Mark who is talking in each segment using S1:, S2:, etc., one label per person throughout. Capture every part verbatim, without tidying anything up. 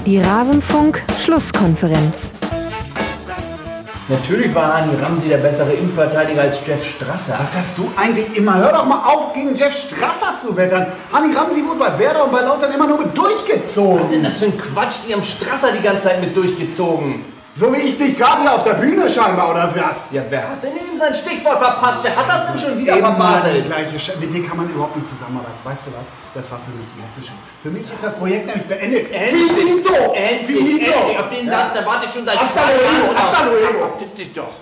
S1: Die Rasenfunk-Schlusskonferenz.
S2: Natürlich war Hani Ramsi der bessere Innenverteidiger als Jeff Strasser.
S3: Was hast du eigentlich immer? Hör doch mal auf, gegen Jeff Strasser zu wettern. Hani Ramsi wurde bei Werder und bei Lautern immer nur mit durchgezogen.
S2: Was ist denn das für ein Quatsch? Die haben Strasser die ganze Zeit mit durchgezogen.
S3: So wie ich dich gerade hier auf der Bühne scheinbar, oder was?
S2: Ja, wer hat denn eben sein Stichwort verpasst? Wer hat das denn schon wieder
S3: Immer
S2: vermasselt?
S3: die gleiche Sch- Mit dir kann man überhaupt nicht zusammenarbeiten. Weißt du was? Das war für mich die letzte Show. Für mich ist das Projekt nämlich beendet. Finito!
S2: Endlich,
S3: Finito!
S2: endlich. Auf den Satz, da warte ich schon seit
S3: Hasta
S2: zwei
S3: luego,
S2: Jahren.
S3: hasta luego.
S2: Ach, verpiss dich doch.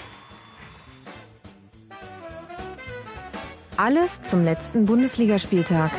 S1: Alles zum letzten Bundesligaspieltag.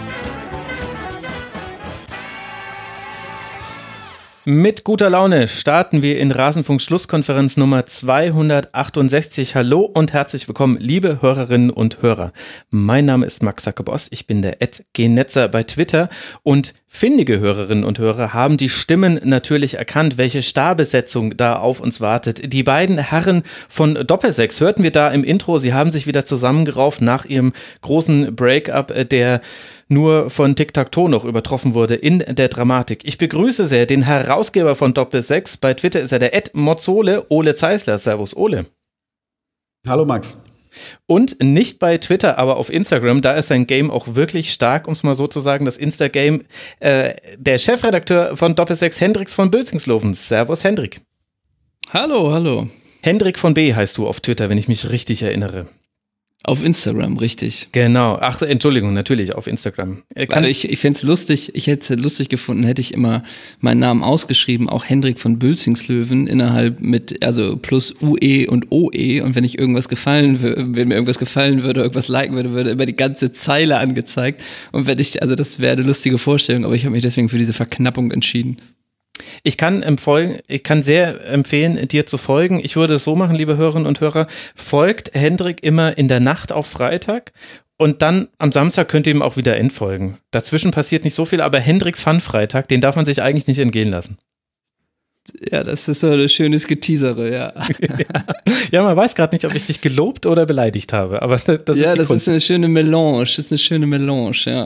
S4: Mit guter Laune starten wir in Rasenfunk Schlusskonferenz Nummer zweihundertachtundsechzig. Hallo und herzlich willkommen, liebe Hörerinnen und Hörer. Mein Name ist Max Sackeboss, ich bin der at Genetzer bei Twitter und findige Hörerinnen und Hörer haben die Stimmen natürlich erkannt, welche Starbesetzung da auf uns wartet. Die beiden Herren von Doppelsechs hörten wir da im Intro, sie haben sich wieder zusammengerauft nach ihrem großen Break-up, der nur von Tic-Tac-Toe noch übertroffen wurde in der Dramatik. Ich begrüße sehr den Herausgeber von Doppelsechs. Bei Twitter ist er der at Mozzole, Ole Zeisler. Servus, Ole.
S3: Hallo, Max.
S4: Und nicht bei Twitter, aber auf Instagram, da ist sein Game auch wirklich stark, um es mal so zu sagen, das Insta-Game. Äh, der Chefredakteur von Doppelsechs, Hendrix von Bülzingslöwen. Servus, Hendrik.
S5: Hallo, hallo.
S4: Hendrik von B heißt du auf Twitter, wenn ich mich richtig erinnere.
S5: Auf Instagram, richtig.
S4: Genau. Ach, Entschuldigung, natürlich auf Instagram.
S5: Also ich ich fände es lustig, ich hätte es lustig gefunden, hätte ich immer meinen Namen ausgeschrieben, auch Hendrik von Bülzingslöwen, innerhalb mit, also plus U E und O E, und wenn ich irgendwas gefallen würde, wenn mir irgendwas gefallen würde, irgendwas liken würde, würde immer die ganze Zeile angezeigt. Und wenn ich, also das wäre eine lustige Vorstellung, aber ich habe mich deswegen für diese Verknappung entschieden.
S4: Ich kann empfehlen, ich kann sehr empfehlen, dir zu folgen. Ich würde es so machen, liebe Hörerinnen und Hörer, folgt Hendrik immer in der Nacht auf Freitag und dann am Samstag könnt ihr ihm auch wieder entfolgen. Dazwischen passiert nicht so viel, aber Hendriks Fun-Freitag, den darf man sich eigentlich nicht entgehen lassen.
S5: Ja, das ist so ein schönes Geteasere, ja.
S4: ja. ja, man weiß gerade nicht, ob ich dich gelobt oder beleidigt habe, aber das ist
S5: Ja,
S4: die
S5: das
S4: Kunst.
S5: ist eine schöne Melange, das ist eine schöne Melange, ja.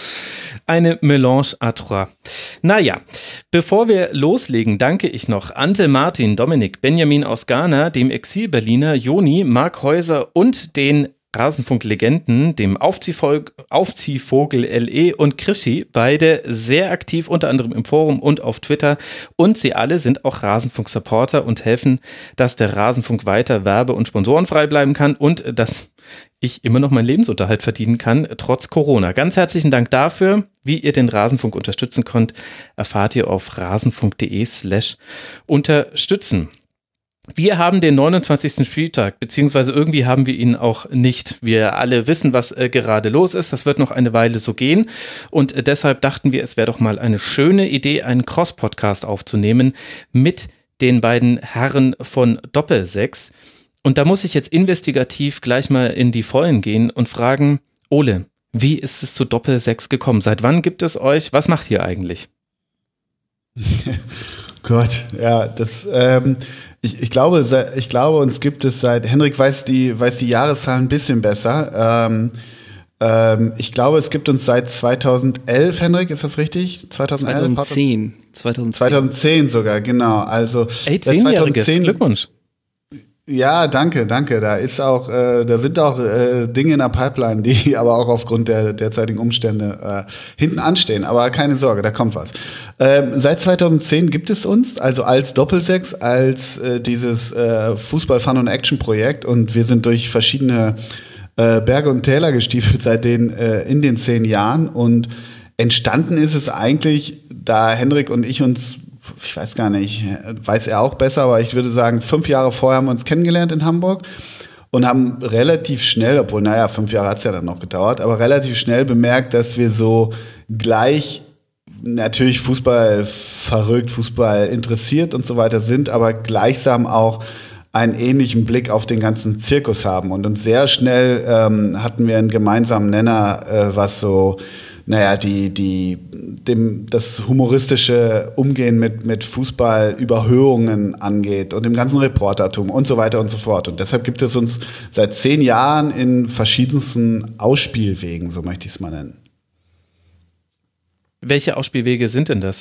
S4: Eine Melange à trois. Naja, bevor wir loslegen, danke ich noch Ante, Martin, Dominik, Benjamin aus Ghana, dem Exil-Berliner, Joni, Marc Häuser und den Rasenfunk-Legenden, dem Aufziehvogel, Aufziehvogel L E und Krischi, beide sehr aktiv, unter anderem im Forum und auf Twitter, und sie alle sind auch Rasenfunk-Supporter und helfen, dass der Rasenfunk weiter werbe- und sponsorenfrei bleiben kann und dass ich immer noch meinen Lebensunterhalt verdienen kann, trotz Corona. Ganz herzlichen Dank dafür. Wie ihr den Rasenfunk unterstützen könnt, erfahrt ihr auf rasenfunk.de slash unterstützen. Wir haben den neunundzwanzigsten Spieltag, beziehungsweise irgendwie haben wir ihn auch nicht. Wir alle wissen, was äh, gerade los ist. Das wird noch eine Weile so gehen. Und äh, deshalb dachten wir, es wäre doch mal eine schöne Idee, einen Cross-Podcast aufzunehmen mit den beiden Herren von Doppelsechs. Und da muss ich jetzt investigativ gleich mal in die Vollen gehen und fragen, Ole, wie ist es zu Doppelsechs gekommen? Seit wann gibt es euch? Was macht ihr eigentlich?
S6: Gott, ja, das, ähm, ich, ich glaube, ich glaube, uns gibt es seit, Hendrik weiß die, weiß die Jahreszahl ein bisschen besser. Ähm, ähm, ich glaube, es gibt uns seit zweitausendelf, Hendrik, ist das richtig? zweitausendelf?
S5: zweitausendzehn. zweitausendzehn.
S6: zweitausendzehn sogar, genau. Also,
S4: Ey, zehnjähriges, Glückwunsch.
S6: Ja, danke, danke. Da ist auch, äh, da sind auch äh, Dinge in der Pipeline, die aber auch aufgrund der derzeitigen Umstände äh, hinten anstehen. Aber keine Sorge, da kommt was. Ähm, seit zweitausendzehn gibt es uns, also als Doppelsechs, als äh, dieses äh, Fußball-Fun- und Action-Projekt, und wir sind durch verschiedene äh, Berge und Täler gestiefelt seit den äh, in den zehn Jahren. Und entstanden ist es eigentlich, da Hendrik und ich uns, ich weiß gar nicht, weiß er auch besser, aber ich würde sagen, fünf Jahre vorher haben wir uns kennengelernt in Hamburg und haben relativ schnell, obwohl, naja, fünf Jahre hat es ja dann noch gedauert, aber relativ schnell bemerkt, dass wir so gleich natürlich Fußball verrückt, Fußball interessiert und so weiter sind, aber gleichsam auch einen ähnlichen Blick auf den ganzen Zirkus haben. Und uns sehr schnell ähm, hatten wir einen gemeinsamen Nenner, äh, was so naja, die, die, dem, das humoristische Umgehen mit, mit Fußballüberhöhungen angeht und dem ganzen Reportertum und so weiter und so fort. Und deshalb gibt es uns seit zehn Jahren in verschiedensten Ausspielwegen, so möchte ich es mal nennen.
S4: Welche Ausspielwege sind denn das?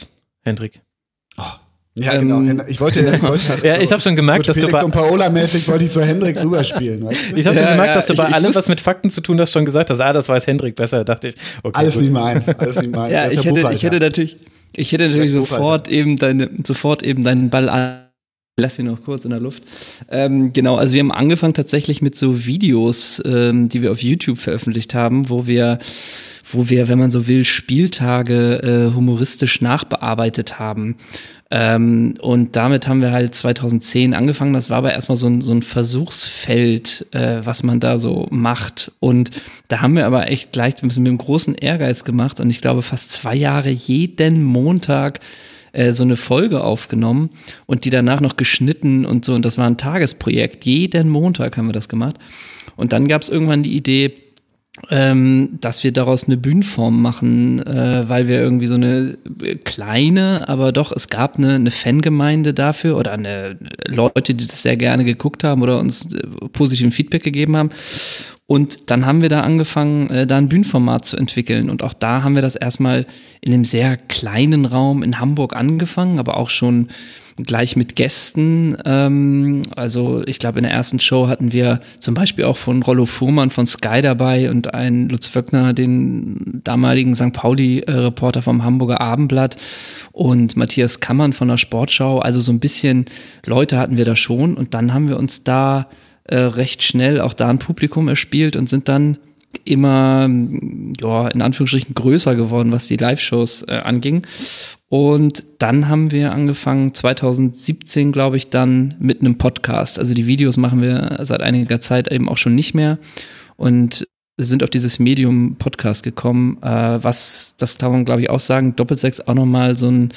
S4: Hendrik?
S6: Oh. Ja, genau. Ähm, ich wollte, ich wollte
S4: ja, ich habe schon gemerkt, dass du bei
S6: und Paola-mäßig wollte ich so Hendrik rüberspielen. Weißt du?
S4: Ich habe schon
S5: ja,
S4: gemerkt,
S5: ja,
S4: dass du
S5: ich,
S4: bei
S5: ich
S4: allem, was mit Fakten zu tun hast, schon gesagt hast, ah, das weiß Hendrik besser. Da dachte ich, okay,
S6: alles
S4: gut.
S6: nicht meins, alles nicht meins.
S5: Ja, ich hätte, ich hätte natürlich, ich hätte natürlich sofort eben deine, sofort eben deinen Ball an. Lass ihn noch kurz in der Luft. Ähm, genau, also wir haben angefangen tatsächlich mit so Videos, ähm, die wir auf YouTube veröffentlicht haben, wo wir wo wir, wenn man so will, Spieltage äh, humoristisch nachbearbeitet haben. Ähm, und damit haben wir halt zweitausendzehn angefangen. Das war aber erstmal so ein, so ein Versuchsfeld, äh, was man da so macht. Und da haben wir aber echt gleich mit einem großen Ehrgeiz gemacht und ich glaube fast zwei Jahre jeden Montag äh, so eine Folge aufgenommen und die danach noch geschnitten und so. Und das war ein Tagesprojekt. Jeden Montag haben wir das gemacht. Und dann gab es irgendwann die Idee, Ähm, dass wir daraus eine Bühnenform machen, äh, weil wir irgendwie so eine kleine, aber doch, es gab eine, eine Fangemeinde dafür oder eine Leute, die das sehr gerne geguckt haben oder uns äh, positiven Feedback gegeben haben. Und dann haben wir da angefangen, äh, da ein Bühnenformat zu entwickeln. Und auch da haben wir das erstmal in einem sehr kleinen Raum in Hamburg angefangen, aber auch schon gleich mit Gästen. Ähm, also ich glaube, in der ersten Show hatten wir zum Beispiel auch von Rollo Fuhrmann von Sky dabei und einen Lutz Wöckner, den damaligen Sankt Pauli-Reporter vom Hamburger Abendblatt und Matthias Kammern von der Sportschau. Also so ein bisschen Leute hatten wir da schon. Und dann haben wir uns da äh, recht schnell auch da ein Publikum erspielt und sind dann immer, ja, in Anführungsstrichen größer geworden, was die Live-Shows äh, anging. Und dann haben wir angefangen, zweitausendsiebzehn, glaube ich, dann mit einem Podcast. Also die Videos machen wir seit einiger Zeit eben auch schon nicht mehr und sind auf dieses Medium Podcast gekommen, äh, was, das kann man, glaube ich, auch sagen, Doppelsechs auch nochmal so ein,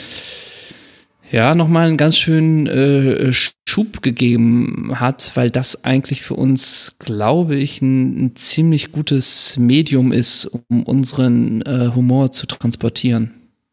S5: ja, nochmal einen ganz schönen äh, Schub gegeben hat, weil das eigentlich für uns, glaube ich, ein, ein ziemlich gutes Medium ist, um unseren äh, Humor zu transportieren.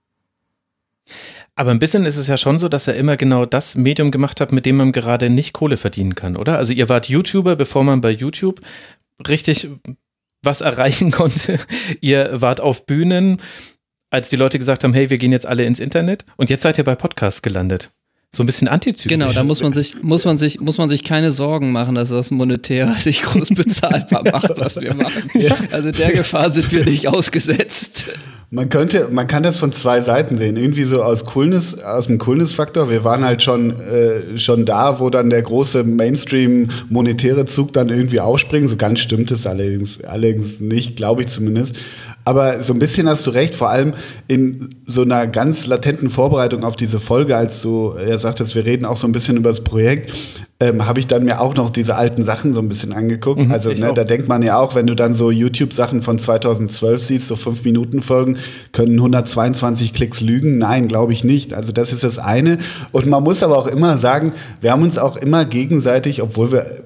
S4: Aber ein bisschen ist es ja schon so, dass er immer genau das Medium gemacht hat, mit dem man gerade nicht Kohle verdienen kann, oder? Also ihr wart YouTuber, bevor man bei YouTube richtig was erreichen konnte. Ihr wart auf Bühnen, als die Leute gesagt haben, hey, wir gehen jetzt alle ins Internet. Und jetzt seid ihr bei Podcasts gelandet. So ein bisschen antizyklisch.
S5: Genau, da muss man sich, muss man sich, muss man sich keine Sorgen machen, dass das monetär sich groß bezahlbar macht, was wir machen. Ja. Also der Gefahr sind wir nicht ausgesetzt.
S6: Man könnte, man kann das von zwei Seiten sehen. Irgendwie so aus Coolness, aus dem Coolness-Faktor. Wir waren halt schon, äh, schon da, wo dann der große Mainstream-monetäre Zug dann irgendwie aufspringt. So ganz stimmt es allerdings, allerdings nicht, glaube ich zumindest. Aber so ein bisschen hast du recht, vor allem in so einer ganz latenten Vorbereitung auf diese Folge, als du ja sagtest, wir reden auch so ein bisschen über das Projekt, ähm, habe ich dann mir auch noch diese alten Sachen so ein bisschen angeguckt. Mhm, also ne, da denkt man ja auch, wenn du dann so YouTube-Sachen von zweitausendzwölf siehst, so fünf Minuten Folgen, können hundertzweiundzwanzig Klicks lügen? Nein, glaube ich nicht. Also das ist das eine. Und man muss aber auch immer sagen, wir haben uns auch immer gegenseitig, obwohl wir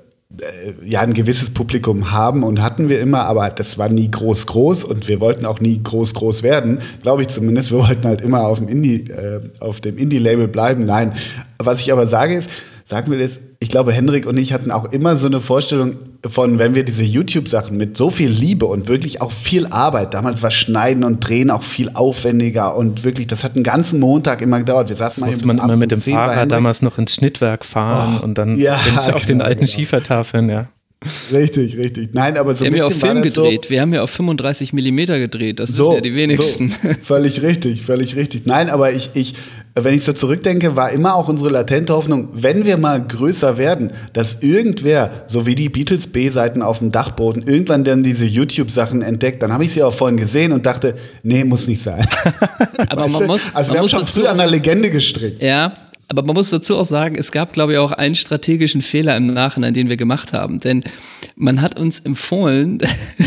S6: ja ein gewisses Publikum haben und hatten wir immer, aber das war nie groß groß und wir wollten auch nie groß groß werden, glaube ich zumindest. Wir wollten halt immer auf dem Indie äh, auf dem Indie-Label bleiben. Nein, was ich aber sage ist, sagen wir das, ich glaube, Hendrik und ich hatten auch immer so eine Vorstellung von, wenn wir diese YouTube-Sachen mit so viel Liebe und wirklich auch viel Arbeit, damals war Schneiden und Drehen auch viel aufwendiger und wirklich, das hat einen ganzen Montag immer gedauert. Wir saßen
S4: das musste man immer mit dem Fahrrad damals noch ins Schnittwerk fahren oh, und dann ja, auf den alten genau. Schiefertafeln, ja.
S6: Richtig, richtig. Nein, aber so
S5: wir
S6: ein
S5: haben
S6: bisschen
S5: ja auf Film gedreht.
S6: So,
S5: wir haben ja auf fünfunddreißig Millimeter gedreht. Das
S6: so,
S5: wissen ja die wenigsten.
S6: So. Völlig richtig, völlig richtig. Nein, aber ich, ich, wenn ich so zurückdenke, war immer auch unsere latente Hoffnung, wenn wir mal größer werden, dass irgendwer, so wie die Beatles B-Seiten auf dem Dachboden, irgendwann dann diese YouTube-Sachen entdeckt. Dann habe ich sie auch vorhin gesehen und dachte, nee, muss nicht sein.
S5: Aber
S6: weißt
S5: man
S6: du?
S5: muss,
S6: also
S5: man
S6: wir
S5: muss
S6: haben schon früh an der Legende gestrickt.
S5: Ja. Aber man muss dazu auch sagen, es gab, glaube ich, auch einen strategischen Fehler im Nachhinein, den wir gemacht haben. Denn man hat uns empfohlen,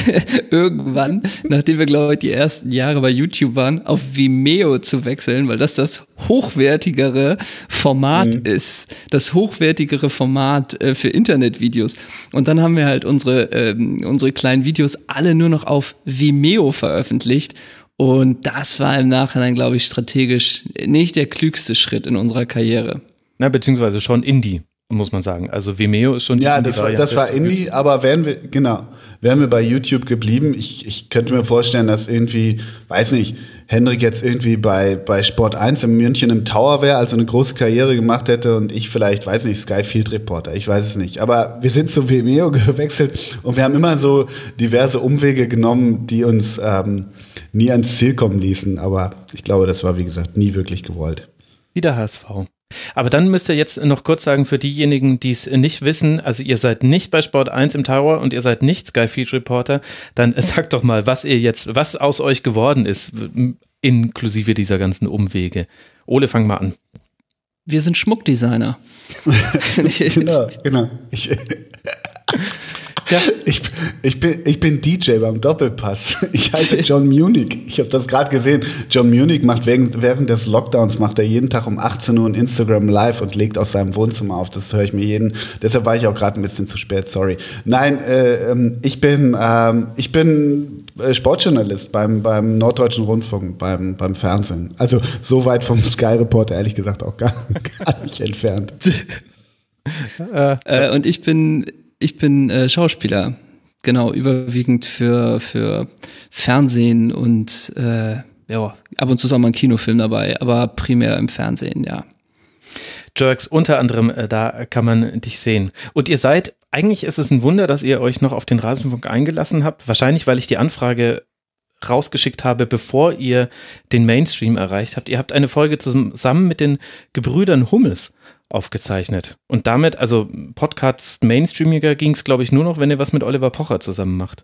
S5: irgendwann, nachdem wir, glaube ich, die ersten Jahre bei YouTube waren, auf Vimeo zu wechseln, weil das das hochwertigere Format mhm. ist. Das hochwertigere Format äh, für Internetvideos. Und dann haben wir halt unsere, ähm, unsere kleinen Videos alle nur noch auf Vimeo veröffentlicht. Und das war im Nachhinein, glaube ich, strategisch nicht der klügste Schritt in unserer Karriere.
S4: Na, beziehungsweise schon Indie, muss man sagen. Also Vimeo ist schon die
S6: Ja, das war, das war Indie, aber wären wir, genau, wären wir bei YouTube geblieben, ich, ich könnte mir vorstellen, dass irgendwie, weiß nicht, Hendrik jetzt irgendwie bei, bei Sport eins in München im Tower wäre, also eine große Karriere gemacht hätte und ich vielleicht, weiß nicht, Sky Field Reporter, ich weiß es nicht. Aber wir sind zu Vimeo gewechselt und wir haben immer so diverse Umwege genommen, die uns ähm, nie ans Ziel kommen ließen. Aber ich glaube, das war, wie gesagt, nie wirklich gewollt.
S4: Wieder H S V. Aber dann müsst ihr jetzt noch kurz sagen, für diejenigen, die es nicht wissen, also ihr seid nicht bei Sport eins im Tower und ihr seid nicht Sky Field Reporter, dann sagt doch mal, was ihr jetzt, was aus euch geworden ist, inklusive dieser ganzen Umwege. Ole, fang mal an.
S5: Wir sind Schmuckdesigner.
S6: genau, genau. Ich, ja. ich, ich, bin, ich bin D J beim Doppelpass. Ich heiße John Munich. Ich habe das gerade gesehen. John Munich macht während, während des Lockdowns macht er jeden Tag um achtzehn Uhr ein Instagram Live und legt aus seinem Wohnzimmer auf. Das höre ich mir jeden. Deshalb war ich auch gerade ein bisschen zu spät. Sorry. Nein, äh, ich bin ähm, ich bin Sportjournalist beim beim Norddeutschen Rundfunk, beim beim Fernsehen. Also so weit vom Sky Reporter ehrlich gesagt auch gar, gar nicht entfernt.
S5: äh, und ich bin Ich bin äh, Schauspieler, genau, überwiegend für, für Fernsehen und äh, ja, ab und zu ist auch mal ein Kinofilm dabei, aber primär im Fernsehen, ja.
S4: Jerks, unter anderem, äh, da kann man dich sehen. Und ihr seid, eigentlich ist es ein Wunder, dass ihr euch noch auf den Rasenfunk eingelassen habt, wahrscheinlich, weil ich die Anfrage rausgeschickt habe, bevor ihr den Mainstream erreicht habt. Ihr habt eine Folge zusammen mit den Gebrüdern Hummels aufgezeichnet. Und damit, also Podcast Mainstreamiger ging es, glaube ich, nur noch, wenn ihr was mit Oliver Pocher zusammen macht.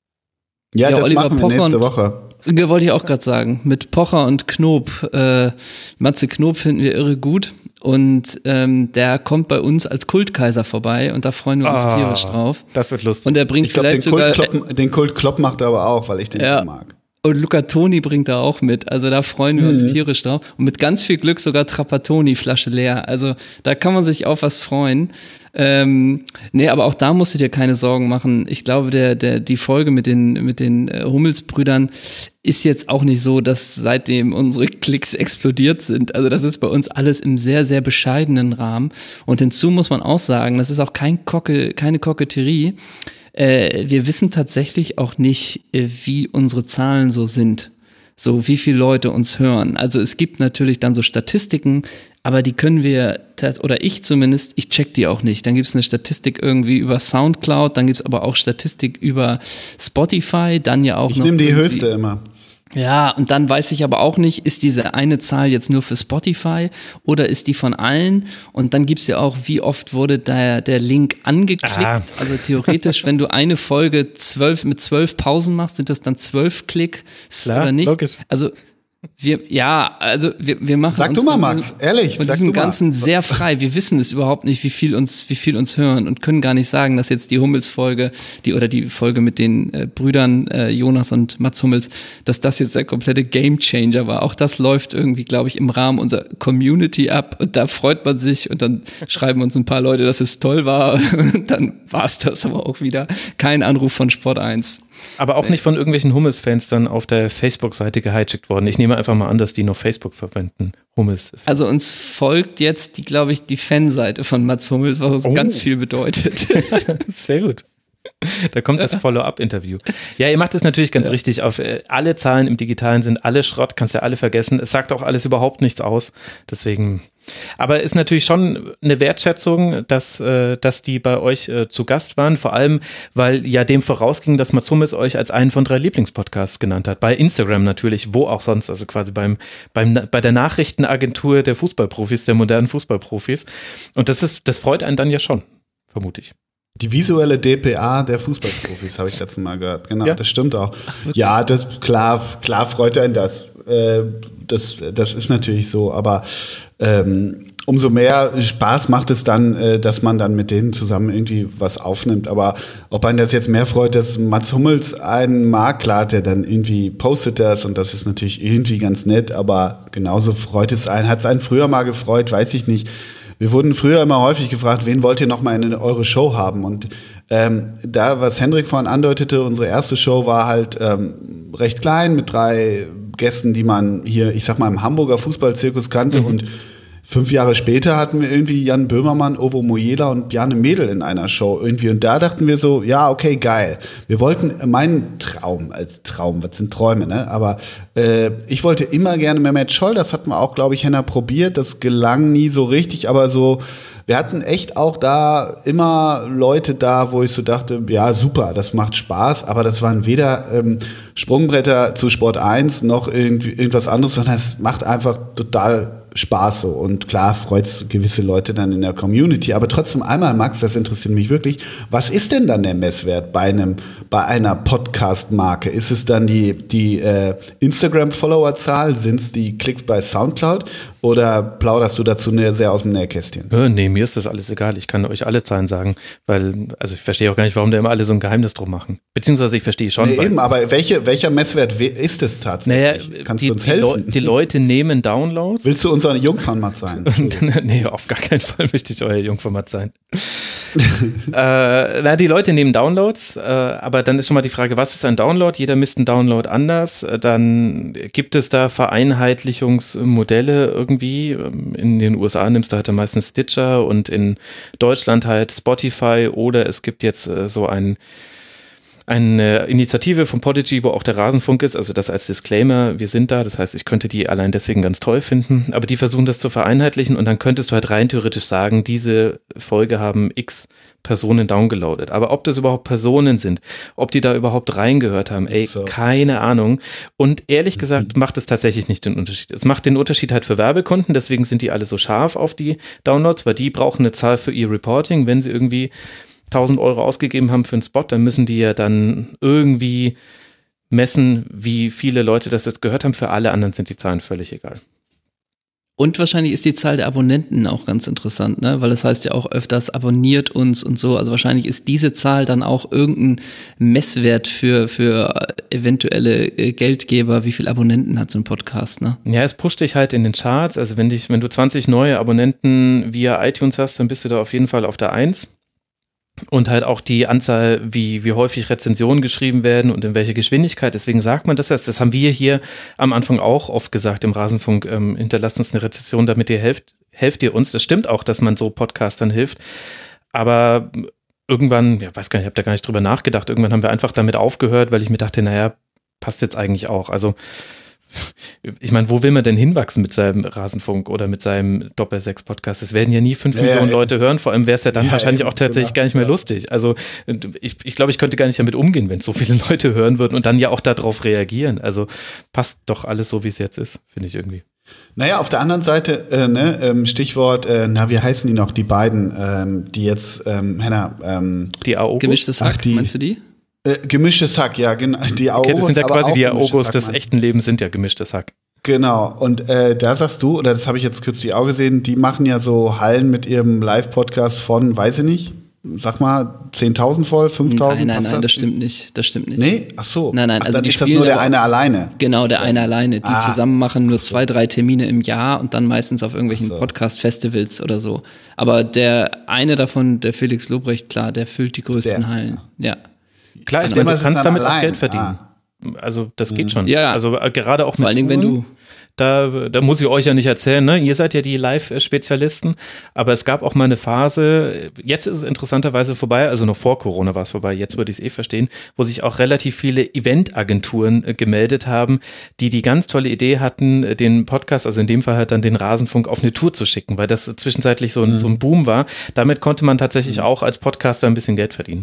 S6: Ja,
S5: ja
S6: das
S5: Oliver
S6: machen wir
S5: Pocher
S6: nächste
S5: und,
S6: Woche.
S5: Wollte ich auch gerade sagen. Mit Pocher und Knob. Äh, Matze Knob finden wir irre gut. Und ähm, der kommt bei uns als Kultkaiser vorbei und da freuen wir uns
S4: ah,
S5: tierisch drauf.
S4: Das wird lustig.
S5: Und der bringt
S6: ich glaub,
S5: vielleicht
S6: den
S5: sogar...
S6: Kult Klopp, den Kult Klopp macht er aber auch, weil ich den
S5: ja.
S6: so mag.
S5: Und Luca Toni bringt da auch mit. Also da freuen wir uns mhm. tierisch drauf. Und mit ganz viel Glück sogar Trapattoni, Flasche leer. Also da kann man sich auf was freuen. Ähm, nee, aber auch da musst du dir keine Sorgen machen. Ich glaube, der, der, die Folge mit den, mit den äh, Hummelsbrüdern ist jetzt auch nicht so, dass seitdem unsere Klicks explodiert sind. Also das ist bei uns alles im sehr, sehr bescheidenen Rahmen. Und hinzu muss man auch sagen, das ist auch kein Kocke, keine Koketterie. Äh, wir wissen tatsächlich auch nicht, äh, wie unsere Zahlen so sind. So, wie viele Leute uns hören. Also es gibt natürlich dann so Statistiken, aber die können wir, oder ich zumindest, ich check die auch nicht. Dann gibt es eine Statistik irgendwie über Soundcloud, dann gibt es aber auch Statistik über Spotify, dann ja auch
S6: ich
S5: noch.
S6: Ich nehme die höchste immer.
S5: Ja, und dann weiß ich aber auch nicht, ist diese eine Zahl jetzt nur für Spotify oder ist die von allen? Und dann gibt's ja auch, wie oft wurde der, der Link angeklickt? Ah. Also theoretisch, wenn du eine Folge zwölf mit zwölf Pausen machst, sind das dann zwölf Klicks oder nicht?
S4: Logisch.
S5: Also wir, ja, also wir, wir machen
S6: Sag
S5: uns
S6: du mal,
S5: von
S6: Max,
S5: diesem,
S6: ehrlich,
S5: von
S6: sag
S5: diesem
S6: du mal.
S5: Ganzen sehr frei. Wir wissen es überhaupt nicht, wie viel uns, wie viel uns hören und können gar nicht sagen, dass jetzt die Hummels-Folge, die oder die Folge mit den äh, Brüdern äh, Jonas und Mats Hummels, dass das jetzt der komplette Gamechanger war. Auch das läuft irgendwie, glaube ich, im Rahmen unserer Community ab und da freut man sich und dann schreiben uns ein paar Leute, dass es toll war. Und dann war es das aber auch wieder. Kein Anruf von Sport eins.
S4: Aber auch nicht von irgendwelchen Hummels-Fans dann auf der Facebook-Seite gehijackt worden. Ich nehme einfach mal an, dass die noch Facebook verwenden. Hummels.
S5: Also uns folgt jetzt die, glaube ich, die Fanseite von Mats Hummels, was uns oh. ganz viel bedeutet.
S4: Sehr gut. Da kommt das Follow-up-Interview. Ja, ihr macht es natürlich ganz ja. richtig. Auf äh, alle Zahlen im Digitalen sind alle Schrott, kannst ja alle vergessen. Es sagt auch alles überhaupt nichts aus. Deswegen. Aber ist natürlich schon eine Wertschätzung, dass, äh, dass die bei euch äh, zu Gast waren. Vor allem, weil ja dem vorausging, dass Mats Hummels euch als einen von drei Lieblingspodcasts genannt hat. Bei Instagram natürlich, wo auch sonst. Also quasi beim, beim bei der Nachrichtenagentur der Fußballprofis, der modernen Fußballprofis. Und das ist, das freut einen dann ja schon, vermute ich.
S6: Die visuelle D P A der Fußballprofis, habe ich letztes Mal gehört. Genau, ja. Das stimmt auch.
S5: Ach,
S6: ja, das klar, klar freut einen das. Äh, das. Das ist natürlich so, aber ähm, umso mehr Spaß macht es dann, äh, dass man dann mit denen zusammen irgendwie was aufnimmt. Aber ob einen das jetzt mehr freut, dass Mats Hummels einen mag, klar, der dann irgendwie postet das und das ist natürlich irgendwie ganz nett, aber genauso freut es einen, hat es einen früher mal gefreut, weiß ich nicht. Wir wurden früher immer häufig gefragt, wen wollt ihr noch mal in eure Show haben? Und ähm, da, was Hendrik vorhin andeutete, unsere erste Show war halt ähm, recht klein mit drei Gästen, die man hier, ich sag mal, im Hamburger Fußballzirkus kannte. Mhm. Und Fünf Jahre später hatten wir irgendwie Jan Böhmermann, Ovo Mojela und Bjarne Mädel in einer Show irgendwie. Und da dachten wir so, ja, okay, geil. Wir wollten, mein Traum, als Traum, was sind Träume, ne? Aber äh, ich wollte immer gerne Mehmet Scholl, das hatten wir auch, glaube ich, Henna probiert. Das gelang nie so richtig, aber so, wir hatten echt auch da immer Leute da, wo ich so dachte, ja, super, das macht Spaß. Aber das waren weder ähm, Sprungbretter zu Sport eins noch irgendwie irgendwas anderes, sondern es macht einfach total Spaß so. Und klar freut es gewisse Leute dann in der Community. Aber trotzdem einmal, Max, das interessiert mich wirklich, was ist denn dann der Messwert bei einem, bei einer Podcast-Marke? Ist es dann die, die äh, Instagram-Follower-Zahl? Sind es die Klicks bei Soundcloud? Oder plauderst du dazu sehr aus dem Nähkästchen?
S4: Äh, nee, mir ist das alles egal. Ich kann euch alle Zahlen sagen, weil, also ich verstehe auch gar nicht, warum da immer alle so ein Geheimnis drum machen. Beziehungsweise ich verstehe schon.
S6: Nee,
S4: weil,
S6: eben, aber welche, welcher Messwert ist es tatsächlich?
S4: Naja,
S6: Kannst
S4: die,
S6: du uns
S4: die,
S6: helfen?
S4: Leu- die Leute nehmen Downloads.
S6: Willst du unser Jungfernmatt sein?
S4: Nee, auf gar keinen Fall möchte ich euer Jungformat sein. äh, na, die Leute nehmen Downloads, äh, aber dann ist schon mal die Frage, was ist ein Download? Jeder misst einen Download anders. Dann gibt es da Vereinheitlichungsmodelle irgendwie. In den U S A nimmst du halt meistens Stitcher und in Deutschland halt Spotify oder es gibt jetzt äh, so ein eine Initiative von Podigy, wo auch der Rasenfunk ist, also das als Disclaimer, wir sind da, das heißt, ich könnte die allein deswegen ganz toll finden, aber die versuchen das zu vereinheitlichen und dann könntest du halt rein theoretisch sagen, diese Folge haben x Personen downgeloadet, aber ob das überhaupt Personen sind, ob die da überhaupt reingehört haben, ey, so. Keine Ahnung und ehrlich gesagt macht es tatsächlich nicht den Unterschied. Es macht den Unterschied halt für Werbekunden, deswegen sind die alle so scharf auf die Downloads, weil die brauchen eine Zahl für ihr Reporting, wenn sie irgendwie tausend Euro ausgegeben haben für einen Spot, dann müssen die ja dann irgendwie messen, wie viele Leute das jetzt gehört haben. Für alle anderen sind die Zahlen völlig egal.
S5: Und wahrscheinlich ist die Zahl der Abonnenten auch ganz interessant, ne? Weil das heißt ja auch öfters abonniert uns und so. Also wahrscheinlich ist diese Zahl dann auch irgendein Messwert für, für eventuelle Geldgeber. Wie viele Abonnenten hat so ein Podcast, ne?
S4: Ja, es pusht dich halt in den Charts. Also wenn dich, wenn du zwanzig neue Abonnenten via iTunes hast, dann bist du da auf jeden Fall auf der Eins. Und halt auch die Anzahl, wie, wie häufig Rezensionen geschrieben werden und in welcher Geschwindigkeit. Deswegen sagt man das jetzt. Das haben wir hier am Anfang auch oft gesagt im Rasenfunk. Ähm, hinterlasst uns eine Rezension, damit ihr helft, helft ihr uns. Das stimmt auch, dass man so Podcastern hilft. Aber irgendwann, ja, weiß gar nicht, ich habe da gar nicht drüber nachgedacht. Irgendwann haben wir einfach damit aufgehört, weil ich mir dachte, naja, passt jetzt eigentlich auch. Also ich meine, wo will man denn hinwachsen mit seinem Rasenfunk oder mit seinem Doppel-Sechs-Podcast? Es werden ja nie fünf ja, Millionen ja, Leute hören, vor allem wäre es ja dann ja, wahrscheinlich eben, auch tatsächlich genau, gar nicht mehr ja. lustig. Also ich, ich glaube, ich könnte gar nicht damit umgehen, wenn es so viele Leute hören würden und dann ja auch darauf reagieren. Also passt doch alles so, wie es jetzt ist, finde ich irgendwie.
S6: Naja, auf der anderen Seite, äh, ne, ähm, Stichwort, äh, na, wie heißen die noch, die beiden, ähm, die jetzt, ähm, Henna, ähm,
S4: die A O G?
S5: Gemischtes Hack, meinst du die?
S6: Äh, gemischtes Hack, ja, genau. Die A O G.
S4: Okay, das sind ja quasi die A O Gos des echten Lebens, sind ja gemischtes Hack.
S6: Genau, und äh, da sagst du, oder das habe ich jetzt kürzlich auch gesehen, die machen ja so Hallen mit ihrem Live-Podcast von, weiß ich nicht, sag mal, zehntausend voll, fünftausend?
S5: Nein, nein, nein, das stimmt nicht, das stimmt nicht.
S6: Nee? Ach so.
S5: Nein, nein,
S6: Ach,
S5: also
S6: dann
S5: die
S6: ist das
S5: spielen
S6: nur der
S5: aber,
S6: eine alleine.
S5: Genau, der eine alleine. Die
S6: ah.
S5: zusammen machen nur zwei, drei Termine im Jahr und dann meistens auf irgendwelchen so. Podcast-Festivals oder so. Aber der eine davon, der Felix Lobrecht, klar, der füllt die größten der. Hallen, ja.
S4: Klar, ich meine, du kannst damit allein. auch Geld verdienen. Ah. Also das geht schon.
S5: Ja,
S4: also äh, gerade auch mit
S5: vor allen Dingen, wenn du
S4: Da, da muss ich euch ja nicht erzählen, ne? Ihr seid ja die Live-Spezialisten, aber es gab auch mal eine Phase, jetzt ist es interessanterweise vorbei, also noch vor Corona war es vorbei, jetzt würde ich es eh verstehen, wo sich auch relativ viele Eventagenturen äh, gemeldet haben, die die ganz tolle Idee hatten, den Podcast, also in dem Fall halt dann den Rasenfunk auf eine Tour zu schicken, weil das zwischenzeitlich so ein, mhm. so ein Boom war. Damit konnte man tatsächlich mhm. auch als Podcaster ein bisschen Geld verdienen.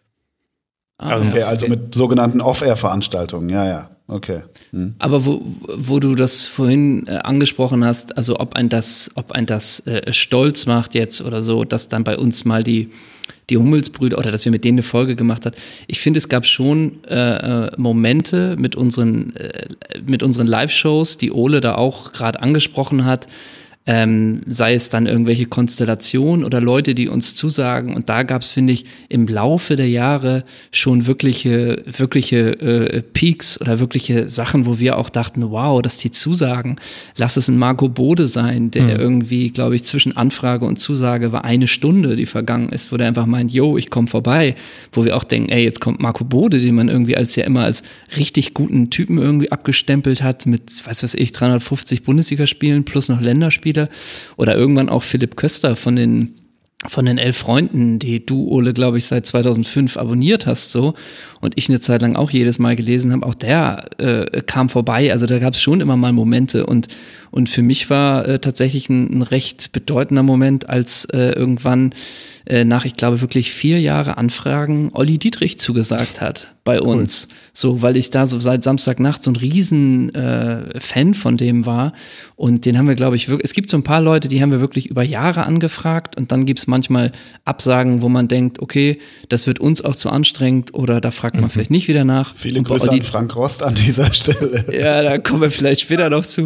S6: Also, okay, also mit sogenannten Off-Air-Veranstaltungen, ja, ja, okay. Hm.
S5: Aber wo, wo du das vorhin äh, angesprochen hast, also ob ein das, ob ein das äh, stolz macht jetzt oder so, dass dann bei uns mal die, die Hummelsbrüder oder dass wir mit denen eine Folge gemacht haben. Ich finde, es gab schon äh, Momente mit unseren, äh, mit unseren Live-Shows, die Ole da auch gerade angesprochen hat, Ähm, sei es dann irgendwelche Konstellationen oder Leute, die uns zusagen. Und da gab es, finde ich, im Laufe der Jahre schon wirkliche, wirkliche äh, Peaks oder wirkliche Sachen, wo wir auch dachten, wow, dass die zusagen. Lass es ein Marco Bode sein, der mhm. irgendwie, glaube ich, zwischen Anfrage und Zusage war eine Stunde, die vergangen ist, wo der einfach meint, yo, ich komme vorbei. Wo wir auch denken, ey, jetzt kommt Marco Bode, den man irgendwie als ja immer als richtig guten Typen irgendwie abgestempelt hat mit, weiß was ich, dreihundertfünfzig Bundesligaspielen plus noch Länderspiele. Schauspieler. Oder irgendwann auch Philipp Köster von den von den elf Freunden, die du, Ole, glaube ich, seit zweitausendfünf abonniert hast, so, und ich eine Zeit lang auch jedes Mal gelesen habe, auch der äh, kam vorbei, also da gab es schon immer mal Momente und und für mich war äh, tatsächlich ein, ein recht bedeutender Moment, als äh, irgendwann äh, nach, ich glaube, wirklich vier Jahre Anfragen Olli Dietrich zugesagt hat bei uns. Cool. So, weil ich da so seit Samstagnacht so ein riesen äh, Fan von dem war. Und den haben wir, glaube ich, wirklich, es gibt so ein paar Leute, die haben wir wirklich über Jahre angefragt und dann gibt's manchmal Absagen, wo man denkt, okay, das wird uns auch zu anstrengend oder da fragt man mhm. vielleicht nicht wieder nach.
S6: Viele und Grüße Olli, an Frank Rost an dieser Stelle.
S5: Ja, da kommen wir vielleicht später noch zu.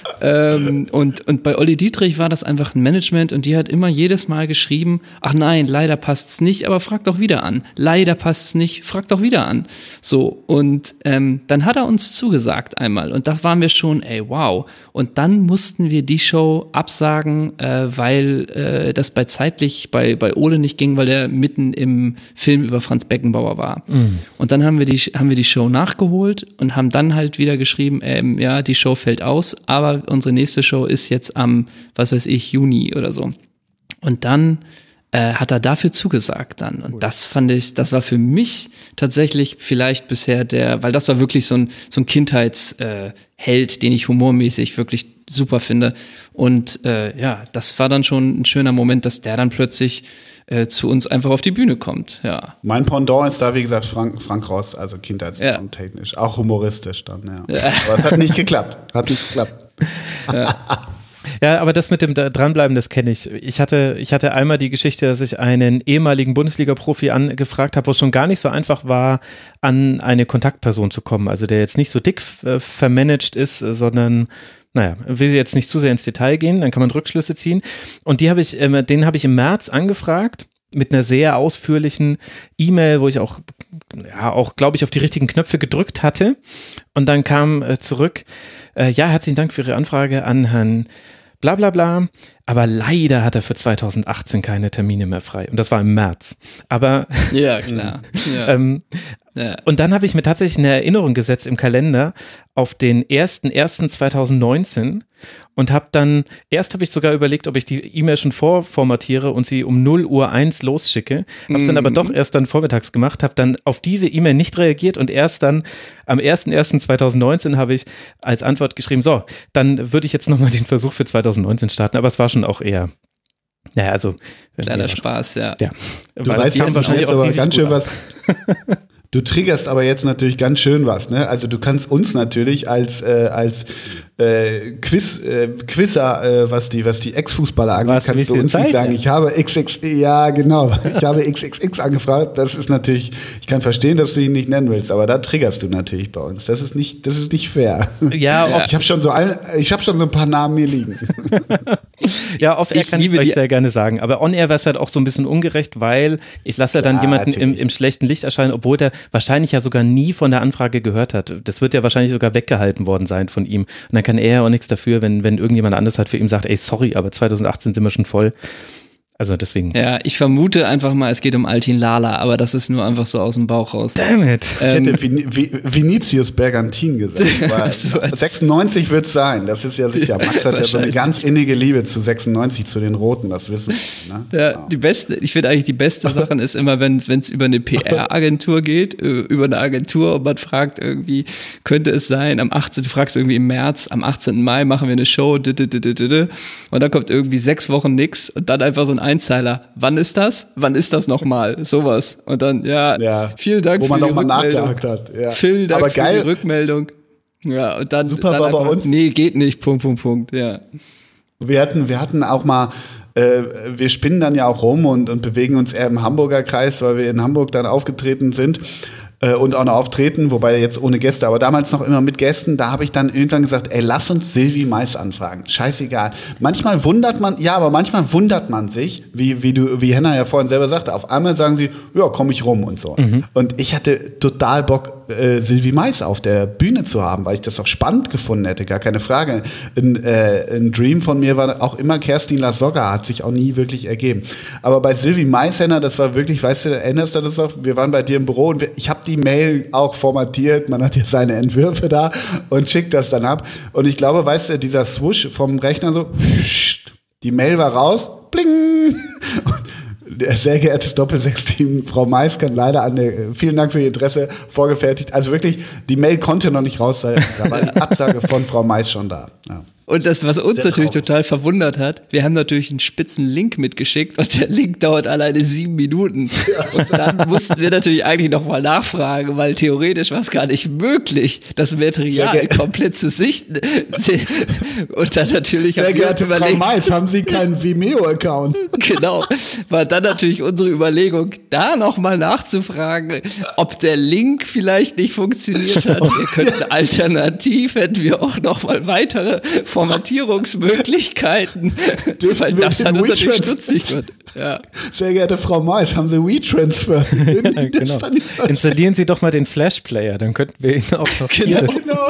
S5: ähm, und, und bei Olli Dietrich war das einfach ein Management und die hat immer jedes Mal geschrieben, ach nein, leider passt's nicht, aber frag doch wieder an. Leider passt's nicht, frag doch wieder an. So, und ähm, dann hat er uns zugesagt einmal und das waren wir schon, ey, wow. Und dann mussten wir die Show absagen, äh, weil äh, das bei zeitlich bei, bei Ole nicht ging, weil er mitten im Film über Franz Beckenbauer war. Mhm. Und dann haben wir die haben wir die Show nachgeholt und haben dann halt wieder geschrieben, ähm, ja, die Show fällt aus, aber unsere nächste Show ist jetzt am, was weiß ich, Juni oder so. Und dann äh, hat er dafür zugesagt dann. Und cool. das fand ich, das war für mich tatsächlich vielleicht bisher der, weil das war wirklich so ein, so ein Kindheitsheld, äh, den ich humormäßig wirklich super finde. Und äh, ja, das war dann schon ein schöner Moment, dass der dann plötzlich äh, zu uns einfach auf die Bühne kommt. Ja.
S6: Mein Pendant ist da, wie gesagt, Frank, Frank Rost, also kindheitstechnisch, ja. Auch humoristisch dann, ja. ja. Aber es hat nicht geklappt. Hat nicht geklappt.
S4: Ja. Ja, aber das mit dem Dranbleiben, das kenne ich. Ich hatte, ich hatte einmal die Geschichte, dass ich einen ehemaligen Bundesliga-Profi angefragt habe, wo es schon gar nicht so einfach war, an eine Kontaktperson zu kommen. Also der jetzt nicht so dick äh, vermanagt ist, sondern, naja, will jetzt nicht zu sehr ins Detail gehen, dann kann man Rückschlüsse ziehen. Und die habe ich, äh, den habe ich im März angefragt mit einer sehr ausführlichen E-Mail, wo ich auch, ja, auch, glaube ich, auf die richtigen Knöpfe gedrückt hatte. Und dann kam äh, zurück, äh, ja, herzlichen Dank für Ihre Anfrage an Herrn bla bla bla, aber leider hat er für zweitausendachtzehn keine Termine mehr frei und das war im März, aber
S5: ja, klar. Ja.
S4: ähm, ja. Und dann habe ich mir tatsächlich eine Erinnerung gesetzt im Kalender auf den ersten ersten zweitausendneunzehn und habe dann, erst habe ich sogar überlegt, ob ich die E-Mail schon vorformatiere und sie um null Uhr eins losschicke, habe es mm. dann aber doch erst dann vormittags gemacht, habe dann auf diese E-Mail nicht reagiert und erst dann am ersten ersten zweitausendneunzehn habe ich als Antwort geschrieben, so, dann würde ich jetzt nochmal den Versuch für zweitausendneunzehn starten, aber es war schon auch eher, naja, also
S5: kleiner Spaß, ja.
S4: ja.
S6: Du weißt jetzt wahrscheinlich aber ganz schön was. Du triggerst aber jetzt natürlich ganz schön was, ne? Also du kannst uns natürlich als äh, als äh, Quiz äh, Quizzer, äh, was die was die Ex-Fußballer angeht, was, kannst du uns nicht sagen, ich habe X X ja genau, ich habe X X X angefragt. Das ist natürlich, ich kann verstehen, dass du ihn nicht nennen willst, aber da triggerst du natürlich bei uns. Das ist nicht, das ist nicht fair.
S4: Ja,
S6: ja. ich habe schon so ein, ich habe schon so ein paar Namen mir liegen.
S4: Ja, off-air kann ich euch sehr gerne sagen, aber on-air wäre es halt auch so ein bisschen ungerecht, weil ich lasse ja dann jemanden im, im schlechten Licht erscheinen, obwohl der wahrscheinlich ja sogar nie von der Anfrage gehört hat. Das wird ja wahrscheinlich sogar weggehalten worden sein von ihm. Und dann kann er ja auch nichts dafür, wenn, wenn irgendjemand anders halt für ihn sagt, ey, sorry, aber zweitausendachtzehn sind wir schon voll. Also deswegen.
S5: Ja, ich vermute einfach mal, es geht um Altin Lala, aber das ist nur einfach so aus dem Bauch raus.
S4: Damn it.
S6: Ähm, ich hätte Vin- Vin- Vinicius Bergantin gesagt. so sechsundneunzig wird es sein, das ist ja sicher. Max hat ja so eine ganz innige Liebe zu sechsundneunzig, zu den Roten, das wissen wir. Ne?
S5: Ja,
S6: genau.
S5: die beste, ich finde eigentlich die beste Sache ist immer, wenn es über eine P R-Agentur geht, über eine Agentur und man fragt irgendwie, könnte es sein, am achtzehnten du fragst irgendwie im März, am achtzehnten Mai machen wir eine Show, und dann kommt irgendwie sechs Wochen nix und dann einfach so ein Einzeiler. Wann ist das? Wann ist das nochmal? Sowas. Und dann, ja, ja vielen Dank
S6: wo
S5: für
S6: man
S5: die
S6: noch mal
S5: Rückmeldung.
S6: Hat. Ja.
S5: Vielen Dank
S6: aber
S5: für
S6: geil.
S5: die Rückmeldung. Ja, und dann,
S6: Super
S5: dann
S6: war
S5: einfach,
S6: bei uns.
S5: Nee, geht nicht. Punkt, Punkt, Punkt. Ja.
S6: Wir hatten, wir hatten auch mal, äh, wir spinnen dann ja auch rum und, und bewegen uns eher im Hamburger Kreis, weil wir in Hamburg dann aufgetreten sind. Und auch noch auftreten, wobei jetzt ohne Gäste, aber damals noch immer mit Gästen, da habe ich dann irgendwann gesagt, ey, lass uns Sylvie Mais anfragen. Scheißegal. Manchmal wundert man, ja, aber manchmal wundert man sich, wie, wie du, wie Henna ja vorhin selber sagte, auf einmal sagen sie, ja, komm ich rum und so. Mhm. Und ich hatte total Bock, äh, Sylvie Mais auf der Bühne zu haben, weil ich das auch spannend gefunden hätte, gar keine Frage. Ein, äh, ein Dream von mir war auch immer Kerstin Lasogga, hat sich auch nie wirklich ergeben. Aber bei Sylvie Mais, Henna, das war wirklich, weißt du, erinnerst du das auch? Wir waren bei dir im Büro und wir, ich habe die Mail auch formatiert, man hat ja seine Entwürfe da und schickt das dann ab. Und ich glaube, weißt du, dieser Swoosh vom Rechner so, die Mail war raus, bling. Sehr geehrtes Doppelsechs-Team, Frau Mais kann leider an der, vielen Dank für Ihr Interesse, vorgefertigt. Also wirklich, die Mail konnte noch nicht raus sein. Da war die Absage von Frau Mais schon da. Ja.
S5: Und das, was uns
S6: Sehr
S5: natürlich
S6: traurig.
S5: total verwundert hat, wir haben natürlich einen spitzen Link mitgeschickt und der Link dauert alleine sieben Minuten. Und dann mussten wir natürlich eigentlich nochmal nachfragen, weil theoretisch war es gar nicht möglich, das Material komplett zu sichten. Und dann natürlich
S6: Sehr
S5: haben wir uns
S6: geehrte Frau
S5: überlegt,
S6: Mais, haben Sie keinen Vimeo-Account?
S5: genau, war dann natürlich unsere Überlegung, da nochmal nachzufragen, ob der Link vielleicht nicht funktioniert hat. Wir könnten alternativ, hätten wir auch nochmal weitere Formatierungsmöglichkeiten,
S6: Dürften
S5: weil
S6: wir
S5: das
S6: den
S5: hat uns natürlich
S6: WeTrans-
S5: stutzig wird. Ja.
S6: Sehr geehrte Frau Mais, haben Sie WeTransfer?
S4: Ja, genau. Installieren Sie doch mal den Flash-Player, dann könnten wir ihn auch noch
S5: Genau.
S4: hier.
S6: Genau.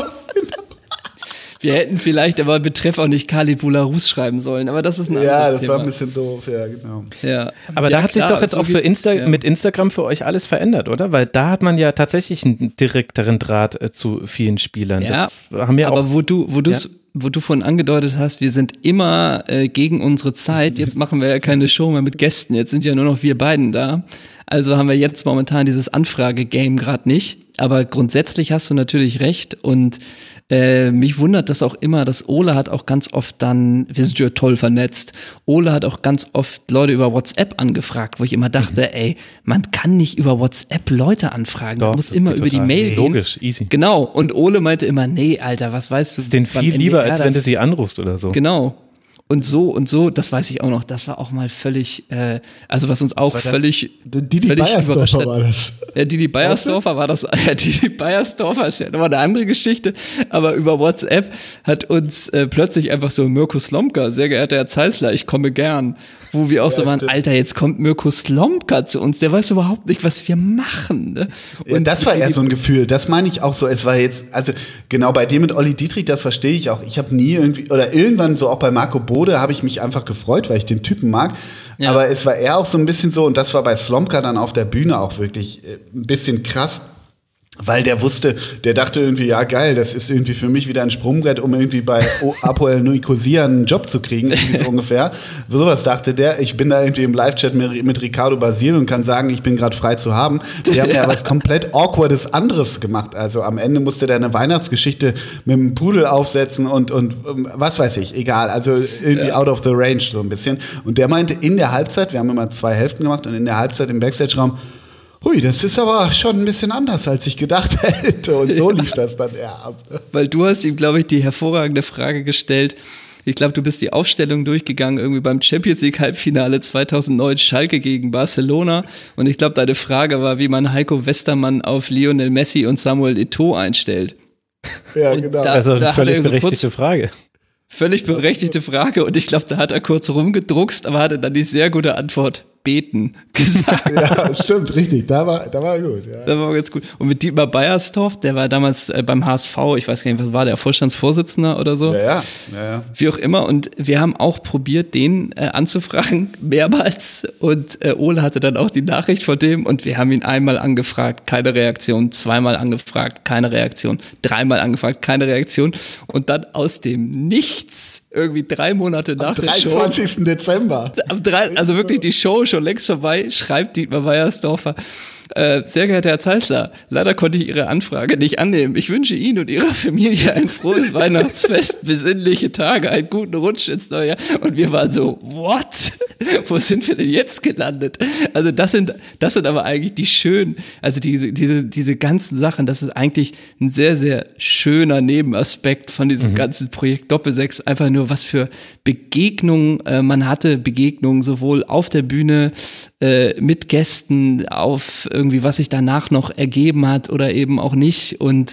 S5: Wir hätten vielleicht aber Betreff auch nicht Khalid Boularus schreiben sollen, aber das ist ein
S6: Ja,
S5: anderes
S6: das war
S5: Thema.
S6: ein bisschen doof, ja, genau.
S5: Ja.
S4: Aber
S5: Ja,
S4: da hat sich
S5: klar,
S4: doch jetzt
S5: so
S4: auch für
S5: geht's,
S4: Insta
S5: ja.
S4: mit Instagram für euch alles verändert, oder? Weil da hat man ja tatsächlich einen direkteren Draht äh, zu vielen Spielern.
S5: Ja,
S4: das haben ja
S5: aber
S4: auch,
S5: wo du, wo du
S4: Ja?
S5: wo du vorhin angedeutet hast, wir sind immer äh, gegen unsere Zeit. Jetzt machen wir ja keine Show mehr mit Gästen. Jetzt sind ja nur noch wir beiden da. Also haben wir jetzt momentan dieses Anfrage-Game gerade nicht. Aber grundsätzlich hast du natürlich recht. Und äh, mich wundert das auch immer, dass Ole hat auch ganz oft dann, wir sind ja toll vernetzt, Ole hat auch ganz oft Leute über WhatsApp angefragt, wo ich immer dachte, mhm. ey, man kann nicht über WhatsApp Leute anfragen.
S4: Doch,
S5: man muss
S4: das
S5: immer
S4: geht
S5: über die
S4: total.
S5: Mail gehen.
S4: Logisch, easy.
S5: Genau. Und Ole meinte immer, nee, Alter, was weißt du?
S4: ist denen
S5: beim
S4: viel
S5: N D
S4: lieber,
S5: R
S4: als wenn du
S5: das-
S4: sie anrufst oder so.
S5: Genau. Und so und so, das weiß ich auch noch, das war auch mal völlig, äh, also was uns auch
S6: war das?
S5: völlig,
S6: Didi
S5: völlig überrascht
S6: Beiersdorfer
S5: hat.
S6: war das.
S5: Ja, Didi Beiersdorfer war das, ja, Didi Beiersdorfer ist ja nochmal eine andere Geschichte, aber über WhatsApp hat uns äh, plötzlich einfach so Mirko Slomka, sehr geehrter Herr Zeisler, ich komme gern, wo wir auch so waren,
S6: stimmt.
S5: Alter, jetzt kommt Mirko Slomka zu uns, der weiß überhaupt nicht, was wir machen. Ne?
S6: Ja, das war eher
S5: Didi-
S6: so ein Gefühl, das meine ich auch so, es war jetzt, also genau bei dir mit Olli Dietrich, das verstehe ich auch, ich habe nie irgendwie, oder irgendwann so auch bei Marco Bode habe ich mich einfach gefreut, weil ich den Typen mag,
S5: Ja.
S6: aber es war eher auch so ein bisschen so, und das war bei Slomka dann auf der Bühne auch wirklich äh, ein bisschen krass, weil der wusste, der dachte irgendwie, ja geil, das ist irgendwie für mich wieder ein Sprungbrett, um irgendwie bei O- Apoel Nicosia einen Job zu kriegen, irgendwie so ungefähr. Sowas dachte der. Ich bin da irgendwie im Live-Chat mit, mit Ricardo Basil und kann sagen, ich bin gerade frei zu haben. Der hat mir was komplett Awkwardes anderes gemacht. Also am Ende musste der eine Weihnachtsgeschichte mit einem Pudel aufsetzen und, und um, was weiß ich, egal. Also irgendwie out of the range so ein bisschen. Und der meinte in der Halbzeit, wir haben immer zwei Hälften gemacht und in der Halbzeit im Backstage-Raum, hui, das ist aber schon ein bisschen anders, als ich gedacht hätte. Und so lief das dann eher ab.
S5: Weil du hast ihm, glaube ich, die hervorragende Frage gestellt. Ich glaube, du bist die Aufstellung durchgegangen, irgendwie beim Champions League Halbfinale zweitausendneun, Schalke gegen Barcelona. Und ich glaube, deine Frage war, wie man Heiko Westermann auf Lionel Messi und Samuel Eto'o einstellt.
S6: Ja,
S5: Und
S6: genau.
S5: da-
S4: Also
S5: da
S4: eine
S5: hat
S4: völlig
S5: er so
S4: berechtigte
S5: kurz-
S4: Frage.
S5: Völlig berechtigte Frage. Und ich glaube, da hat er kurz rumgedruckst, aber hatte dann die sehr gute Antwort, beten, gesagt.
S6: Ja, stimmt, richtig. Da war, da war er gut. Ja.
S5: Das war ganz gut. Und mit Dietmar Beiersdorf, der war damals äh, beim H S V, ich weiß gar nicht, was war der, Vorstandsvorsitzender oder so?
S6: Ja, ja, ja, ja.
S5: Wie auch immer. Und wir haben auch probiert, den äh, anzufragen, mehrmals. Und äh, Ole hatte dann auch die Nachricht von dem. Und wir haben ihn einmal angefragt, keine Reaktion. Zweimal angefragt, keine Reaktion. Dreimal angefragt, keine Reaktion. Und dann aus dem Nichts, irgendwie drei Monate nach der Show.
S6: dreiundzwanzigsten Dezember.
S5: Am drei, also wirklich die Show schon längst vorbei, schreibt Dietmar Beiersdorfer. Äh, sehr geehrter Herr Zeisler, leider konnte ich Ihre Anfrage nicht annehmen. Ich wünsche Ihnen und Ihrer Familie ein frohes Weihnachtsfest, besinnliche Tage, einen guten Rutsch ins neue Jahr. Und wir waren so, what? Wo sind wir denn jetzt gelandet? Also das sind, das sind aber eigentlich die schönen, also diese, diese, diese ganzen Sachen, das ist eigentlich ein sehr, sehr schöner Nebenaspekt von diesem mhm. ganzen Projekt Doppelsechs. Einfach nur, was für Begegnungen äh, man hatte, Begegnungen sowohl auf der Bühne, äh, mit Gästen, auf irgendwie, was sich danach noch ergeben hat oder eben auch nicht. Und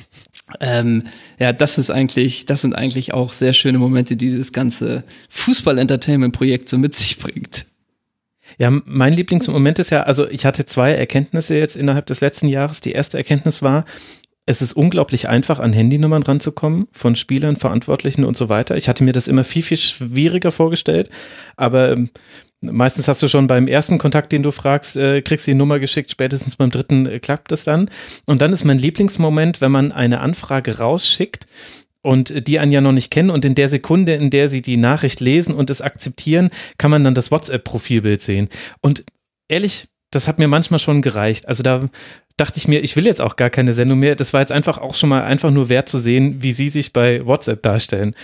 S5: ähm, ja, das ist eigentlich, das sind eigentlich auch sehr schöne Momente, die dieses ganze Fußball-Entertainment-Projekt so mit sich bringt.
S4: Ja, mein Lieblingsmoment ist ja, also ich hatte zwei Erkenntnisse jetzt innerhalb des letzten Jahres. Die erste Erkenntnis war, es ist unglaublich einfach, an Handynummern ranzukommen von Spielern, Verantwortlichen und so weiter. Ich hatte mir das immer viel, viel schwieriger vorgestellt, aber meistens hast du schon beim ersten Kontakt, den du fragst, äh, kriegst du die Nummer geschickt, spätestens beim dritten äh, klappt es dann. Und dann ist mein Lieblingsmoment, wenn man eine Anfrage rausschickt und die einen ja noch nicht kennen und in der Sekunde, in der sie die Nachricht lesen und es akzeptieren, kann man dann das WhatsApp-Profilbild sehen. Und ehrlich, das hat mir manchmal schon gereicht. Also da dachte ich mir, ich will jetzt auch gar keine Sendung mehr. Das war jetzt einfach auch schon mal einfach nur wert zu sehen, wie sie sich bei WhatsApp darstellen.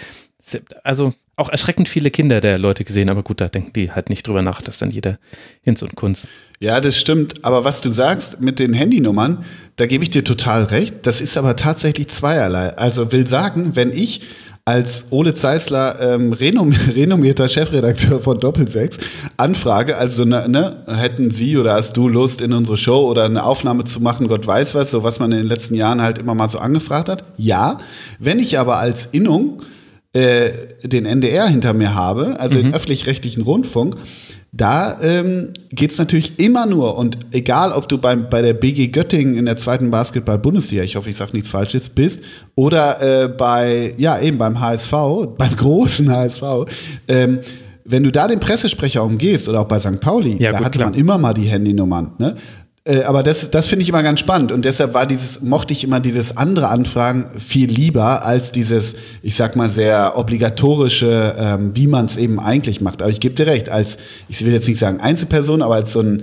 S4: Also auch erschreckend viele Kinder der Leute gesehen, aber gut, da denken die halt nicht drüber nach, dass dann jeder Hinz und Kunst.
S6: Ja, das stimmt. Aber was du sagst mit den Handynummern, da gebe ich dir total recht. Das ist aber tatsächlich zweierlei. Also will sagen, wenn ich als Ole Zeissler ähm, renom- renommierter Chefredakteur von Doppelsechs anfrage, also ne, ne, hätten Sie oder hast du Lust, in unsere Show oder eine Aufnahme zu machen, Gott weiß was, so was man in den letzten Jahren halt immer mal so angefragt hat. Ja, wenn ich aber als Innung äh, den N D R hinter mir habe, also mhm. den öffentlich-rechtlichen Rundfunk, da ähm, geht's natürlich immer nur, und egal, ob du beim, bei der B G Göttingen in der zweiten Basketball-Bundesliga, ich hoffe, ich sage nichts Falsches, bist, oder äh, bei, ja, eben beim H S V, beim großen H S V, ähm, wenn du da den Pressesprecher umgehst, oder auch bei Sankt Pauli, ja, da gut, hatte klar. man immer mal die Handynummern, ne? Äh, aber das, das finde ich immer ganz spannend, und deshalb war dieses, mochte ich immer dieses andere Anfragen viel lieber als dieses, ich sag mal, sehr obligatorische, ähm, wie man es eben eigentlich macht. Aber ich gebe dir recht, als, ich will jetzt nicht sagen Einzelperson, aber als so ein,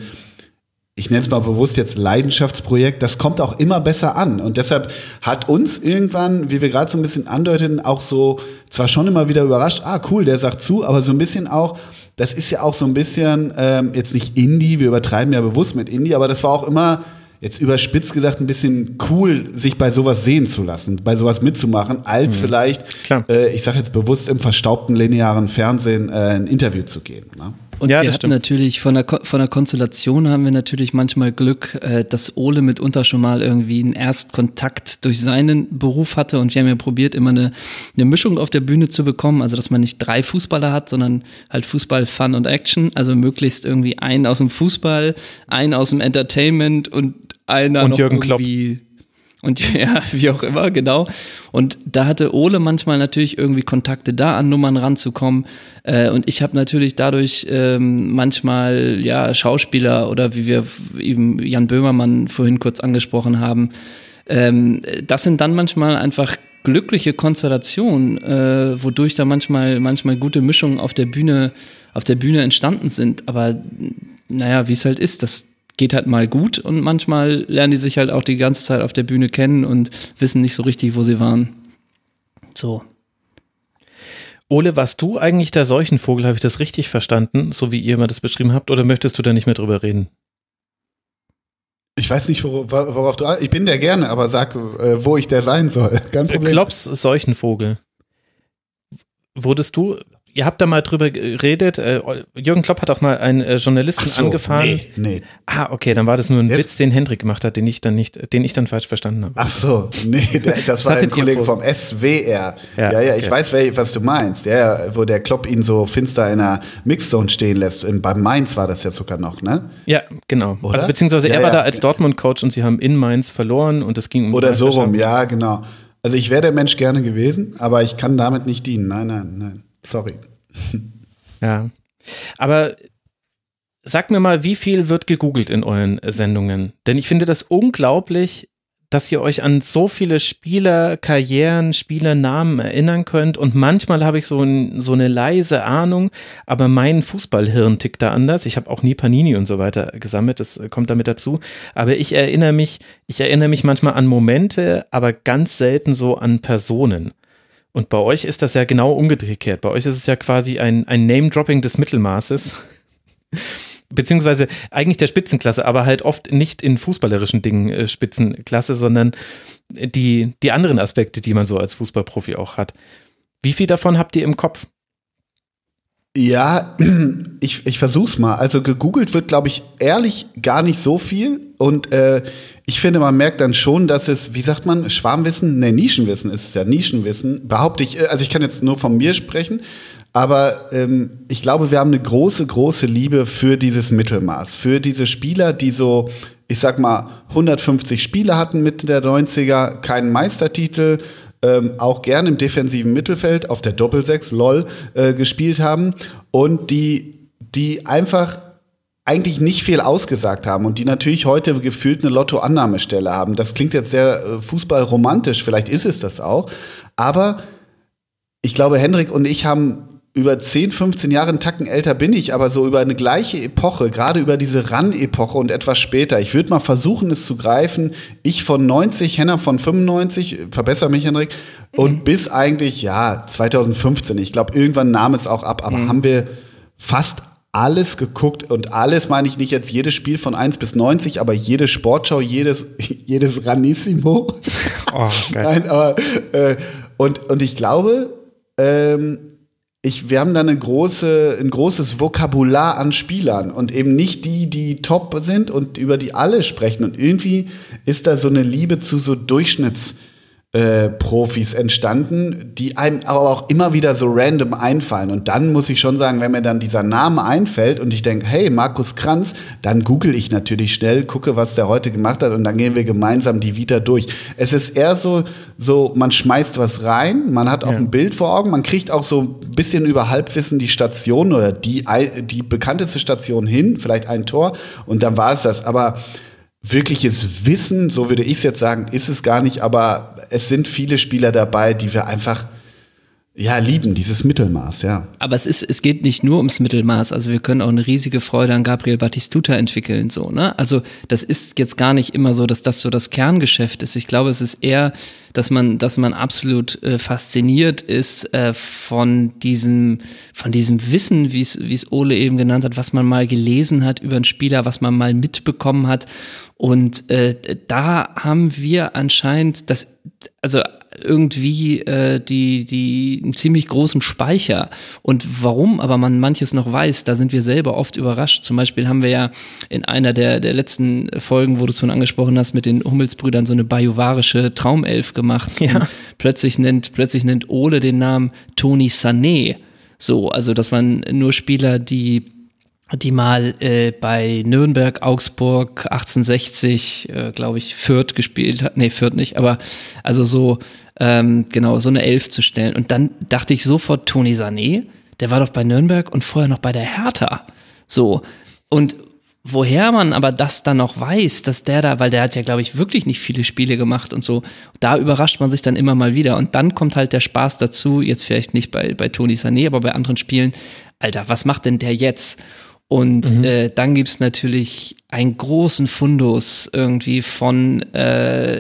S6: ich nenne es mal bewusst jetzt Leidenschaftsprojekt, das kommt auch immer besser an. Und deshalb hat uns irgendwann, wie wir gerade so ein bisschen andeuteten, auch so, zwar schon immer wieder überrascht, ah cool, der sagt zu, aber so ein bisschen auch, das ist ja auch so ein bisschen, ähm, jetzt nicht Indie, wir übertreiben ja bewusst mit Indie, aber das war auch immer, jetzt überspitzt gesagt, ein bisschen cool, sich bei sowas sehen zu lassen, bei sowas mitzumachen, als mhm. vielleicht, äh, ich sage jetzt bewusst, im verstaubten linearen Fernsehen äh, ein Interview zu geben. Ne?
S5: Und
S4: ja,
S5: wir
S4: das
S5: hatten
S4: stimmt.
S5: natürlich, von der, Ko- von der Konstellation haben wir natürlich manchmal Glück, äh, dass Ole mitunter schon mal irgendwie einen Erstkontakt durch seinen Beruf hatte, und wir haben ja probiert, immer eine, eine Mischung auf der Bühne zu bekommen, also dass man nicht drei Fußballer hat, sondern halt Fußball, Fun und Action, also möglichst irgendwie einen aus dem Fußball, einen aus dem Entertainment und einer
S4: und
S5: noch
S4: Jürgen
S5: irgendwie
S4: Klopp.
S5: Und ja, wie auch immer, genau. Und da hatte Ole manchmal natürlich irgendwie Kontakte, da an Nummern ranzukommen. Äh, und ich habe natürlich dadurch ähm, manchmal ja Schauspieler oder wie wir eben Jan Böhmermann vorhin kurz angesprochen haben. Ähm, das sind dann manchmal einfach glückliche Konstellationen, äh, wodurch da manchmal manchmal gute Mischungen auf der Bühne auf der Bühne entstanden sind. Aber naja, wie es halt ist, das geht halt mal gut, und manchmal lernen die sich halt auch die ganze Zeit auf der Bühne kennen und wissen nicht so richtig, wo sie waren. So.
S4: Ole, warst du eigentlich der Seuchenvogel? Habe ich das richtig verstanden, so wie ihr immer das beschrieben habt, oder möchtest du da nicht mehr drüber reden?
S6: Ich weiß nicht, wor- worauf du, ich bin der gerne, aber sag, äh, wo ich der sein soll. Kein Problem.
S4: Klopps Seuchenvogel. Wurdest du, ihr habt da mal drüber geredet, äh, Jürgen Klopp hat auch mal einen äh, Journalisten
S6: Ach so,
S4: angefahren.
S6: Nee, nee.
S4: Ah, okay, dann war das nur ein
S6: Jetzt?
S4: Witz, den Hendrik gemacht hat, den ich dann nicht, den ich dann falsch verstanden habe.
S6: Ach so, nee, der, das war ein
S4: hattet ihr
S6: Kollege
S4: vor?
S6: vom S W R.
S4: Ja,
S6: Ja, ja,
S4: okay.
S6: ich weiß, wel- was du meinst. Ja, wo der Klopp ihn so finster in einer Mixzone stehen lässt. In, bei Mainz war das ja sogar noch, ne?
S4: Ja, genau.
S6: Oder?
S4: Also beziehungsweise
S6: Ja,
S4: er war
S6: ja.
S4: da als Dortmund-Coach und sie haben in Mainz verloren und es ging um die
S6: Oder so rum,
S4: Meisterschaft.
S6: ja, genau. Also ich wäre der Mensch gerne gewesen, aber ich kann damit nicht dienen. Nein, nein, nein. Sorry.
S4: Ja, aber sag mir mal, wie viel wird gegoogelt in euren Sendungen? Denn ich finde das unglaublich, dass ihr euch an so viele Spielerkarrieren, Spielernamen erinnern könnt, und manchmal habe ich so, ein, so eine leise Ahnung, aber mein Fußballhirn tickt da anders. Ich habe auch nie Panini und so weiter gesammelt, das kommt damit dazu, aber ich erinnere mich, ich erinnere mich manchmal an Momente, aber ganz selten so an Personen. Und bei euch ist das ja genau umgekehrt. Bei euch ist es ja quasi ein, ein Name-Dropping des Mittelmaßes. Beziehungsweise eigentlich der Spitzenklasse, aber halt oft nicht in fußballerischen Dingen äh, Spitzenklasse, sondern die, die anderen Aspekte, die man so als Fußballprofi auch hat. Wie viel davon habt ihr im Kopf?
S6: Ja, ich, ich versuch's mal. Also gegoogelt wird, glaube ich, ehrlich gar nicht so viel. Und äh, ich finde, man merkt dann schon, dass es, wie sagt man, Schwarmwissen, ne, Nischenwissen ist es ja, Nischenwissen, behaupte ich, also ich kann jetzt nur von mir sprechen, Aber ähm, ich glaube, wir haben eine große, große Liebe für dieses Mittelmaß. Für diese Spieler, die so, ich sag mal, hundertfünfzig Spiele hatten Mitte der neunziger, keinen Meistertitel, ähm, auch gerne im defensiven Mittelfeld auf der Doppelsechs, lol, äh, gespielt haben. Und die, die einfach eigentlich nicht viel ausgesagt haben und die natürlich heute gefühlt eine Lotto-Annahmestelle haben. Das klingt jetzt sehr äh, fußballromantisch, vielleicht ist es das auch. Aber ich glaube, Hendrik und ich haben über zehn, fünfzehn Jahre, einen Tacken älter bin ich, aber so über eine gleiche Epoche, gerade über diese Ran-Epoche und etwas später. Ich würde mal versuchen, es zu greifen. Ich von neunzig, Henner von fünfundneunzig, verbessere mich, Hendrik, mhm. und bis eigentlich, ja, zweitausendfünfzehn. Ich glaube, irgendwann nahm es auch ab, aber mhm. haben wir fast alles geguckt und alles meine ich nicht jetzt jedes Spiel von eins bis neunzig, aber jede Sportschau, jedes, jedes Ranissimo. Oh, geil. Nein, aber, äh, und, und ich glaube, ähm, Ich, wir haben da eine große, ein großes Vokabular an Spielern und eben nicht die, die top sind und über die alle sprechen. Und irgendwie ist da so eine Liebe zu so Durchschnittsprofis äh, entstanden, die einem aber auch immer wieder so random einfallen. Und dann muss ich schon sagen, wenn mir dann dieser Name einfällt und ich denke, hey, Markus Kranz, dann google ich natürlich schnell, gucke, was der heute gemacht hat und dann gehen wir gemeinsam die Vita durch. Es ist eher so, so man schmeißt was rein, man hat auch ja. ein Bild vor Augen, man kriegt auch so ein bisschen über Halbwissen die Station oder die, die bekannteste Station hin, vielleicht ein Tor und dann war es das. Aber wirkliches Wissen, so würde ich es jetzt sagen, ist es gar nicht, aber es sind viele Spieler dabei, die wir einfach ja, lieben, dieses Mittelmaß, ja.
S5: Aber es ist, es geht nicht nur ums Mittelmaß, also wir können auch eine riesige Freude an Gabriel Batistuta entwickeln, so, ne? Also das ist jetzt gar nicht immer so, dass das so das Kerngeschäft ist. Ich glaube, es ist eher, dass man, dass man absolut äh, fasziniert ist äh, von diesem, von diesem Wissen, wie es, wie es Ole eben genannt hat, was man mal gelesen hat über einen Spieler, was man mal mitbekommen hat. Und äh, da haben wir anscheinend das, also irgendwie äh, die die einen ziemlich großen Speicher. Und warum aber man manches noch weiß, da sind wir selber oft überrascht. Zum Beispiel haben wir ja in einer der der letzten Folgen, wo du es schon angesprochen hast, mit den Hummelsbrüdern so eine bajuwarische Traumelf gemacht. Ja. Und plötzlich nennt plötzlich nennt Ole den Namen Toni Sané. So, also das waren nur Spieler, die die mal äh, bei Nürnberg, Augsburg, achtzehnhundertsechzig, äh, glaube ich, Fürth gespielt hat. Nee, Fürth nicht, aber also so, ähm, genau, so eine Elf zu stellen. Und dann dachte ich sofort, Toni Sané, der war doch bei Nürnberg und vorher noch bei der Hertha. So, und woher man aber das dann noch weiß, dass der da, weil der hat ja, glaube ich, wirklich nicht viele Spiele gemacht und so, da überrascht man sich dann immer mal wieder. Und dann kommt halt der Spaß dazu, jetzt vielleicht nicht bei, bei Toni Sané, aber bei anderen Spielen, Alter, was macht denn der jetzt? Und mhm. äh, dann gibt's natürlich einen großen Fundus irgendwie von, äh,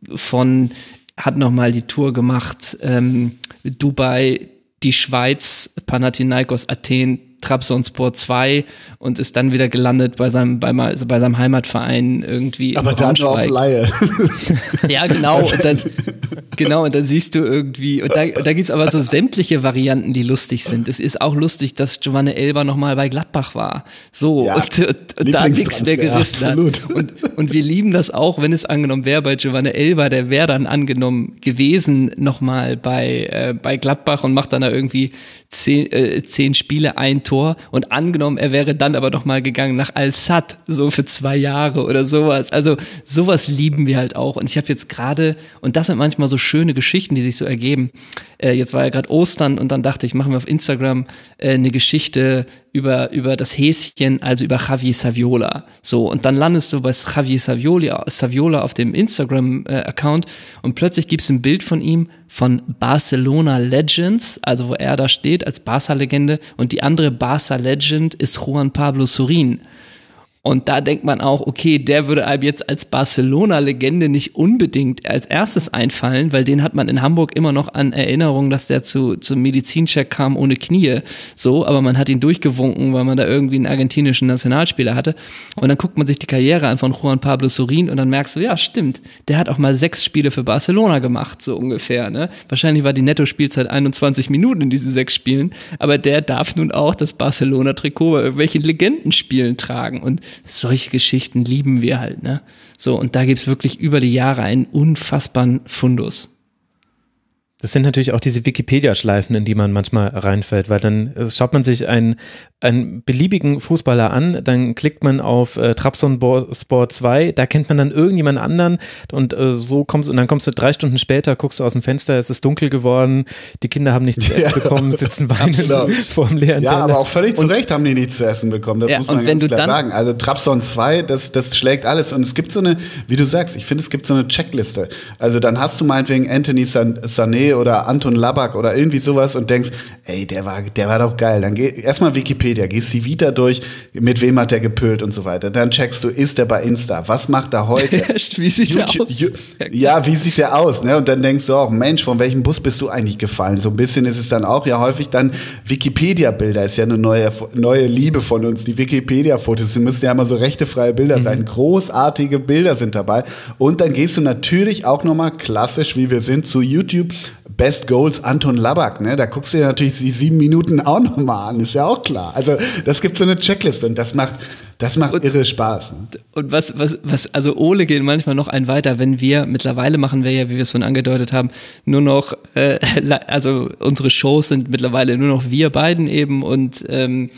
S5: von hat nochmal die Tour gemacht, ähm, Dubai, die Schweiz, Panathinaikos Athen, Trabzonspor zwei und ist dann wieder gelandet bei seinem, bei, also bei seinem Heimatverein irgendwie.
S6: Aber dann nur auf Laie.
S5: Ja, genau. Und dann, genau, und dann siehst du irgendwie, und da, und da gibt's aber so sämtliche Varianten, die lustig sind. Es ist auch lustig, dass Giovanni Elber nochmal bei Gladbach war. So, ja, und, und, und da nichts mehr gerissen ja, hat. Und, und wir lieben das auch, wenn es angenommen wäre bei Giovanni Elber, der wäre dann angenommen gewesen nochmal bei, äh, bei Gladbach und macht dann da irgendwie zehn, äh, zehn Spiele, ein Tor und angenommen, er wäre dann aber noch mal gegangen nach Al-Sadd, so für zwei Jahre oder sowas. Also sowas lieben wir halt auch. Und ich habe jetzt gerade, und das sind manchmal so schöne Geschichten, die sich so ergeben. Äh, jetzt war ja gerade Ostern und dann dachte ich, machen wir auf Instagram äh, eine Geschichte über, über das Häschen, also über Javier Saviola. So, und dann landest du bei Javier Saviola, Saviola auf dem Instagram-Account und plötzlich gibt's ein Bild von ihm von Barcelona Legends, also wo er da steht als Barca-Legende und die andere Barca-Legend ist Juan Pablo Sorín. Und da denkt man auch, okay, der würde einem jetzt als Barcelona-Legende nicht unbedingt als erstes einfallen, weil den hat man in Hamburg immer noch an Erinnerung, dass der zu zum Medizincheck kam ohne Knie. So, aber man hat ihn durchgewunken, weil man da irgendwie einen argentinischen Nationalspieler hatte. Und dann guckt man sich die Karriere an von Juan Pablo Sorín und dann merkst du, ja, stimmt, der hat auch mal sechs Spiele für Barcelona gemacht, so ungefähr. Ne? Wahrscheinlich war die Netto-Spielzeit einundzwanzig Minuten in diesen sechs Spielen, aber der darf nun auch das Barcelona-Trikot bei irgendwelchen Legendenspielen tragen. Und solche Geschichten lieben wir halt, ne? So, und da gibt's wirklich über die Jahre einen unfassbaren Fundus.
S4: Das sind natürlich auch diese Wikipedia-Schleifen, in die man manchmal reinfällt, weil dann schaut man sich einen, einen beliebigen Fußballer an, dann klickt man auf äh, Trabzonspor zwei, da kennt man dann irgendjemand anderen und äh, so kommst und dann kommst du drei Stunden später, guckst du aus dem Fenster, es ist dunkel geworden, die Kinder haben nichts zu essen ja. bekommen, sitzen weinend vor dem leeren
S6: Ja,
S4: Teller.
S6: aber auch völlig zu Recht haben die nichts zu essen bekommen, das
S5: ja,
S6: muss man
S5: und
S6: ganz
S5: wenn
S6: klar
S5: du dann
S6: sagen. Also Trabzon zwei, das, das schlägt alles und es gibt so eine, wie du sagst, ich finde, es gibt so eine Checkliste. Also dann hast du meinetwegen Anthony San- Sané oder Anton Labak oder irgendwie sowas und denkst, ey, der war, der war doch geil. Dann geh erstmal Wikipedia, gehst die Vita durch, mit wem hat der gepölt und so weiter. Dann checkst du, ist der bei Insta? Was macht er heute?
S5: Wie sieht der aus?
S6: Ja, wie sieht der aus? Ne? Und dann denkst du auch, Mensch, von welchem Bus bist du eigentlich gefallen? So ein bisschen ist es dann auch ja häufig dann Wikipedia-Bilder, ist ja eine neue, neue Liebe von uns. Die Wikipedia-Fotos, die müssen ja immer so rechtefreie Bilder mhm. sein. Großartige Bilder sind dabei. Und dann gehst du natürlich auch nochmal klassisch, wie wir sind, zu YouTube. Best Goals Anton Labak, ne? Da guckst du dir natürlich die sieben Minuten auch nochmal an, ist ja auch klar. Also das gibt so eine Checkliste und das macht, das macht und, irre Spaß. Ne?
S5: Und was, was, was, also Ole geht manchmal noch ein weiter, wenn wir, mittlerweile machen wir ja, wie wir es schon angedeutet haben, nur noch, äh, also unsere Shows sind mittlerweile nur noch wir beiden eben und ähm,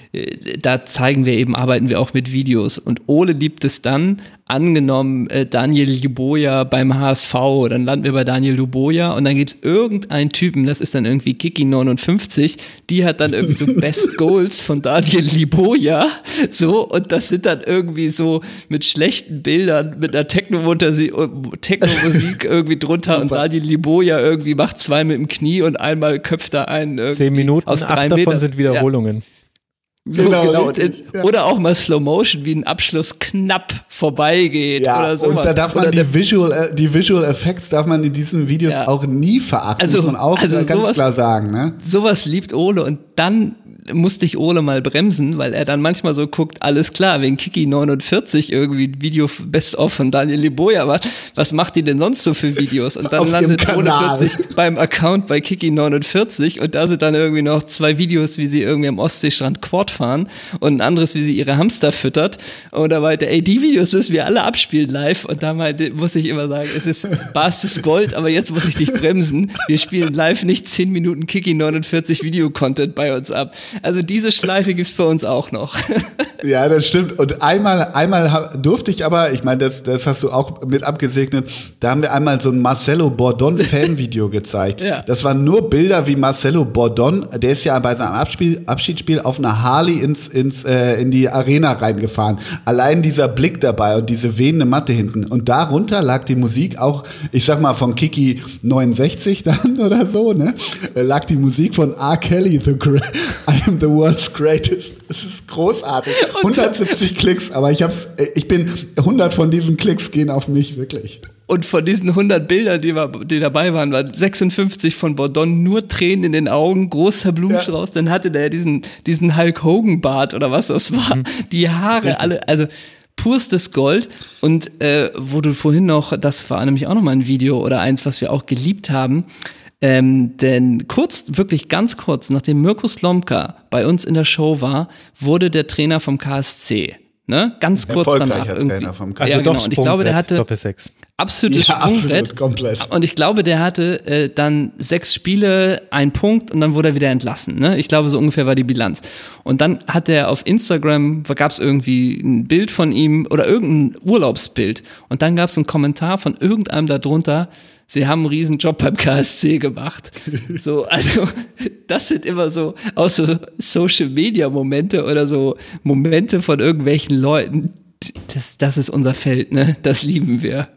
S5: da zeigen wir eben, arbeiten wir auch mit Videos. Und Ole liebt es dann, angenommen äh, Daniel Luboja beim H S V, dann landen wir bei Daniel Luboja und dann gibt es irgendeinen Typen, das ist dann irgendwie Kiki neunundfünfzig, die hat dann irgendwie so Best Goals von Daniel Luboja, so, und das sind dann irgendwie so mit schlechten Bildern, mit einer Techno-Musik Techno-Musik irgendwie drunter und Daniel Luboja irgendwie macht zwei mit dem Knie und einmal köpft er einen irgendwie
S4: Zehn Minuten,
S5: aus drei
S4: acht davon
S5: Metern.
S4: sind Wiederholungen.
S5: Ja. So,
S6: genau,
S5: genau.
S6: Richtig,
S5: ja. Oder auch mal Slow Motion, wie ein Abschluss knapp vorbeigeht
S6: ja,
S5: oder sowas.
S6: Und da darf man
S5: oder
S6: die Visual, die Visual Effects darf man in diesen Videos ja. auch nie verachten,
S5: also,
S6: muss man auch
S5: also
S6: ganz
S5: sowas,
S6: klar sagen. Ne?
S5: Sowas liebt Ole und dann musste ich Ole mal bremsen, weil er dann manchmal so guckt, alles klar, wenn Kiki neunundvierzig irgendwie ein Video Best-of von Daniel Luboja macht, was macht die denn sonst so für Videos? Und dann
S6: Auf
S5: landet Ole
S6: Kanal.
S5: plötzlich beim Account bei Kiki neunundvierzig und da sind dann irgendwie noch zwei Videos, wie sie irgendwie am Ostseestrand Quad fahren und ein anderes, wie sie ihre Hamster füttert. Und da meinte, ey, die Videos müssen wir alle abspielen live. Und da meinte, muss ich immer sagen, es ist barstes Gold, aber jetzt muss ich dich bremsen. Wir spielen live nicht zehn Minuten Kiki neunundvierzig Video-Content bei uns ab. Also diese Schleife gibt's bei uns auch noch.
S6: Ja, das stimmt. Und einmal, einmal durfte ich aber, ich meine, das, das hast du auch mit abgesegnet, da haben wir einmal so ein Marcelo Bordon-Fan-Video gezeigt. Ja. Das waren nur Bilder wie Marcelo Bordon, der ist ja bei seinem Abspiel, Abschiedsspiel auf einer Harley ins, ins, äh, in die Arena reingefahren. Allein dieser Blick dabei und diese wehende Matte hinten. Und darunter lag die Musik auch, ich sag mal, von Kiki neunundsechzig dann oder so, ne? Lag die Musik von R. Kelly, the Gra- I am the world's greatest. Das ist großartig. hundertsiebzig Klicks, aber ich hab's, ich bin, hundert von diesen Klicks gehen auf mich, wirklich.
S5: Und von diesen hundert Bildern, die, wir, die dabei waren, waren sechsundfünfzig von Bordon, nur Tränen in den Augen, großer Blumenstrauß. Ja. Dann hatte der diesen, diesen Hulk Hogan Bart oder was das war. Mhm. Die Haare, richtig. Alle, also purstes Gold. Und äh, wo du vorhin noch, das war nämlich auch noch mal ein Video oder eins, was wir auch geliebt haben. Ähm, denn kurz, wirklich ganz kurz, nachdem Mirko Slomka bei uns in der Show war, wurde der Trainer vom K S C. Ne? Ganz kurz danach irgendwie.
S6: Vom K S C.
S4: Also
S5: ja, genau.
S4: doch
S5: Und ich glaube, der hatte
S4: Doppelsechs.
S5: absolutes
S6: ja,
S5: Sprungbrett.
S6: Absolut, komplett.
S5: Und ich glaube, der hatte äh, dann sechs Spiele, ein Punkt und dann wurde er wieder entlassen. Ne? Ich glaube, so ungefähr war die Bilanz. Und dann hat er auf Instagram, gab es irgendwie ein Bild von ihm oder irgendein Urlaubsbild. Und dann gab es einen Kommentar von irgendeinem da drunter, sie haben einen riesen Job beim K S C gemacht. So, also das sind immer so auch so Social-Media-Momente oder so Momente von irgendwelchen Leuten. Das, das ist unser Feld, ne? Das lieben wir.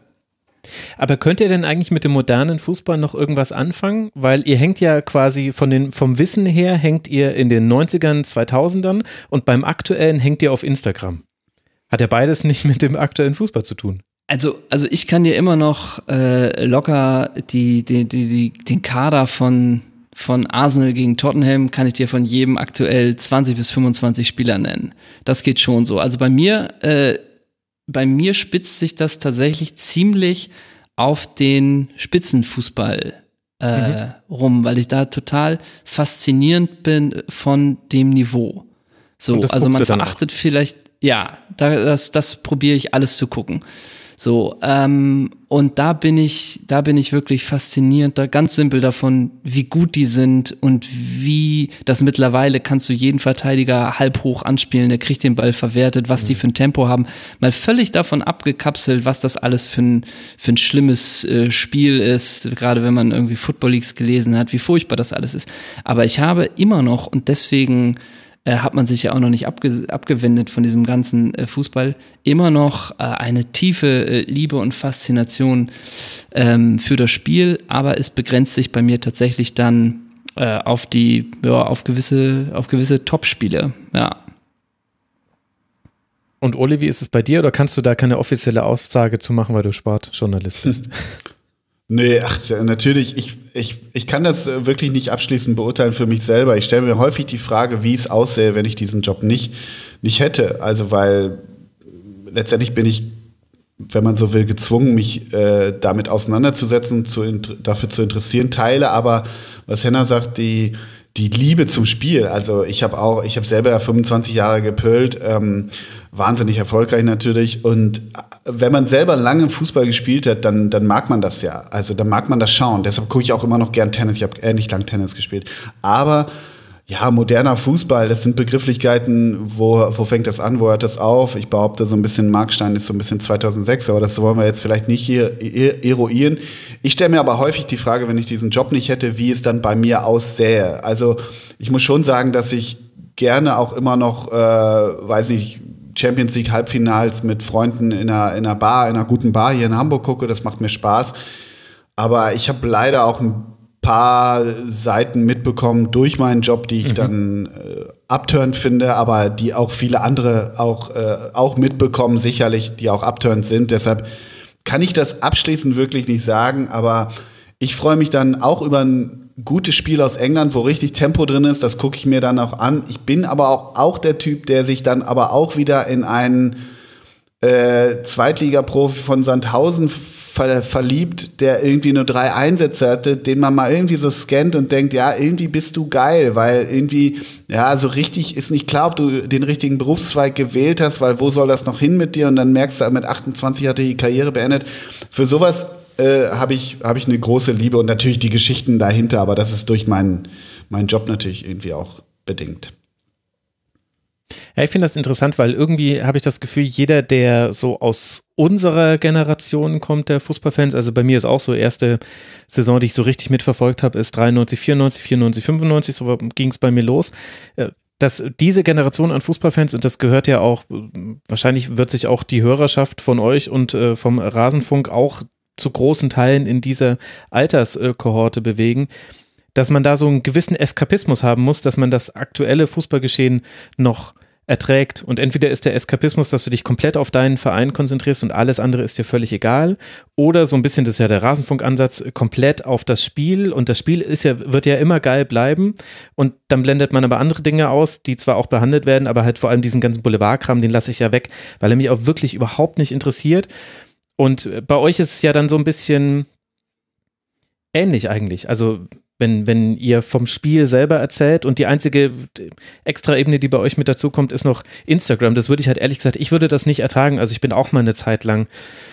S4: Aber könnt ihr denn eigentlich mit dem modernen Fußball noch irgendwas anfangen? Weil ihr hängt ja quasi von den, vom Wissen her hängt ihr in den neunzigern, zweitausendern und beim aktuellen hängt ihr auf Instagram. Hat ja beides nicht mit dem aktuellen Fußball zu tun.
S5: Also, also ich kann dir immer noch äh, locker die, die, die, die, den Kader von, von Arsenal gegen Tottenham kann ich dir von jedem aktuell zwanzig bis fünfundzwanzig Spieler nennen. Das geht schon so. Also bei mir, äh, bei mir spitzt sich das tatsächlich ziemlich auf den Spitzenfußball äh, mhm. rum, weil ich da total faszinierend bin von dem Niveau. So, also man verachtet vielleicht, ja, da, das, das probiere ich alles zu gucken. So, ähm, und da bin ich, da bin ich wirklich fasziniert, da ganz simpel davon, wie gut die sind und wie das mittlerweile kannst du jeden Verteidiger halb hoch anspielen, der kriegt den Ball verwertet, was mhm. die für ein Tempo haben, mal völlig davon abgekapselt, was das alles für ein, für ein schlimmes äh, Spiel ist, gerade wenn man irgendwie Football Leagues gelesen hat, wie furchtbar das alles ist. Aber ich habe immer noch, und deswegen Äh, hat man sich ja auch noch nicht abge- abgewendet von diesem ganzen äh, Fußball, immer noch äh, eine tiefe äh, Liebe und Faszination ähm, für das Spiel, aber es begrenzt sich bei mir tatsächlich dann äh, auf die, ja, auf gewisse, auf gewisse Top-Spiele, ja.
S4: Und Oli, wie ist es bei dir, oder kannst du da keine offizielle Aussage zu machen, weil du Sportjournalist bist?
S6: Nee, ach, natürlich, ich, ich, ich kann das wirklich nicht abschließend beurteilen für mich selber. Ich stelle mir häufig die Frage, wie es aussähe, wenn ich diesen Job nicht, nicht hätte. Also, weil letztendlich bin ich, wenn man so will, gezwungen, mich äh, damit auseinanderzusetzen, zu, dafür zu interessieren, teile aber, was Henna sagt, die, die Liebe zum Spiel. Also ich habe auch, ich habe selber fünfundzwanzig Jahre gepölt, ähm, wahnsinnig erfolgreich natürlich, und wenn man selber lange Fußball gespielt hat, dann, dann mag man das ja. Also dann mag man das schauen. Deshalb gucke ich auch immer noch gern Tennis. Ich habe ähnlich lang Tennis gespielt. Aber ja, moderner Fußball, das sind Begrifflichkeiten, wo, wo fängt das an, wo hört das auf? Ich behaupte, so ein bisschen Markstein ist so ein bisschen zweitausendsechs, aber das wollen wir jetzt vielleicht nicht hier eruieren. Ich stelle mir aber häufig die Frage, wenn ich diesen Job nicht hätte, wie es dann bei mir aussähe. Also ich muss schon sagen, dass ich gerne auch immer noch, äh, weiß nicht, Champions League Halbfinals mit Freunden in einer, in einer Bar, in einer guten Bar hier in Hamburg gucke, das macht mir Spaß. Aber ich habe leider auch ein paar Seiten mitbekommen durch meinen Job, die ich mhm. dann äh, abturnt finde, aber die auch viele andere auch, äh, auch mitbekommen, sicherlich, die auch abturnt sind. Deshalb kann ich das abschließend wirklich nicht sagen, aber ich freue mich dann auch über ein gutes Spiel aus England, wo richtig Tempo drin ist, das gucke ich mir dann auch an. Ich bin aber auch, auch der Typ, der sich dann aber auch wieder in einen äh, Zweitligaprofi von Sandhausen ver- verliebt, der irgendwie nur drei Einsätze hatte, den man mal irgendwie so scannt und denkt, ja, irgendwie bist du geil, weil irgendwie, ja, so richtig ist nicht klar, ob du den richtigen Berufszweig gewählt hast, weil wo soll das noch hin mit dir? Und dann merkst du, mit achtundzwanzig hat er die Karriere beendet. Für sowas Äh, habe ich, hab ich eine große Liebe und natürlich die Geschichten dahinter, aber das ist durch meinen, meinen Job natürlich irgendwie auch bedingt.
S4: Ja, ich finde das interessant, weil irgendwie habe ich das Gefühl, jeder, der so aus unserer Generation kommt, der Fußballfans, also bei mir ist auch so, erste Saison, die ich so richtig mitverfolgt habe, ist dreiundneunzig, vierundneunzig, vierundneunzig, fünfundneunzig, so ging es bei mir los. Dass diese Generation an Fußballfans, und das gehört ja auch, wahrscheinlich wird sich auch die Hörerschaft von euch und äh, vom Rasenfunk auch zu großen Teilen in dieser Alterskohorte bewegen, dass man da so einen gewissen Eskapismus haben muss, dass man das aktuelle Fußballgeschehen noch erträgt. Und entweder ist der Eskapismus, dass du dich komplett auf deinen Verein konzentrierst und alles andere ist dir völlig egal, oder so ein bisschen, das ist ja der Rasenfunkansatz, komplett auf das Spiel, und das Spiel ist ja, wird ja immer geil bleiben, und dann blendet man aber andere Dinge aus, die zwar auch behandelt werden, aber halt vor allem diesen ganzen Boulevardkram, den lasse ich ja weg, weil er mich auch wirklich überhaupt nicht interessiert. Und bei euch ist es ja dann so ein bisschen ähnlich eigentlich. Also wenn, wenn ihr vom Spiel selber erzählt, und die einzige extra Ebene, die bei euch mit dazu kommt, ist noch Instagram. Das würde ich halt ehrlich gesagt, ich würde das nicht ertragen. Also ich bin auch mal eine Zeit lang,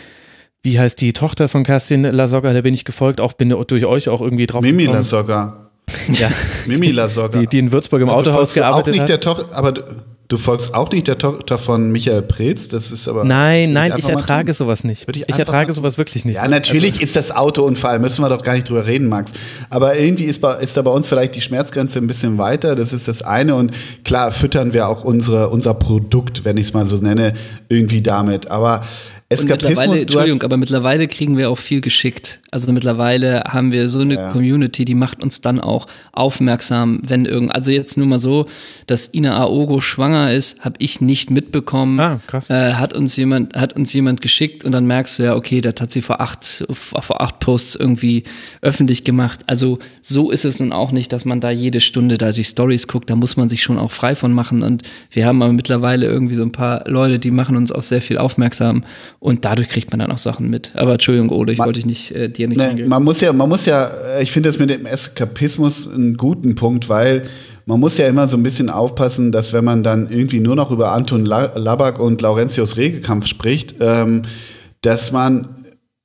S4: wie heißt die Tochter von Kerstin Lasogga, da bin ich gefolgt, auch bin durch euch auch irgendwie drauf
S6: Mimi gekommen. Lasogga.
S4: Ja.
S6: Mimi Lasogga.
S4: Die, die in Würzburg im also Autohaus gearbeitet
S6: auch nicht
S4: hat.
S6: Der Toch- aber du folgst auch nicht der Tochter von Michael Preetz, das ist aber...
S4: Nein, nein, ich ertrage sowas nicht. Ich, ich ertrage sowas wirklich nicht.
S6: Ja, natürlich also, ist das Autounfall, müssen wir doch gar nicht drüber reden, Max. Aber irgendwie ist, bei, ist da bei uns vielleicht die Schmerzgrenze ein bisschen weiter, das ist das eine. Und klar füttern wir auch unsere, unser Produkt, wenn ich es mal so nenne, irgendwie damit. Aber Eskapismus,
S5: und mittlerweile, Entschuldigung, aber mittlerweile kriegen wir auch viel geschickt. Also mittlerweile haben wir so eine ja. Community, die macht uns dann auch aufmerksam, wenn irgend, also jetzt nur mal so, dass Ina Aogo schwanger ist, habe ich nicht mitbekommen.
S4: Ah, krass.
S5: Äh, hat uns jemand, hat uns jemand geschickt, und dann merkst du ja, okay, das hat sie vor acht, vor acht Posts irgendwie öffentlich gemacht. Also so ist es nun auch nicht, dass man da jede Stunde da die Stories guckt. Da muss man sich schon auch frei von machen. Und wir haben aber mittlerweile irgendwie so ein paar Leute, die machen uns auf sehr viel aufmerksam. Und dadurch kriegt man dann auch Sachen mit. Aber Entschuldigung, Ole, ich man, wollte dich nicht, äh, dir nicht
S6: ne,
S5: angehen.
S6: Man muss ja, man muss ja, ich finde das mit dem Eskapismus einen guten Punkt, weil man muss ja immer so ein bisschen aufpassen, dass wenn man dann irgendwie nur noch über Anton Labak und Laurentius Regekampf spricht, ähm, dass man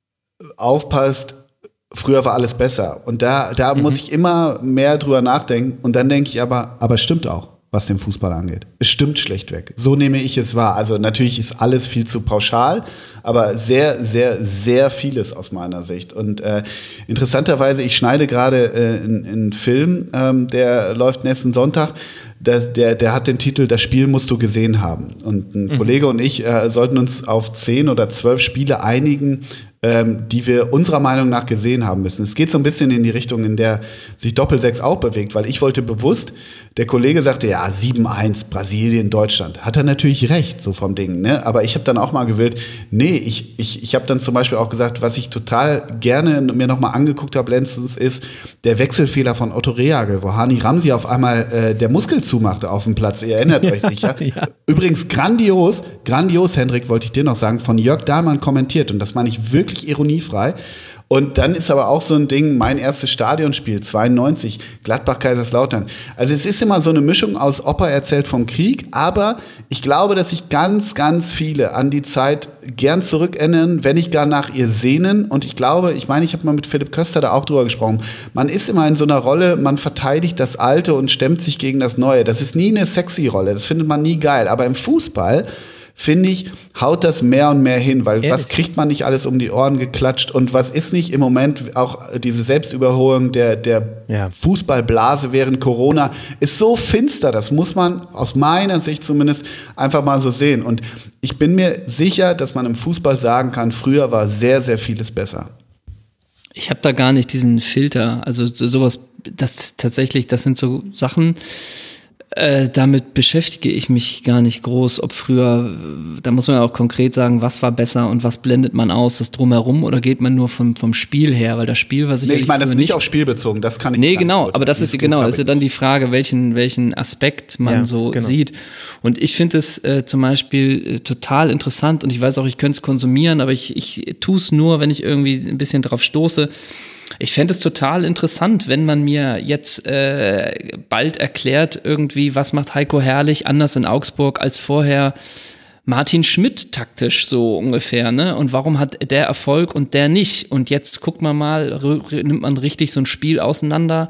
S6: aufpasst, früher war alles besser. Und da, da mhm. muss ich immer mehr drüber nachdenken. Und dann denke ich aber, aber es stimmt auch, was den Fußball angeht. Es stimmt schlechtweg. So nehme ich es wahr. Also natürlich ist alles viel zu pauschal, aber sehr, sehr, sehr vieles aus meiner Sicht. Und äh, interessanterweise, ich schneide gerade äh, einen Film, ähm, der läuft nächsten Sonntag. Der, der, der hat den Titel „Das Spiel musst du gesehen haben". Und ein mhm. Kollege und ich äh, sollten uns auf zehn oder zwölf Spiele einigen, ähm, die wir unserer Meinung nach gesehen haben müssen. Es geht so ein bisschen in die Richtung, in der sich Doppelsechs auch bewegt, weil ich wollte bewusst, der Kollege sagte, ja, sieben eins, Brasilien, Deutschland. Hat er natürlich recht, so vom Ding, ne? Aber ich habe dann auch mal gewählt, nee, ich, ich, ich habe dann zum Beispiel auch gesagt, was ich total gerne mir nochmal angeguckt habe letztens, ist der Wechselfehler von Otto Rehagel, wo Hani Ramsi auf einmal äh, der Muskel zumachte auf dem Platz. Ihr erinnert euch sicher. Ja. Übrigens grandios, grandios, Hendrik, wollte ich dir noch sagen, von Jörg Dahlmann kommentiert. Und das meine ich wirklich ironiefrei. Und dann ist aber auch so ein Ding, mein erstes Stadionspiel, zweiundneunzig, Gladbach-Kaiserslautern. Also es ist immer so eine Mischung aus Opa erzählt vom Krieg, aber ich glaube, dass sich ganz, ganz viele an die Zeit gern zurückerinnern, wenn nicht gar nach ihr sehnen. Und ich glaube, ich meine, ich habe mal mit Philipp Köster da auch drüber gesprochen, man ist immer in so einer Rolle, man verteidigt das Alte und stemmt sich gegen das Neue. Das ist nie eine sexy Rolle, das findet man nie geil. Aber im Fußball, finde ich, haut das mehr und mehr hin, weil Ehrlich? was kriegt man nicht alles um die Ohren geklatscht und was ist nicht im Moment auch diese Selbstüberholung der, der ja. Fußballblase während Corona ist so finster, das muss man aus meiner Sicht zumindest einfach mal so sehen. Und ich bin mir sicher, dass man im Fußball sagen kann, früher war sehr, sehr vieles besser.
S5: Ich habe da gar nicht diesen Filter, also so, sowas, das tatsächlich, das sind so Sachen, Äh, damit beschäftige ich mich gar nicht groß, ob früher, da muss man ja auch konkret sagen, was war besser und was blendet man aus, das Drumherum oder geht man nur vom, vom Spiel her, weil das Spiel war sicherlich...
S6: Nee, ich meine, das ist nicht auf Spiel bezogen, das kann ich
S5: Nee,
S6: nicht
S5: genau, aber das ist genau, das ist ja dann die Frage, welchen, welchen Aspekt man ja, so genau. sieht. Und ich finde es äh, zum Beispiel äh, total interessant und ich weiß auch, ich könnte es konsumieren, aber ich, ich tue es nur, wenn ich irgendwie ein bisschen drauf stoße. Ich fände es total interessant, wenn man mir jetzt äh, bald erklärt, irgendwie, was macht Heiko Herrlich anders in Augsburg als vorher Martin Schmidt taktisch so ungefähr, ne? Und warum hat der Erfolg und der nicht? Und jetzt guckt man mal, nimmt man richtig so ein Spiel auseinander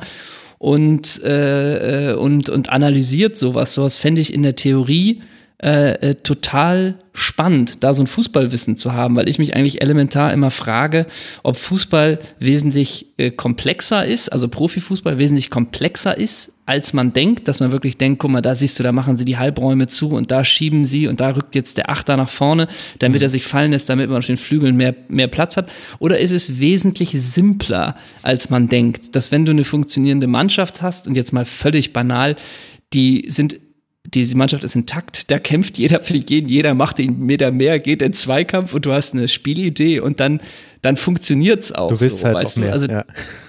S5: und, äh, und, und analysiert sowas. Sowas fände ich in der Theorie Äh, äh, total spannend, da so ein Fußballwissen zu haben, weil ich mich eigentlich elementar immer frage, ob Fußball wesentlich äh, komplexer ist, also Profifußball wesentlich komplexer ist, als man denkt, dass man wirklich denkt, guck mal, da siehst du, da machen sie die Halbräume zu und da schieben sie und da rückt jetzt der Achter nach vorne, damit er sich fallen lässt, damit man auf den Flügeln mehr, mehr Platz hat. Oder ist es wesentlich simpler, als man denkt, dass wenn du eine funktionierende Mannschaft hast und jetzt mal völlig banal, die sind diese Mannschaft ist intakt, da kämpft jeder für jeden, jeder macht den Meter mehr, geht in Zweikampf und du hast eine Spielidee und dann, dann funktioniert's auch.
S4: Du willst
S5: so,
S4: halt
S5: weißt
S4: auch mehr,
S5: du? Also,
S4: ja.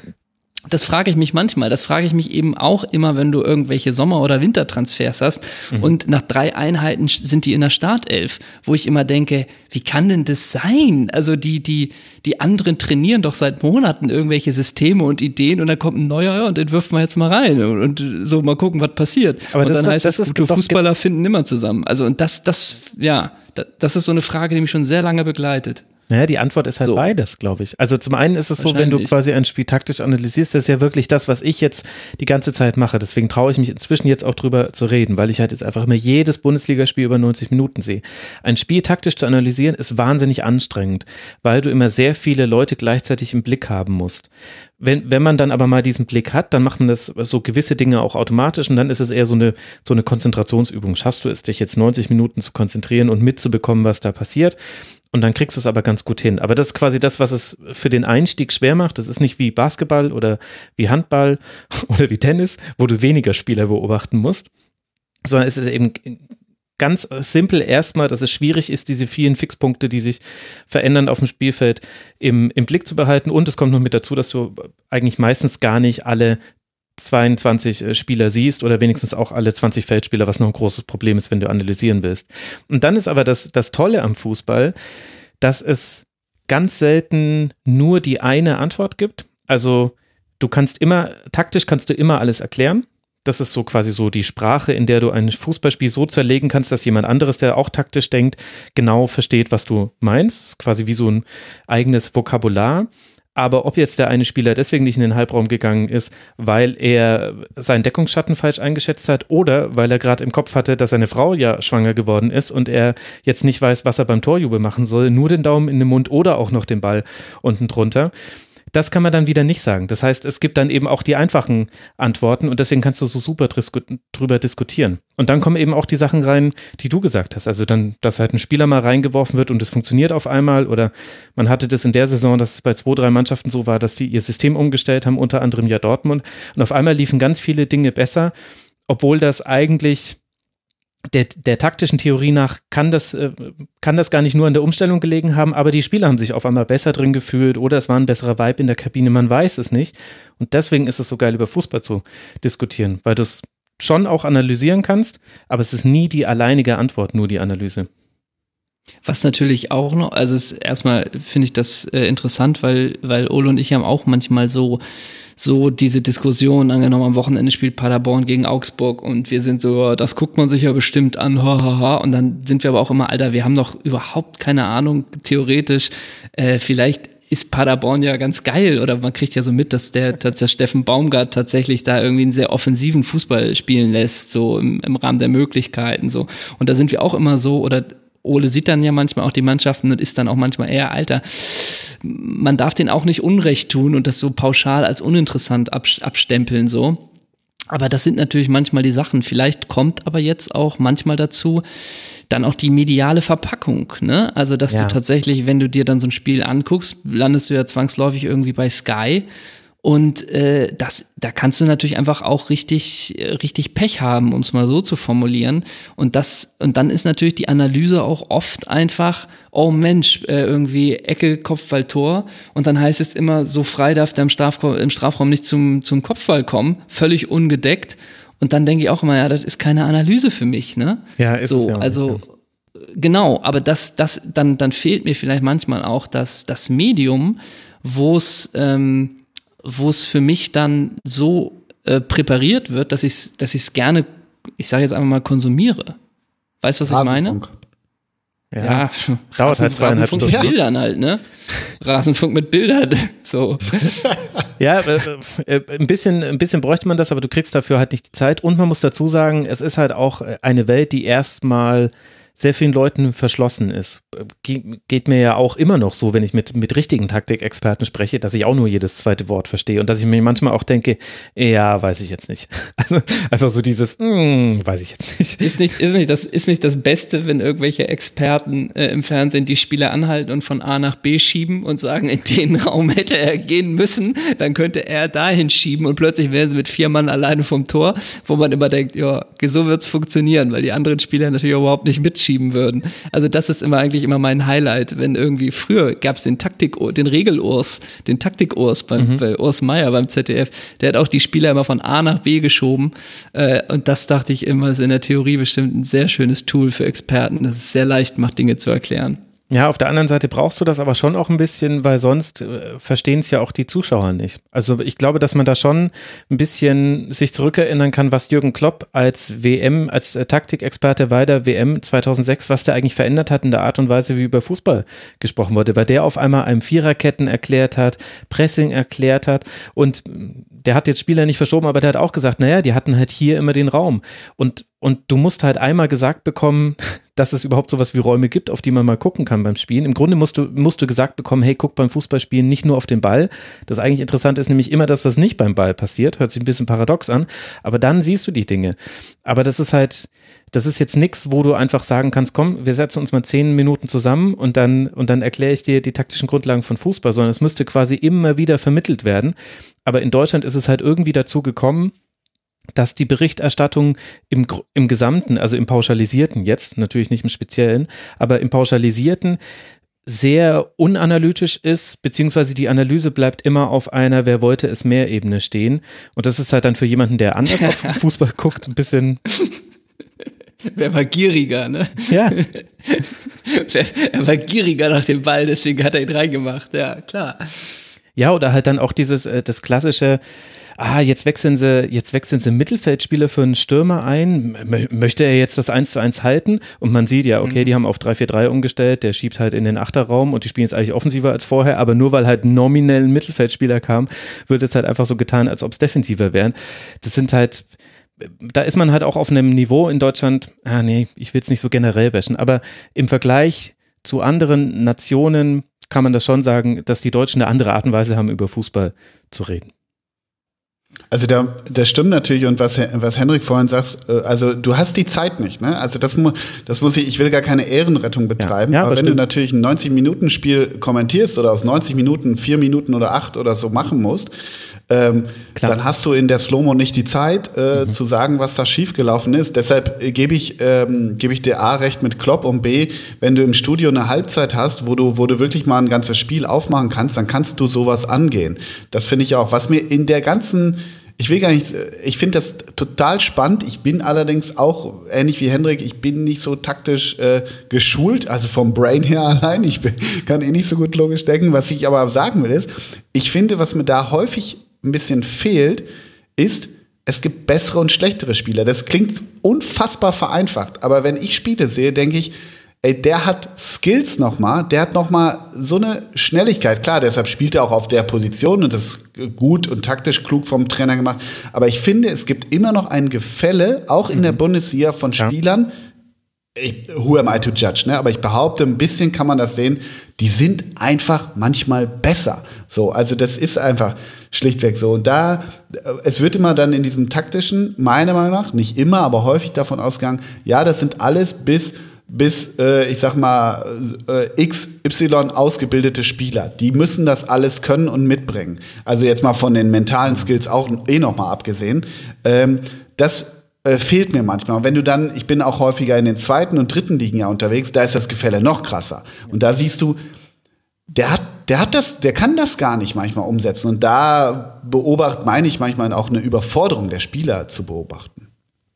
S5: Das frage ich mich manchmal. Das frage ich mich eben auch immer, wenn du irgendwelche Sommer- oder Wintertransfers hast mhm. und nach drei Einheiten sind die in der Startelf, wo ich immer denke, wie kann denn das sein? Also die, die, die anderen trainieren doch seit Monaten irgendwelche Systeme und Ideen und dann kommt ein neuer und den wirft man jetzt mal rein und so mal gucken, was passiert. Aber und das dann doch, heißt das, gute Fußballer finden immer zusammen. Also und das, das, ja, das ist so eine Frage, die mich schon sehr lange begleitet.
S4: Naja, die Antwort ist halt so. Beides, glaube ich. Also zum einen ist es so, wenn du quasi ein Spiel taktisch analysierst, das ist ja wirklich das, was ich jetzt die ganze Zeit mache. Deswegen traue ich mich inzwischen jetzt auch drüber zu reden, weil ich halt jetzt einfach immer jedes Bundesligaspiel über neunzig Minuten sehe. Ein Spiel taktisch zu analysieren ist wahnsinnig anstrengend, weil du immer sehr viele Leute gleichzeitig im Blick haben musst. Wenn, wenn man dann aber mal diesen Blick hat, dann macht man das so gewisse Dinge auch automatisch und dann ist es eher so eine, so eine Konzentrationsübung. Schaffst du es, dich jetzt neunzig Minuten zu konzentrieren und mitzubekommen, was da passiert? Und dann kriegst du es aber ganz gut hin. Aber das ist quasi das, was es für den Einstieg schwer macht. Das ist nicht wie Basketball oder wie Handball oder wie Tennis, wo du weniger Spieler beobachten musst, sondern es ist eben ganz simpel erstmal, dass es schwierig ist, diese vielen Fixpunkte, die sich verändern auf dem Spielfeld, im, im Blick zu behalten. Und es kommt noch mit dazu, dass du eigentlich meistens gar nicht alle zweiundzwanzig Spieler siehst oder wenigstens auch alle zwanzig Feldspieler, was noch ein großes Problem ist, wenn du analysieren willst. Und dann ist aber das, das Tolle am Fußball, dass es ganz selten nur die eine Antwort gibt. Also du kannst immer, taktisch kannst du immer alles erklären. Das ist so quasi so die Sprache, in der du ein Fußballspiel so zerlegen kannst, dass jemand anderes, der auch taktisch denkt, genau versteht, was du meinst. Quasi wie so ein eigenes Vokabular. Aber ob jetzt der eine Spieler deswegen nicht in den Halbraum gegangen ist, weil er seinen Deckungsschatten falsch eingeschätzt hat oder weil er gerade im Kopf hatte, dass seine Frau ja schwanger geworden ist und er jetzt nicht weiß, was er beim Torjubel machen soll, nur den Daumen in den Mund oder auch noch den Ball unten drunter. Das kann man dann wieder nicht sagen. Das heißt, es gibt dann eben auch die einfachen Antworten und deswegen kannst du so super disku- drüber diskutieren. Und dann kommen eben auch die Sachen rein, die du gesagt hast. Also dann, dass halt ein Spieler mal reingeworfen wird und es funktioniert auf einmal oder man hatte das in der Saison, dass es bei zwei, drei Mannschaften so war, dass die ihr System umgestellt haben, unter anderem ja Dortmund und auf einmal liefen ganz viele Dinge besser, obwohl das eigentlich Der, der taktischen Theorie nach kann das, äh, kann das gar nicht nur an der Umstellung gelegen haben, aber die Spieler haben sich auf einmal besser drin gefühlt oder es war ein besserer Vibe in der Kabine, man weiß es nicht. Und deswegen ist es so geil, über Fußball zu diskutieren, weil du es schon auch analysieren kannst, aber es ist nie die alleinige Antwort, nur die Analyse.
S5: Was natürlich auch noch, also es, erstmal finde ich das äh, interessant, weil, weil Ole und ich haben auch manchmal so so diese Diskussion, angenommen am Wochenende spielt Paderborn gegen Augsburg und wir sind so, das guckt man sich ja bestimmt an, ha, ha, ha. Und dann sind wir aber auch immer, Alter, wir haben doch überhaupt keine Ahnung, theoretisch, äh, vielleicht ist Paderborn ja ganz geil oder man kriegt ja so mit, dass der, dass der Steffen Baumgart tatsächlich da irgendwie einen sehr offensiven Fußball spielen lässt, so im, im Rahmen der Möglichkeiten, so. Und da sind wir auch immer so, oder Ole sieht dann ja manchmal auch die Mannschaften und ist dann auch manchmal eher, Alter, man darf denen auch nicht Unrecht tun und das so pauschal als uninteressant abstempeln, so. Aber das sind natürlich manchmal die Sachen. Vielleicht kommt aber jetzt auch manchmal dazu dann auch die mediale Verpackung, ne? Also, dass ja. du tatsächlich, wenn du dir dann so ein Spiel anguckst, landest du ja zwangsläufig irgendwie bei Sky. Und äh, das, da kannst du natürlich einfach auch richtig, richtig Pech haben, um es mal so zu formulieren. Und das, und dann ist natürlich die Analyse auch oft einfach, oh Mensch, äh, irgendwie Ecke, Kopfball, Tor. Und dann heißt es immer, so frei darf der im Strafraum, im Strafraum nicht zum, zum Kopfball kommen, völlig ungedeckt. Und dann denke ich auch immer, ja, das ist keine Analyse für mich, ne?
S4: Ja, ist
S5: so,
S4: es ja auch
S5: also
S4: nicht, ja.
S5: Genau, aber das, das, dann, dann fehlt mir vielleicht manchmal auch das, das Medium, wo es ähm, wo es für mich dann so äh, präpariert wird, dass ich es dass ich's gerne, ich sage jetzt einfach mal, konsumiere. Weißt du, was ich meine?
S4: Ja,
S5: ja
S4: dauert halt zweieinhalb
S5: Rasenfunk
S4: Stunden.
S5: mit Bildern halt, ne? Rasenfunk mit Bildern, so.
S4: Ja, äh, äh, ein bisschen, ein bisschen bräuchte man das, aber du kriegst dafür halt nicht die Zeit und man muss dazu sagen, es ist halt auch eine Welt, die erstmal sehr vielen Leuten verschlossen ist. Ge- geht mir ja auch immer noch so, wenn ich mit, mit richtigen Taktikexperten spreche, dass ich auch nur jedes zweite Wort verstehe und dass ich mir manchmal auch denke, ja, weiß ich jetzt nicht. Also einfach so dieses, mm, weiß ich jetzt nicht.
S5: Ist nicht, ist nicht, das, ist nicht das Beste, wenn irgendwelche Experten äh, im Fernsehen die Spieler anhalten und von A nach B schieben und sagen, in den Raum hätte er gehen müssen, dann könnte er dahin schieben und plötzlich wären sie mit vier Mann alleine vom Tor, wo man immer denkt, ja, so wird's funktionieren, weil die anderen Spieler natürlich überhaupt nicht mitschieben würden. Also das ist immer eigentlich immer mein Highlight, wenn irgendwie, früher gab es den Taktik, den Regelurs, den Taktikurs beim, mhm. bei Urs Meier beim Z D F, der hat auch die Spieler immer von A nach B geschoben äh, und das dachte ich immer, ist in der Theorie bestimmt ein sehr schönes Tool für Experten, das es sehr leicht macht, Dinge zu erklären.
S4: Ja, auf der anderen Seite brauchst du das aber schon auch ein bisschen, weil sonst äh, verstehen es ja auch die Zuschauer nicht. Also ich glaube, dass man da schon ein bisschen sich zurückerinnern kann, was Jürgen Klopp als W M, als äh, Taktikexperte bei der W M zweitausendsechs, was der eigentlich verändert hat in der Art und Weise, wie über Fußball gesprochen wurde, weil der auf einmal einem Viererketten erklärt hat, Pressing erklärt hat und der hat jetzt Spieler nicht verschoben, aber der hat auch gesagt, naja, die hatten halt hier immer den Raum und Und du musst halt einmal gesagt bekommen, dass es überhaupt sowas wie Räume gibt, auf die man mal gucken kann beim Spielen. Im Grunde musst du, musst du gesagt bekommen, hey, guck beim Fußballspielen nicht nur auf den Ball. Das eigentlich interessant ist nämlich immer das, was nicht beim Ball passiert. Hört sich ein bisschen paradox an, aber dann siehst du die Dinge. Aber das ist halt, das ist jetzt nichts, wo du einfach sagen kannst, komm, wir setzen uns mal zehn Minuten zusammen und dann, und dann erkläre ich dir die taktischen Grundlagen von Fußball, sondern es müsste quasi immer wieder vermittelt werden. Aber in Deutschland ist es halt irgendwie dazu gekommen, dass die Berichterstattung im, im Gesamten, also im Pauschalisierten jetzt, natürlich nicht im Speziellen, aber im Pauschalisierten sehr unanalytisch ist, beziehungsweise die Analyse bleibt immer auf einer Wer wollte es mehr Ebene stehen. Und das ist halt dann für jemanden, der anders auf Fußball guckt, ein bisschen...
S5: Wer war gieriger, ne?
S4: Ja.
S5: Er war gieriger nach dem Ball, deswegen hat er ihn reingemacht, ja, klar.
S4: Ja, oder halt dann auch dieses, äh, das klassische, ah, jetzt wechseln sie, jetzt wechseln sie Mittelfeldspieler für einen Stürmer ein. M- möchte er jetzt das eins zu eins halten? Und man sieht ja, okay, die haben auf drei vier drei umgestellt, der schiebt halt in den Achterraum und die spielen jetzt eigentlich offensiver als vorher, aber nur weil halt nominell ein Mittelfeldspieler kam, wird jetzt halt einfach so getan, als ob es defensiver wären. Das sind halt, da ist man halt auch auf einem Niveau in Deutschland, ah nee, ich will es nicht so generell bashen, aber im Vergleich zu anderen Nationen kann man das schon sagen, dass die Deutschen eine andere Art und Weise haben, über Fußball zu reden.
S6: Also da, das stimmt natürlich und was, was Henrik vorhin sagt, also du hast die Zeit nicht, ne? Also das, mu- das muss ich, ich will gar keine Ehrenrettung betreiben,
S4: Ja, ja,
S6: aber wenn
S4: stimmt.
S6: du natürlich ein neunzig-Minuten-Spiel kommentierst oder aus neunzig Minuten vier Minuten oder acht oder so machen musst, ähm, dann hast du in der Slow-Mo nicht die Zeit, äh, mhm. zu sagen, was da schiefgelaufen ist. Deshalb äh, gebe ich, ähm, gebe ich dir A recht mit Klopp und B, wenn du im Studio eine Halbzeit hast, wo du, wo du wirklich mal ein ganzes Spiel aufmachen kannst, dann kannst du sowas angehen. Das finde ich auch. Was mir in der ganzen Ich will gar nicht, ich finde das total spannend. Ich bin allerdings auch, ähnlich wie Hendrik, ich bin nicht so taktisch äh, geschult, also vom Brain her allein. Ich bin, kann eh nicht so gut logisch denken. Was ich aber sagen will ist, ich finde, was mir da häufig ein bisschen fehlt, ist, es gibt bessere und schlechtere Spieler. Das klingt unfassbar vereinfacht, aber wenn ich Spiele sehe, denke ich, ey, der hat Skills nochmal, der hat nochmal so eine Schnelligkeit. Klar, deshalb spielt er auch auf der Position und das ist gut und taktisch klug vom Trainer gemacht. Aber ich finde, es gibt immer noch ein Gefälle, auch in mhm. der Bundesliga von Spielern. Ich, who am I to judge, ne? Aber ich behaupte, ein bisschen kann man das sehen, die sind einfach manchmal besser. So, also das ist einfach schlichtweg so. Und da, es wird immer dann in diesem taktischen, meiner Meinung nach, nicht immer, aber häufig davon ausgegangen, ja, das sind alles bis bis, äh, ich sag mal, äh, X Y ausgebildete Spieler. Die müssen das alles können und mitbringen. Also jetzt mal von den mentalen Skills auch eh noch mal abgesehen. Ähm, das äh, fehlt mir manchmal. Und wenn du dann, ich bin auch häufiger in den zweiten und dritten Ligen ja unterwegs, da ist das Gefälle noch krasser. Und da siehst du, der hat, der hat das, der kann das gar nicht manchmal umsetzen. Und da beobacht, meine ich manchmal auch eine Überforderung der Spieler zu beobachten.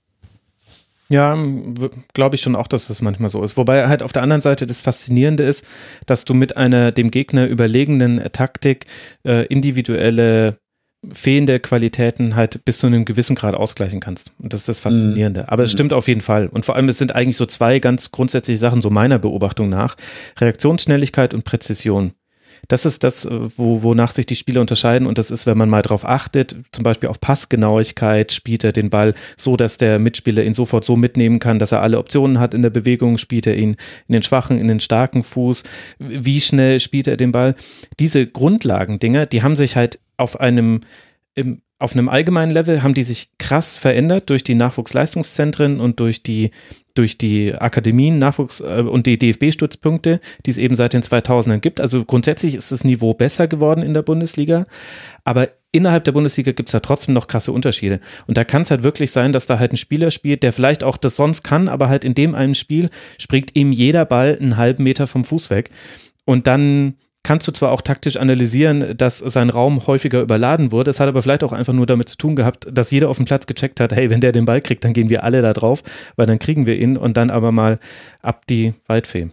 S4: Ja, glaube ich schon auch, dass das manchmal so ist. Wobei halt auf der anderen Seite das Faszinierende ist, dass du mit einer dem Gegner überlegenen Taktik äh, individuelle fehlende Qualitäten halt bis zu einem gewissen Grad ausgleichen kannst. Und das ist das Faszinierende. Mhm. Aber es stimmt auf jeden Fall. Und vor allem, es sind eigentlich so zwei ganz grundsätzliche Sachen, so meiner Beobachtung nach. Reaktionsschnelligkeit und Präzision. Das ist das, wo, wonach sich die Spieler unterscheiden, und das ist, wenn man mal drauf achtet, zum Beispiel auf Passgenauigkeit, spielt er den Ball so, dass der Mitspieler ihn sofort so mitnehmen kann, dass er alle Optionen hat in der Bewegung, spielt er ihn in den schwachen, in den starken Fuß, wie schnell spielt er den Ball. Diese Grundlagendinger, die haben sich halt auf einem im, auf einem allgemeinen Level haben die sich krass verändert durch die Nachwuchsleistungszentren und durch die durch die Akademien, Nachwuchs- äh, und die D F B-Stützpunkte, die es eben seit den zweitausendern gibt. Also grundsätzlich ist das Niveau besser geworden in der Bundesliga, aber innerhalb der Bundesliga gibt es da trotzdem noch krasse Unterschiede. Und da kann es halt wirklich sein, dass da halt ein Spieler spielt, der vielleicht auch das sonst kann, aber halt in dem einen Spiel springt ihm jeder Ball einen halben Meter vom Fuß weg. Und dann kannst du zwar auch taktisch analysieren, dass sein Raum häufiger überladen wurde, es hat aber vielleicht auch einfach nur damit zu tun gehabt, dass jeder auf dem Platz gecheckt hat, hey, wenn der den Ball kriegt, dann gehen wir alle da drauf, weil dann kriegen wir ihn und dann aber mal ab die Waldfee.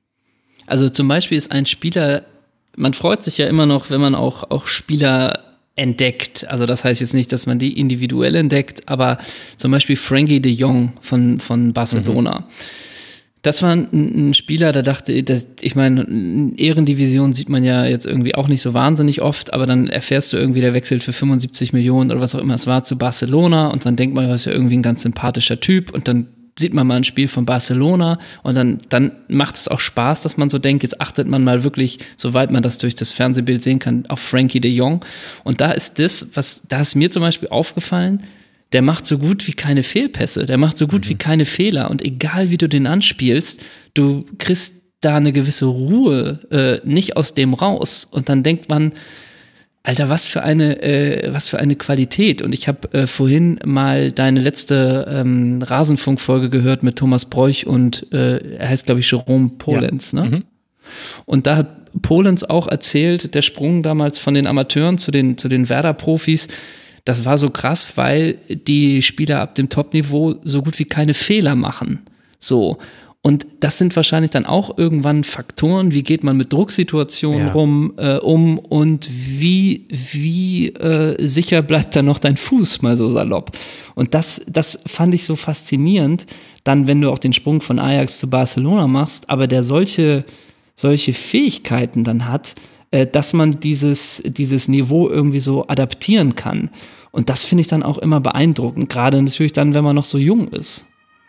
S5: Also zum Beispiel ist ein Spieler, man freut sich ja immer noch, wenn man auch, auch Spieler entdeckt. Also das heißt jetzt nicht, dass man die individuell entdeckt, aber zum Beispiel Frenkie de Jong von, von Barcelona. Mhm. Das war ein, ein Spieler, da dachte ich, das, ich meine, Ehrendivision sieht man ja jetzt irgendwie auch nicht so wahnsinnig oft, aber dann erfährst du irgendwie, der wechselt für fünfundsiebzig Millionen oder was auch immer es war zu Barcelona und dann denkt man, das ist ja irgendwie ein ganz sympathischer Typ und dann sieht man mal ein Spiel von Barcelona und dann, dann macht es auch Spaß, dass man so denkt, jetzt achtet man mal wirklich, soweit man das durch das Fernsehbild sehen kann, auf Frenkie de Jong. Und da ist das, was, da ist mir zum Beispiel aufgefallen, der macht so gut wie keine Fehlpässe, der macht so gut mhm. wie keine Fehler und egal wie du den anspielst, du kriegst da eine gewisse Ruhe äh, nicht aus dem raus und dann denkt man, Alter, was für eine äh, was für eine Qualität. Und ich habe äh, vorhin mal deine letzte ähm, Rasenfunk-Folge gehört mit Thomas Broich und äh, er heißt, glaube ich, Jerome Polenz, ja. ne? Mhm. Und da hat Polenz auch erzählt, der Sprung damals von den Amateuren zu den zu den Werder-Profis, das war so krass, weil die Spieler ab dem Top-Niveau so gut wie keine Fehler machen. So. Und das sind wahrscheinlich dann auch irgendwann Faktoren, wie geht man mit Drucksituationen
S4: Ja.
S5: rum, äh, um und wie, wie äh, sicher bleibt dann noch dein Fuß, mal so salopp. Und das, das fand ich so faszinierend, dann, wenn du auch den Sprung von Ajax zu Barcelona machst, aber der solche, solche Fähigkeiten dann hat, äh, dass man dieses, dieses Niveau irgendwie so adaptieren kann. Und das finde ich dann auch immer beeindruckend, gerade natürlich dann, wenn man noch so jung ist.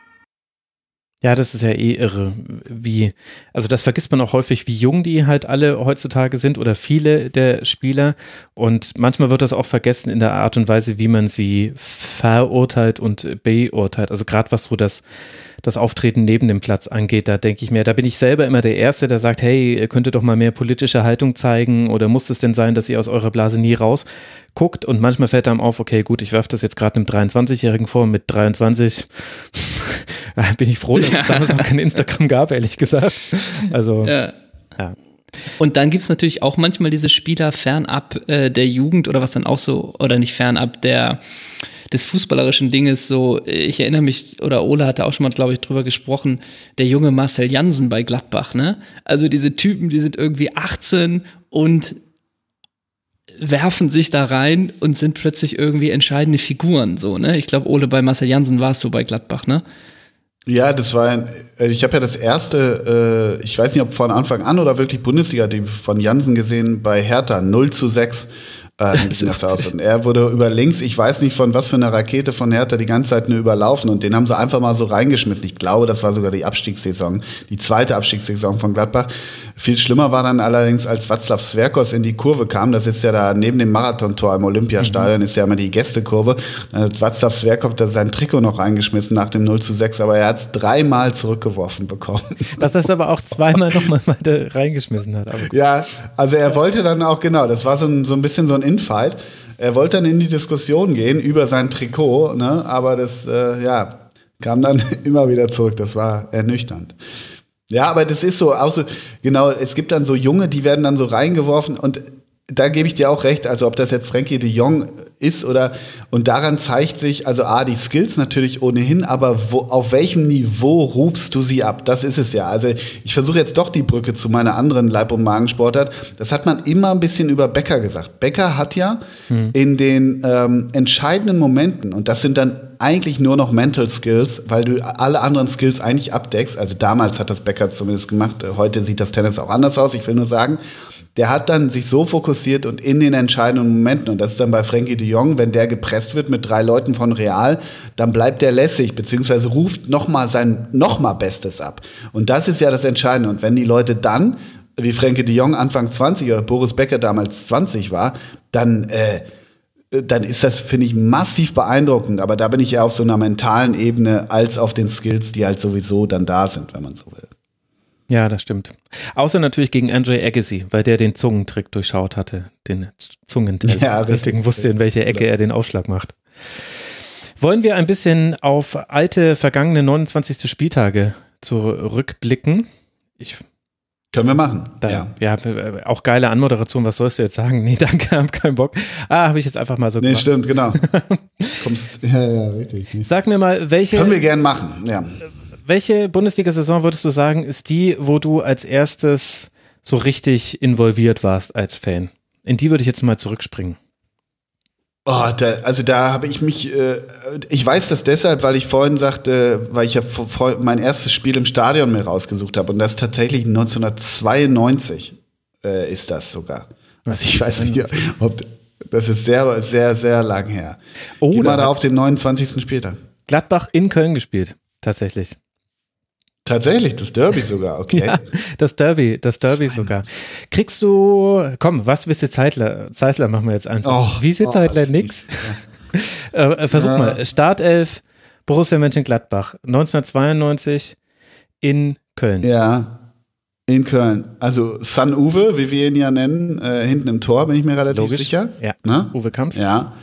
S4: Ja, das ist ja eh irre, wie, also das vergisst man auch häufig, wie jung die halt alle heutzutage sind oder viele der Spieler, und manchmal wird das auch vergessen in der Art und Weise, wie man sie verurteilt und beurteilt, also gerade was so das, das Auftreten neben dem Platz angeht, da denke ich mir, da bin ich selber immer der Erste, der sagt, hey, ihr könntet doch mal mehr politische Haltung zeigen, oder muss es denn sein, dass ihr aus eurer Blase nie rausguckt, und manchmal fällt einem auf, okay, gut, ich werfe das jetzt gerade einem dreiundzwanzigjährigen vor, mit dreiundzwanzig bin ich froh, dass es damals noch kein Instagram gab, ehrlich gesagt. Also,
S5: Ja.
S4: ja.
S5: Und dann gibt's natürlich auch manchmal diese Spieler fernab äh, der Jugend oder was dann auch so, oder nicht fernab der des fußballerischen Dinges so, ich erinnere mich, oder Ole hatte auch schon mal, glaube ich, drüber gesprochen, der junge Marcel Jansen bei Gladbach, ne? Also diese Typen, die sind irgendwie achtzehn und werfen sich da rein und sind plötzlich irgendwie entscheidende Figuren, so, ne? Ich glaube, Ole, bei Marcel Jansen war es so bei Gladbach, ne?
S6: Ja, das war ein, ich habe ja das erste, äh, ich weiß nicht, ob von Anfang an oder wirklich Bundesliga, die von Jansen gesehen, bei Hertha, null zu sechs. Äh, ging das aus. Und er wurde über links, ich weiß nicht von was für einer Rakete von Hertha, die ganze Zeit nur überlaufen, und den haben sie einfach mal so reingeschmissen. Ich glaube, das war sogar die Abstiegssaison, die zweite Abstiegssaison von Gladbach. Viel schlimmer war dann allerdings, als Václav Sverkos in die Kurve kam, das ist ja da neben dem Marathontor im Olympiastadion, mhm. ist ja immer die Gästekurve. Dann hat Václav Sverkos da sein Trikot noch reingeschmissen nach dem null zu sechs, aber er hat es dreimal zurückgeworfen bekommen.
S4: Dass er es aber auch zweimal nochmal weiter reingeschmissen hat. Aber gut.
S6: Ja, also er wollte dann auch, genau, das war so ein, so ein bisschen so ein Infight. Er wollte dann in die Diskussion gehen über sein Trikot, ne, aber das, äh, ja, kam dann immer wieder zurück. Das war ernüchternd. Ja, aber das ist so, auch so, genau, es gibt dann so Junge, die werden dann so reingeworfen, und da gebe ich dir auch recht, also ob das jetzt Frenkie de Jong ist oder, und daran zeigt sich, also A, die Skills natürlich ohnehin, aber wo, auf welchem Niveau rufst du sie ab? Das ist es ja. Also ich versuche jetzt doch die Brücke zu meiner anderen Leib- und Magensportart. Das hat man immer ein bisschen über Becker gesagt. Becker hat ja hm. in den ähm, entscheidenden Momenten, und das sind dann eigentlich nur noch Mental Skills, weil du alle anderen Skills eigentlich abdeckst. Also damals hat das Becker zumindest gemacht. Heute sieht das Tennis auch anders aus. Ich will nur sagen, der hat dann sich so fokussiert und in den entscheidenden Momenten, und das ist dann bei Frenkie de Jong, wenn der gepresst wird mit drei Leuten von Real, dann bleibt der lässig, beziehungsweise ruft nochmal sein nochmal Bestes ab. Und das ist ja das Entscheidende. Und wenn die Leute dann, wie Frenkie de Jong Anfang zwanzig oder Boris Becker damals zwanzig war, dann äh, dann ist das, finde ich, massiv beeindruckend. Aber da bin ich ja auf so einer mentalen Ebene als auf den Skills, die halt sowieso dann da sind, wenn man so will.
S4: Ja, das stimmt. Außer natürlich gegen Andre Agassi, weil der den Zungentrick durchschaut hatte, den Zungentrick. Ja, deswegen wusste er, in welche Ecke er den Aufschlag macht. Wollen wir ein bisschen auf alte, vergangene neunundzwanzigste Spieltage zurückblicken? Ich
S6: Können wir machen.
S4: Da, ja. ja, auch geile Anmoderation. Was sollst du jetzt sagen? Nee, danke, hab keinen Bock. Ah, habe ich jetzt einfach mal so gemacht.
S6: Nee, stimmt, genau. Kommst, ja, ja, richtig.
S4: Sag mir mal, welche...
S6: Können wir gern machen, ja.
S4: Welche Bundesliga-Saison würdest du sagen, ist die, wo du als erstes so richtig involviert warst als Fan? In die würde ich jetzt mal zurückspringen.
S6: Oh, da, also da habe ich mich, äh, ich weiß das deshalb, weil ich vorhin sagte, weil ich ja vor, mein erstes Spiel im Stadion mir rausgesucht habe, und das ist tatsächlich neunzehnhundertzweiundneunzig äh, ist das sogar. Also ich weiß nicht, ob das ist sehr, sehr, sehr lang her. Oh, Geh mal da auf den neunundzwanzigsten Spieltag.
S4: Gladbach in Köln gespielt, tatsächlich.
S6: Tatsächlich, das Derby sogar, okay.
S4: Ja, das Derby, das Derby sogar. Kriegst du, komm, was wisst ihr Zeitler? Zeitler machen wir jetzt einfach.
S6: Oh,
S4: Wie ist
S6: oh,
S4: Zeitler? Nix. Ja. äh, versuch ja. mal, Startelf Borussia Mönchengladbach, neunzehnhundertzweiundneunzig in Köln.
S6: Ja, in Köln. Also San Uwe, wie wir ihn ja nennen, äh, hinten im Tor, bin ich mir relativ
S4: Logisch.
S6: sicher.
S4: Ja,
S6: ne?
S4: Uwe Kamps.
S6: Ja,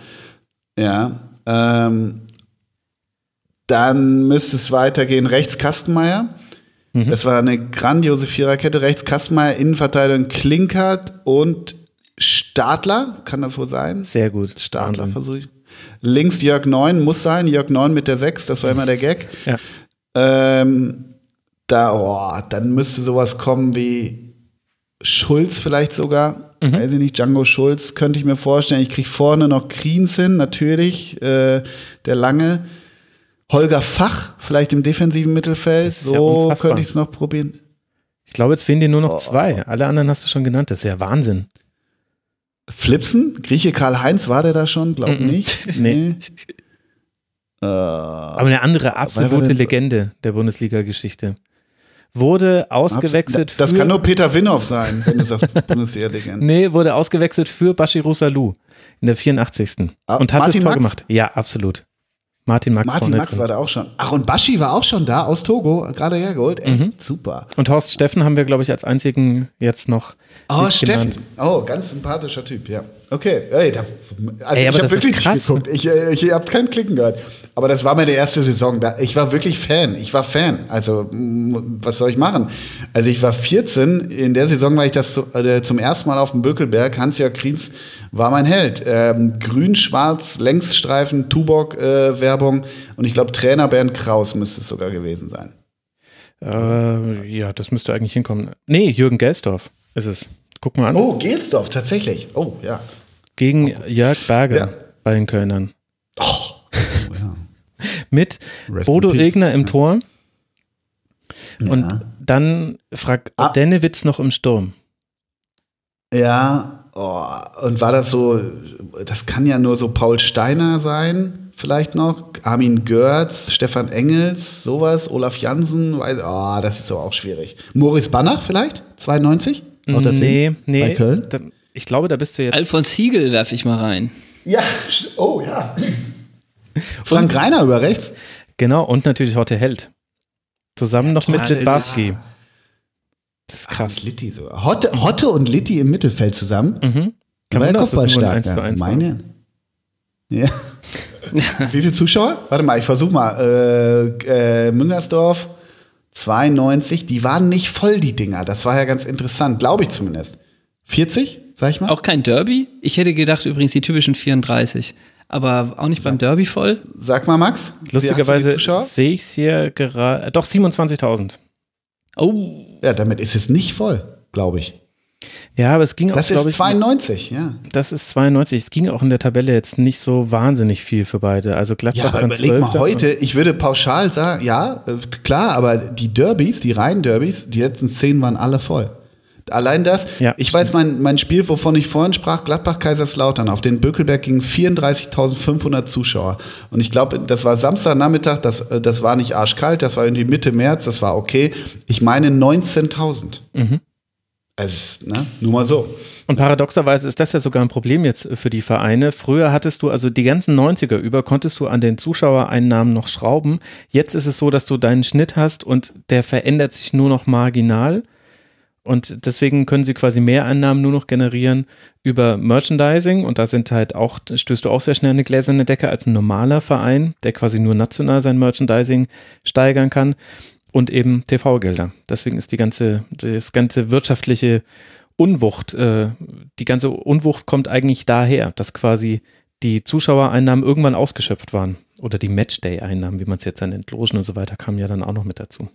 S6: ja. Ähm, dann müsste es weitergehen, rechts Kastenmeier. Mhm. Das war eine grandiose Viererkette. Rechts Kastenmeier, Innenverteidigung Klinkert und Stadler, kann das wohl sein?
S4: Sehr gut.
S6: Stadler versuche ich. Links Jörg Neun, muss sein. Jörg Neun mit der sechs, das war immer der Gag.
S4: Ja.
S6: Ähm, da, oh, dann müsste sowas kommen wie Schulz vielleicht sogar. Mhm. Weiß ich nicht, Django Schulz könnte ich mir vorstellen. Ich kriege vorne noch Kriens hin, natürlich, äh, der Lange. Holger Fach, vielleicht im defensiven Mittelfeld. So ja könnte ich es noch probieren.
S4: Ich glaube, jetzt fehlen dir nur noch oh. zwei. Alle anderen hast du schon genannt. Das ist ja Wahnsinn.
S6: Flipsen? Grieche Karl-Heinz, war der da schon? Glaub mm-mm. nicht.
S4: Nee. nee. Aber eine andere absolute Legende der Bundesliga-Geschichte. Wurde ausgewechselt
S6: für... Das kann nur Peter Winhoff sein, wenn du sagst Bundesliga-Legende.
S4: Nee, wurde ausgewechselt für Bashiru Salou in der vierundachtzigsten
S6: Ah,
S4: Und hat
S6: Martin
S4: das Tor
S6: Max?
S4: gemacht. Ja, absolut. Martin Max,
S6: Martin Max war da auch schon. Ach, und Baschi war auch schon da, aus Togo, gerade hergeholt. Echt mhm. super.
S4: Und Horst Steffen haben wir, glaube ich, als einzigen jetzt noch
S6: Oh, Steffen. Genannt. Oh, ganz sympathischer Typ, ja. Okay. Ey, da, also
S4: Ey,
S6: ich habe wirklich nicht geguckt. Ich, ich, ich habe keinen Klicken gehört. Aber das war meine erste Saison. Da, ich war wirklich Fan. Ich war Fan. Also, was soll ich machen? Also, ich war vierzehn. In der Saison war ich das zu, äh, zum ersten Mal auf dem Bökelberg. Hans-Jörg Kriens war mein Held. Ähm, Grün, Schwarz, Längsstreifen, Tuborg-Werbung. Äh, und ich glaube, Trainer Bernd Kraus müsste es sogar gewesen sein.
S4: Äh, ja, das müsste eigentlich hinkommen. Nee, Jürgen Gelsdorf ist es. Guck mal an.
S6: Oh, Gelsdorf, tatsächlich. Oh, ja.
S4: Gegen Jörg Berger ja. bei den Kölnern.
S6: Oh, oh ja.
S4: Mit Rest Bodo Ilgner im ja. Tor. Und
S6: ja.
S4: dann fragt ah. Dennewitz noch im Sturm.
S6: Ja, oh. Und war das so, das kann ja nur so Paul Steiner sein, vielleicht noch, Armin Görz, Stefan Engels, sowas, Olaf Jansen, weiß, oh, das ist so auch schwierig. Moritz Banach vielleicht, zweiundneunzig?
S4: Nee, nee.
S6: Bei Köln?
S4: Da, ich glaube, da bist du jetzt...
S5: Alfons Hiegel werfe ich mal rein.
S6: Ja, oh ja. Frank Reiner über rechts.
S4: Genau, und natürlich Hotte Held. Zusammen noch mit Litbarski. Ja. Das ist krass.
S6: Ah, Litti sogar. Hotte, Hotte und Litti im Mittelfeld zusammen.
S4: Mhm. Kann man das, das nur ein eins zu eins
S6: Meine? Ja. Wie viele Zuschauer? Warte mal, ich versuche mal. Äh, äh, Müngersdorf, zweiundneunzig. Die waren nicht voll, die Dinger. Das war ja ganz interessant, glaube ich zumindest. vierzig, sag ich mal.
S5: Auch kein Derby? Ich hätte gedacht, übrigens die typischen vierunddreißig. Aber auch nicht beim Derby voll?
S6: Sag mal, Max.
S4: Lustigerweise sehe ich es hier gerade. Doch, siebenundzwanzigtausend.
S5: Oh.
S6: Ja, damit ist es nicht voll, glaube ich.
S4: Ja, aber es ging
S6: das
S4: auch, glaube
S6: ich. Das ist zweiundneunzig, ja.
S4: Das ist zweiundneunzig. Es ging auch in der Tabelle jetzt nicht so wahnsinnig viel für beide. Also Gladbach
S6: ja, aber
S4: dann
S6: überleg mal heute, ich würde pauschal sagen, ja, klar, aber die Derbys, die reinen Derbys, die letzten zehn waren alle voll. Allein das, ja, ich stimmt. weiß, mein, mein Spiel, wovon ich vorhin sprach, Gladbach-Kaiserslautern, auf den Bökelberg gingen vierunddreißigtausendfünfhundert Zuschauer. Und ich glaube, das war Samstagnachmittag, das, das war nicht arschkalt, das war irgendwie Mitte März, das war okay. Ich meine neunzehntausend.
S4: Mhm.
S6: Also, ne, nur mal so.
S4: Und paradoxerweise ist das ja sogar ein Problem jetzt für die Vereine. Früher hattest du, also die ganzen neunziger über, konntest du an den Zuschauereinnahmen noch schrauben. Jetzt ist es so, dass du deinen Schnitt hast und der verändert sich nur noch marginal. Und deswegen können sie quasi Mehreinnahmen nur noch generieren über Merchandising. Und da sind halt auch, stößt du auch sehr schnell eine gläserne Decke als ein normaler Verein, der quasi nur national sein Merchandising steigern kann. Und eben T V-Gelder. Deswegen ist die ganze, das ganze wirtschaftliche Unwucht, äh, die ganze Unwucht kommt eigentlich daher, dass quasi die Zuschauereinnahmen irgendwann ausgeschöpft waren. Oder die Matchday-Einnahmen, wie man es jetzt dann nennt, Logen und so weiter, kamen ja dann auch noch mit dazu.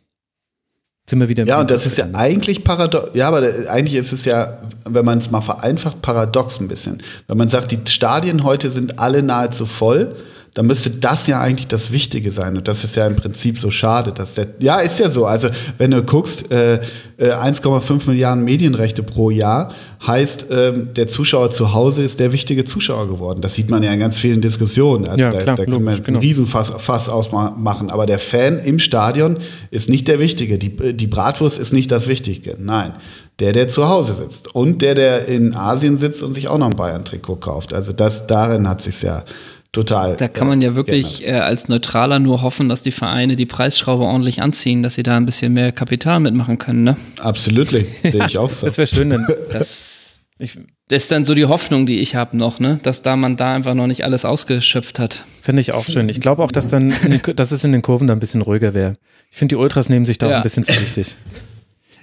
S4: Sind wir wieder
S6: ja, und das ist ja eigentlich paradox. Ja, aber eigentlich ist es ja, wenn man es mal vereinfacht, paradox ein bisschen. Wenn man sagt, die Stadien heute sind alle nahezu voll, dann müsste das ja eigentlich das Wichtige sein. Und das ist ja im Prinzip so schade. Dass der, ja, ist ja so. Also, wenn du guckst, äh, äh, eins Komma fünf Milliarden Medienrechte pro Jahr heißt, ähm, der Zuschauer zu Hause ist der wichtige Zuschauer geworden. Das sieht man ja in ganz vielen Diskussionen. Also
S4: ja,
S6: da,
S4: klar,
S6: da können wir einen Riesenfass Fass ausmachen. Aber der Fan im Stadion ist nicht der Wichtige. Die, die Bratwurst ist nicht das Wichtige. Nein. Der, der zu Hause sitzt. Und der, der in Asien sitzt und sich auch noch ein Bayern-Trikot kauft. Also das, darin hat sich's ja total.
S5: Da kann man ja wirklich äh, als Neutraler nur hoffen, dass die Vereine die Preisschraube ordentlich anziehen, dass sie da ein bisschen mehr Kapital mitmachen können, ne?
S6: Absolut, sehe ich auch so.
S4: Das wäre schön, denn
S5: das, ich, das ist dann so die Hoffnung, die ich habe noch, ne? Dass da man da einfach noch nicht alles ausgeschöpft hat.
S4: Finde ich auch schön. Ich glaube auch, dass dann, in, dass es in den Kurven da ein bisschen ruhiger wäre. Ich finde, die Ultras nehmen sich da ja. auch ein bisschen zu wichtig.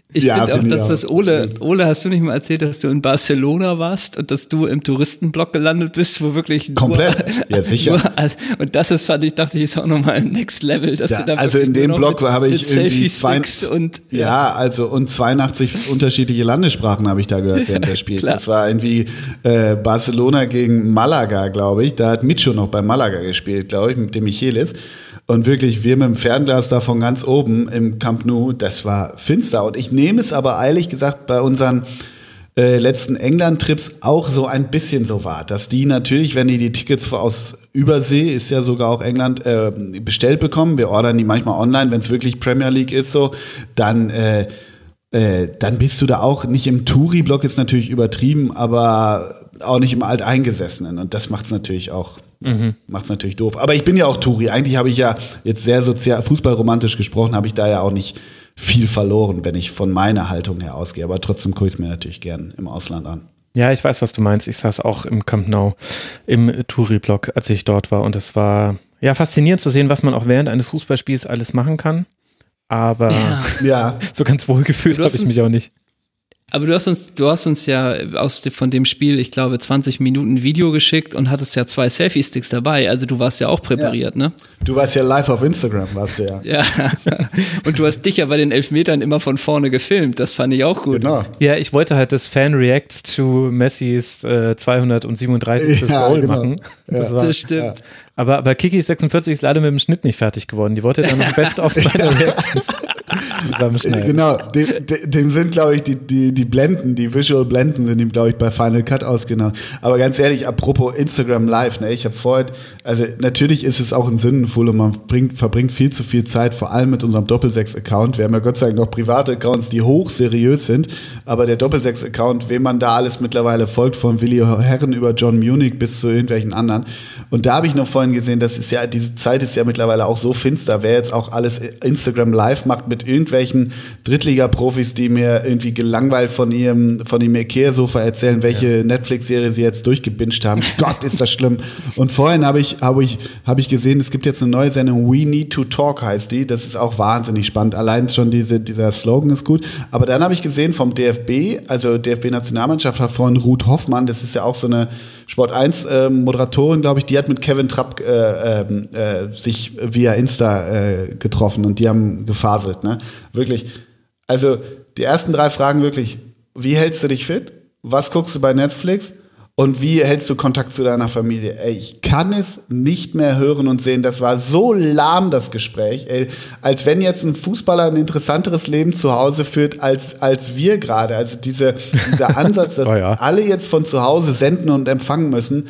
S5: Ich
S6: Ja,
S5: finde auch
S6: finde ich
S5: das,
S6: auch.
S5: was Ole, Ole, hast du nicht mal erzählt, dass du in Barcelona warst und dass du im Touristenblock gelandet bist, wo wirklich
S6: Komplett.
S5: Nur,
S6: Ja, sicher.
S5: Nur, und das ist, fand ich, dachte ich, ist auch nochmal ein Next Level, dass
S6: Ja,
S5: du da
S6: also in
S5: wirklich
S6: dem
S5: nur noch
S6: Blog
S5: mit,
S6: habe ich
S5: mit
S6: irgendwie
S5: Selfie-Sticks
S6: zwei,
S5: und
S6: ja. ja, also und zweiundachtzig unterschiedliche Landessprachen habe ich da gehört während des Spiels.
S5: Klar.
S6: Das war irgendwie äh, Barcelona gegen Malaga, glaube ich. Da hat Micho noch bei Malaga gespielt, glaube ich, mit dem Michelis. Und wirklich, wir mit dem Fernglas da von ganz oben im Camp Nou, das war finster. Und ich nehme es aber ehrlich gesagt bei unseren äh, letzten England-Trips auch so ein bisschen so wahr, dass die natürlich, wenn die die Tickets aus Übersee, ist ja sogar auch England, äh, bestellt bekommen, wir ordern die manchmal online, wenn es wirklich Premier League ist so, dann äh, äh, dann bist du da auch nicht im Touri-Block, ist natürlich übertrieben, aber auch nicht im Alteingesessenen. Und das macht es natürlich auch Mhm. Macht's natürlich doof. Aber ich bin ja auch Touri. Eigentlich habe ich ja jetzt sehr sozial, fußballromantisch gesprochen, habe ich da ja auch nicht viel verloren, wenn ich von meiner Haltung her ausgehe. Aber trotzdem gucke ich es mir natürlich gern im Ausland an.
S4: Ja, ich weiß, was du meinst. Ich saß auch im Camp Nou, im Touri-Block, als ich dort war. Und es war ja faszinierend zu sehen, was man auch während eines Fußballspiels alles machen kann. Aber
S5: Ja.
S6: Ja.
S4: so ganz wohlgefühlt
S5: Du
S4: habe
S5: hast
S4: ich
S5: uns-
S4: mich auch nicht.
S5: Aber du hast uns, du hast uns ja aus von dem Spiel, ich glaube, zwanzig Minuten Video geschickt und hattest ja zwei Selfie-Sticks dabei. Also du warst ja auch präpariert, ne?
S6: Du warst ja live auf Instagram, warst du ja.
S5: Ja. Und du hast dich ja bei den Elfmetern immer von vorne gefilmt. Das fand ich auch gut.
S6: Genau.
S4: Ja, ich wollte halt das Fan Reacts to Messis äh, zweihundertsiebenunddreißig.
S6: Ja,
S4: Goal
S6: genau.
S4: machen. Das war,
S5: Das stimmt.
S4: aber, aber Kiki sechsundvierzig ist leider mit dem Schnitt nicht fertig geworden. Die wollte dann noch Best of meine Reactions zusammenschneiden.
S6: Genau, dem, dem- dem sind, glaube ich, die, die, die Blenden, die Visual Blenden sind ihm, glaube ich, bei Final Cut ausgenommen. Aber ganz ehrlich, apropos Instagram Live, ne, ich habe vorhin, also natürlich ist es auch ein Sündenfuhl und man bringt, verbringt viel zu viel Zeit, vor allem mit unserem Doppelsechs-Account. Wir haben ja Gott sei Dank noch private Accounts, die hochseriös sind, aber der Doppelsechs-Account, wem man da alles mittlerweile folgt, von Willi Herren über John Munich bis zu irgendwelchen anderen. Und da habe ich noch vorhin gesehen, das ist ja, diese Zeit ist ja mittlerweile auch so finster, wer jetzt auch alles Instagram Live macht mit irgendwelchen Drittliga-Profis, die mir irgendwie gelangweilt von ihrem, von dem Ikea-Sofa erzählen, welche ja. Netflix-Serie sie jetzt durchgebinged haben. Gott, ist das schlimm. Und vorhin habe ich, habe ich, habe ich gesehen, es gibt jetzt eine neue Sendung, We Need to Talk heißt die. Das ist auch wahnsinnig spannend. Allein schon diese, dieser Slogan ist gut. Aber dann habe ich gesehen vom D F B, also D F B-Nationalmannschaft, hat vorhin Ruth Hoffmann, das ist ja auch so eine Sport eins ähm, Moderatorin, glaube ich, die hat mit Kevin Trapp äh, äh, sich via Insta äh, getroffen und die haben gefaselt, ne? Wirklich. Also die ersten drei Fragen wirklich, wie hältst du dich fit? Was guckst du bei Netflix? Und wie hältst du Kontakt zu deiner Familie? Ey, ich kann es nicht mehr hören und sehen. Das war so lahm, das Gespräch. Ey, als wenn jetzt ein Fußballer ein interessanteres Leben zu Hause führt, als, als wir gerade. Also diese, dieser Ansatz, dass
S4: Oh ja.
S6: alle jetzt von zu Hause senden und empfangen müssen.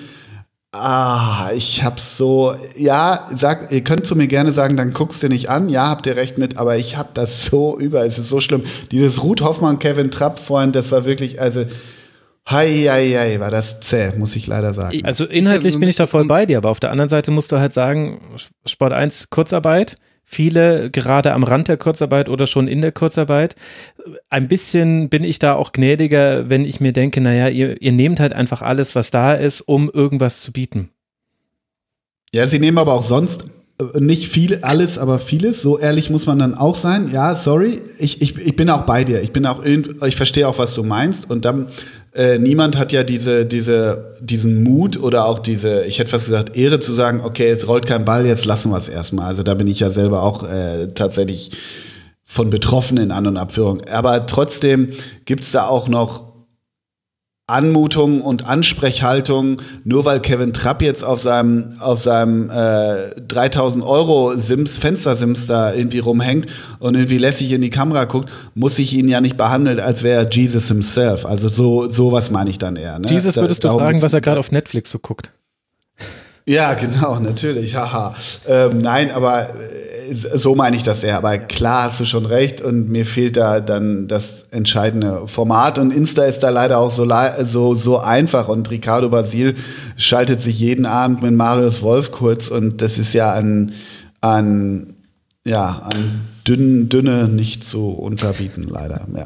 S6: Ah, ich hab's so, ja, sag, ihr könnt zu mir gerne sagen, dann guckst du nicht an, ja, habt ihr recht mit, aber ich hab das so über, es ist so schlimm. Dieses Ruth Hoffmann, Kevin Trapp vorhin, das war wirklich, also, hei, hei, hei, war das zäh, muss ich leider sagen.
S4: Also inhaltlich bin ich da voll bei dir, aber auf der anderen Seite musst du halt sagen, Sport eins Kurzarbeit, viele gerade am Rand der Kurzarbeit oder schon in der Kurzarbeit. Ein bisschen bin ich da auch gnädiger, wenn ich mir denke, naja, ihr, ihr nehmt halt einfach alles, was da ist, um irgendwas zu bieten.
S6: Ja, sie nehmen aber auch sonst äh, nicht viel, alles, aber vieles. So ehrlich muss man dann auch sein. Ja, sorry, ich, ich, ich bin auch bei dir. Ich bin auch irgend, ich verstehe auch, was du meinst. Und dann, äh, niemand hat ja diese, diese, diesen Mut oder auch diese, ich hätte fast gesagt, Ehre zu sagen, okay, jetzt rollt kein Ball, jetzt lassen wir es erstmal. Also da bin ich ja selber auch äh, tatsächlich von Betroffenen in An- und Abführung. Aber trotzdem gibt's da auch noch Anmutung und Ansprechhaltung, nur weil Kevin Trapp jetzt auf seinem, auf seinem äh, dreitausend Euro Sims, Fenster-Sims da irgendwie rumhängt und irgendwie lässig in die Kamera guckt, muss ich ihn ja nicht behandeln, als wäre er Jesus himself. Also so sowas meine ich dann eher. Ne?
S4: Dieses
S6: Da-
S4: würdest du
S6: darum
S4: fragen,
S6: geht's
S4: was er
S6: mir.
S4: gerade auf Netflix so guckt.
S6: Ja, genau, natürlich, haha. Ähm, nein, aber äh, so meine ich das eher. Aber klar hast du schon recht und mir fehlt da dann das entscheidende Format. Und Insta ist da leider auch so, le- so, so einfach. Und Ricardo Basil schaltet sich jeden Abend mit Marius Wolf kurz. Und das ist ja an, an, ja, an dünn, dünne nicht zu unterbieten, leider. Ja.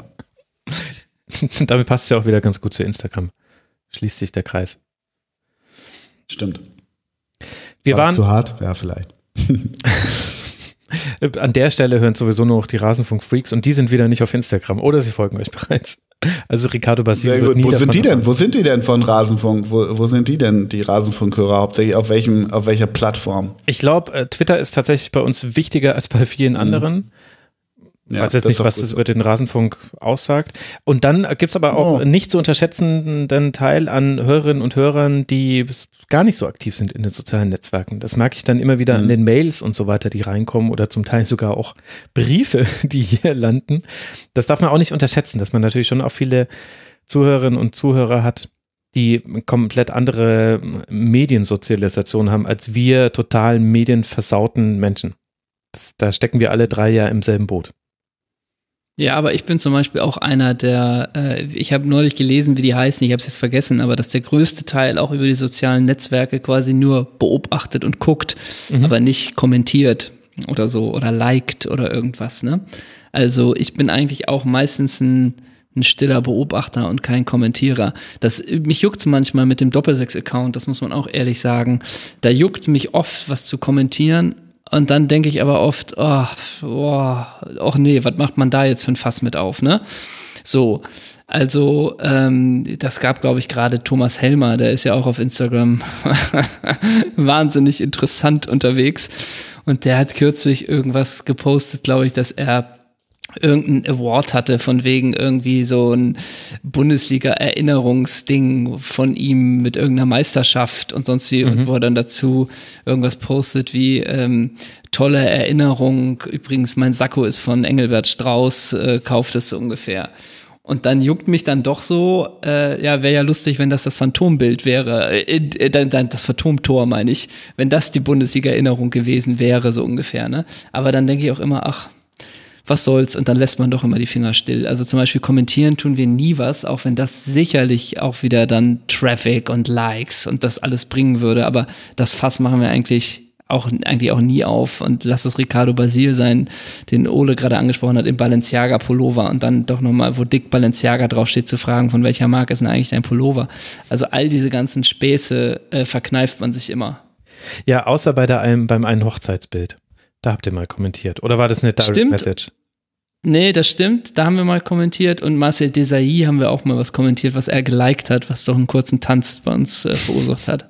S4: Damit passt es ja auch wieder ganz gut zu Instagram. Schließt sich der Kreis.
S6: Stimmt.
S4: Wir
S6: War
S4: waren,
S6: das zu hart? Ja, vielleicht.
S4: An der Stelle hören sowieso nur noch die Rasenfunk-Freaks und die sind wieder nicht auf Instagram oder sie folgen euch bereits. Also Ricardo Basile
S6: Sehr
S4: wird
S6: gut.
S4: nie
S6: Wo
S4: davon
S6: sind die denn?
S4: erfahren.
S6: Wo sind die denn von Rasenfunk? Wo, wo sind die denn, die Rasenfunkhörer? Hauptsächlich auf welchem, auf welcher Plattform?
S4: Ich glaube, Twitter ist tatsächlich bei uns wichtiger als bei vielen anderen. Ich
S6: Ja,
S4: weiß jetzt
S6: das
S4: nicht,
S6: ist
S4: was
S6: auch
S4: das
S6: gut
S4: über den Rasenfunk aussagt. Und dann gibt es aber auch
S6: Oh.
S4: nicht zu unterschätzenden Teil an Hörerinnen und Hörern, die gar nicht so aktiv sind in den sozialen Netzwerken. Das merke ich dann immer wieder an den Mails und so weiter, die reinkommen oder zum Teil sogar auch Briefe, die hier landen. Das darf man auch nicht unterschätzen, dass man natürlich schon auch viele Zuhörerinnen und Zuhörer hat, die komplett andere Mediensozialisation haben als wir total medienversauten Menschen. Das, da stecken wir alle drei ja im selben Boot.
S5: Ja, aber ich bin zum Beispiel auch einer, der, äh, ich habe neulich gelesen, wie die heißen, ich habe es jetzt vergessen, aber dass der größte Teil auch über die sozialen Netzwerke quasi nur beobachtet und guckt, mhm. aber nicht kommentiert oder so oder liked oder irgendwas, ne? Also ich bin eigentlich auch meistens ein, ein stiller Beobachter und kein Kommentierer. Das, mich juckt's manchmal mit dem Doppelsechs-Account, das muss man auch ehrlich sagen. Da juckt mich oft, was zu kommentieren. Und dann denke ich aber oft, oh, oh, oh nee, was macht man da jetzt für ein Fass mit auf, ne? So, also ähm, das gab, glaube ich, gerade Thomas Helmer, der ist ja auch auf Instagram wahnsinnig interessant unterwegs. Und der hat kürzlich irgendwas gepostet, glaube ich, dass er irgendein Award hatte, von wegen irgendwie so ein Bundesliga-Erinnerungsding von ihm mit irgendeiner Meisterschaft und sonst wie, mhm. und wo er dann dazu irgendwas postet wie ähm, tolle Erinnerung, übrigens mein Sakko ist von Engelbert Strauß, äh, kauft es so ungefähr. Und dann juckt mich dann doch so, äh, ja, wäre ja lustig, wenn das das Phantombild wäre, äh, äh, das Phantomtor meine ich, wenn das die Bundesliga-Erinnerung gewesen wäre, so ungefähr, ne? Aber dann denke ich auch immer, ach, was soll's, und dann lässt man doch immer die Finger still. Also zum Beispiel kommentieren tun wir nie was, auch wenn das sicherlich auch wieder dann Traffic und Likes und das alles bringen würde, aber das Fass machen wir eigentlich auch, eigentlich auch nie auf und lass es Ricardo Basile sein, den Ole gerade angesprochen hat, im Balenciaga-Pullover und dann doch nochmal, wo dick Balenciaga draufsteht, zu fragen, von welcher Marke ist denn eigentlich dein Pullover? Also all diese ganzen Späße äh, verkneift man sich immer.
S4: Ja, außer bei der einem, beim einen Hochzeitsbild. Da habt ihr mal kommentiert. Oder war das eine Direct
S5: Stimmt.
S4: Message?
S5: Nee, das stimmt. Da haben wir mal kommentiert und Marcel Desailly haben wir auch mal was kommentiert, was er geliked hat, was doch einen kurzen Tanz bei uns äh, verursacht hat.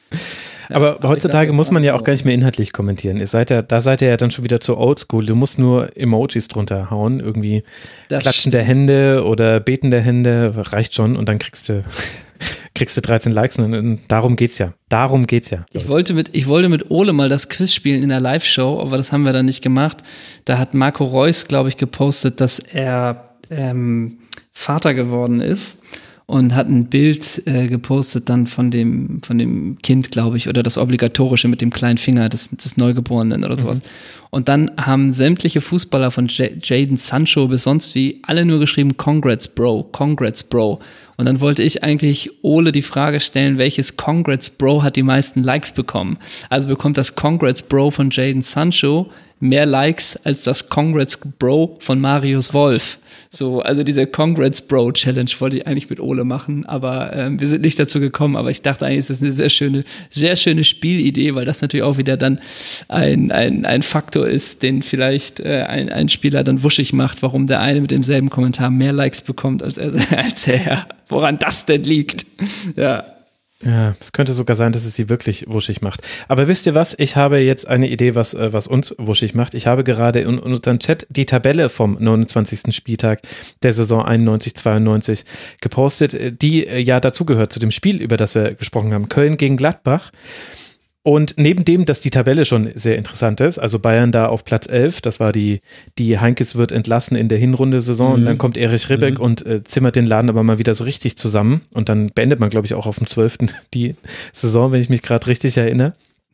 S5: Ja,
S4: aber heutzutage
S5: glaub,
S4: muss man ja auch
S5: so.
S4: gar nicht mehr inhaltlich kommentieren. Ihr seid ja, da seid ihr ja dann schon wieder zu oldschool. Du musst nur Emojis drunter hauen, irgendwie
S5: Das
S4: klatschende
S5: stimmt.
S4: Hände oder betende Hände, reicht schon und dann kriegst du kriegst du dreizehn Likes und, und darum geht's ja. Darum geht's ja.
S5: Ich wollte mit, ich wollte mit Ole mal das Quiz spielen in der Live-Show, aber das haben wir dann nicht gemacht. Da hat Marco Reus, glaube ich, gepostet, dass er ähm, Vater geworden ist und hat ein Bild äh, gepostet dann von dem, von dem Kind, glaube ich, oder das Obligatorische mit dem kleinen Finger des, des Neugeborenen oder sowas. Mhm. Und dann haben sämtliche Fußballer von J- Jadon Sancho bis sonst wie alle nur geschrieben, Congrats Bro, Congrats Bro. Und dann wollte ich eigentlich Ole die Frage stellen, welches Congrats Bro hat die meisten Likes bekommen? Also bekommt das Congrats Bro von Jadon Sancho mehr Likes als das Congrats Bro von Marius Wolf. So, also diese Congrats Bro Challenge wollte ich eigentlich mit Ole machen, aber ähm, wir sind nicht dazu gekommen. Aber ich dachte eigentlich, ist das eine sehr schöne, sehr schöne Spielidee, weil das natürlich auch wieder dann ein, ein, ein Faktor ist, den vielleicht äh, ein, ein Spieler dann wuschig macht, warum der eine mit demselben Kommentar mehr Likes bekommt als er, als er. Woran das denn liegt? Ja.
S4: Ja, es könnte sogar sein, dass es sie wirklich wuschig macht. Aber wisst ihr was? Ich habe jetzt eine Idee, was, was uns wuschig macht. Ich habe gerade in unserem Chat die Tabelle vom neunundzwanzigsten Spieltag der Saison einundneunzig zweiundneunzig gepostet, die ja dazugehört zu dem Spiel, über das wir gesprochen haben, Köln gegen Gladbach. Und neben dem, dass die Tabelle schon sehr interessant ist, also Bayern da auf Platz elf, das war die, die Heinkes wird entlassen in der Hinrunde-Saison, mhm. und dann kommt Erich Ribbeck mhm. und äh, zimmert den Laden aber mal wieder so richtig zusammen und dann beendet man, glaube ich, auch auf dem zwölften die Saison, wenn ich mich gerade richtig erinnere.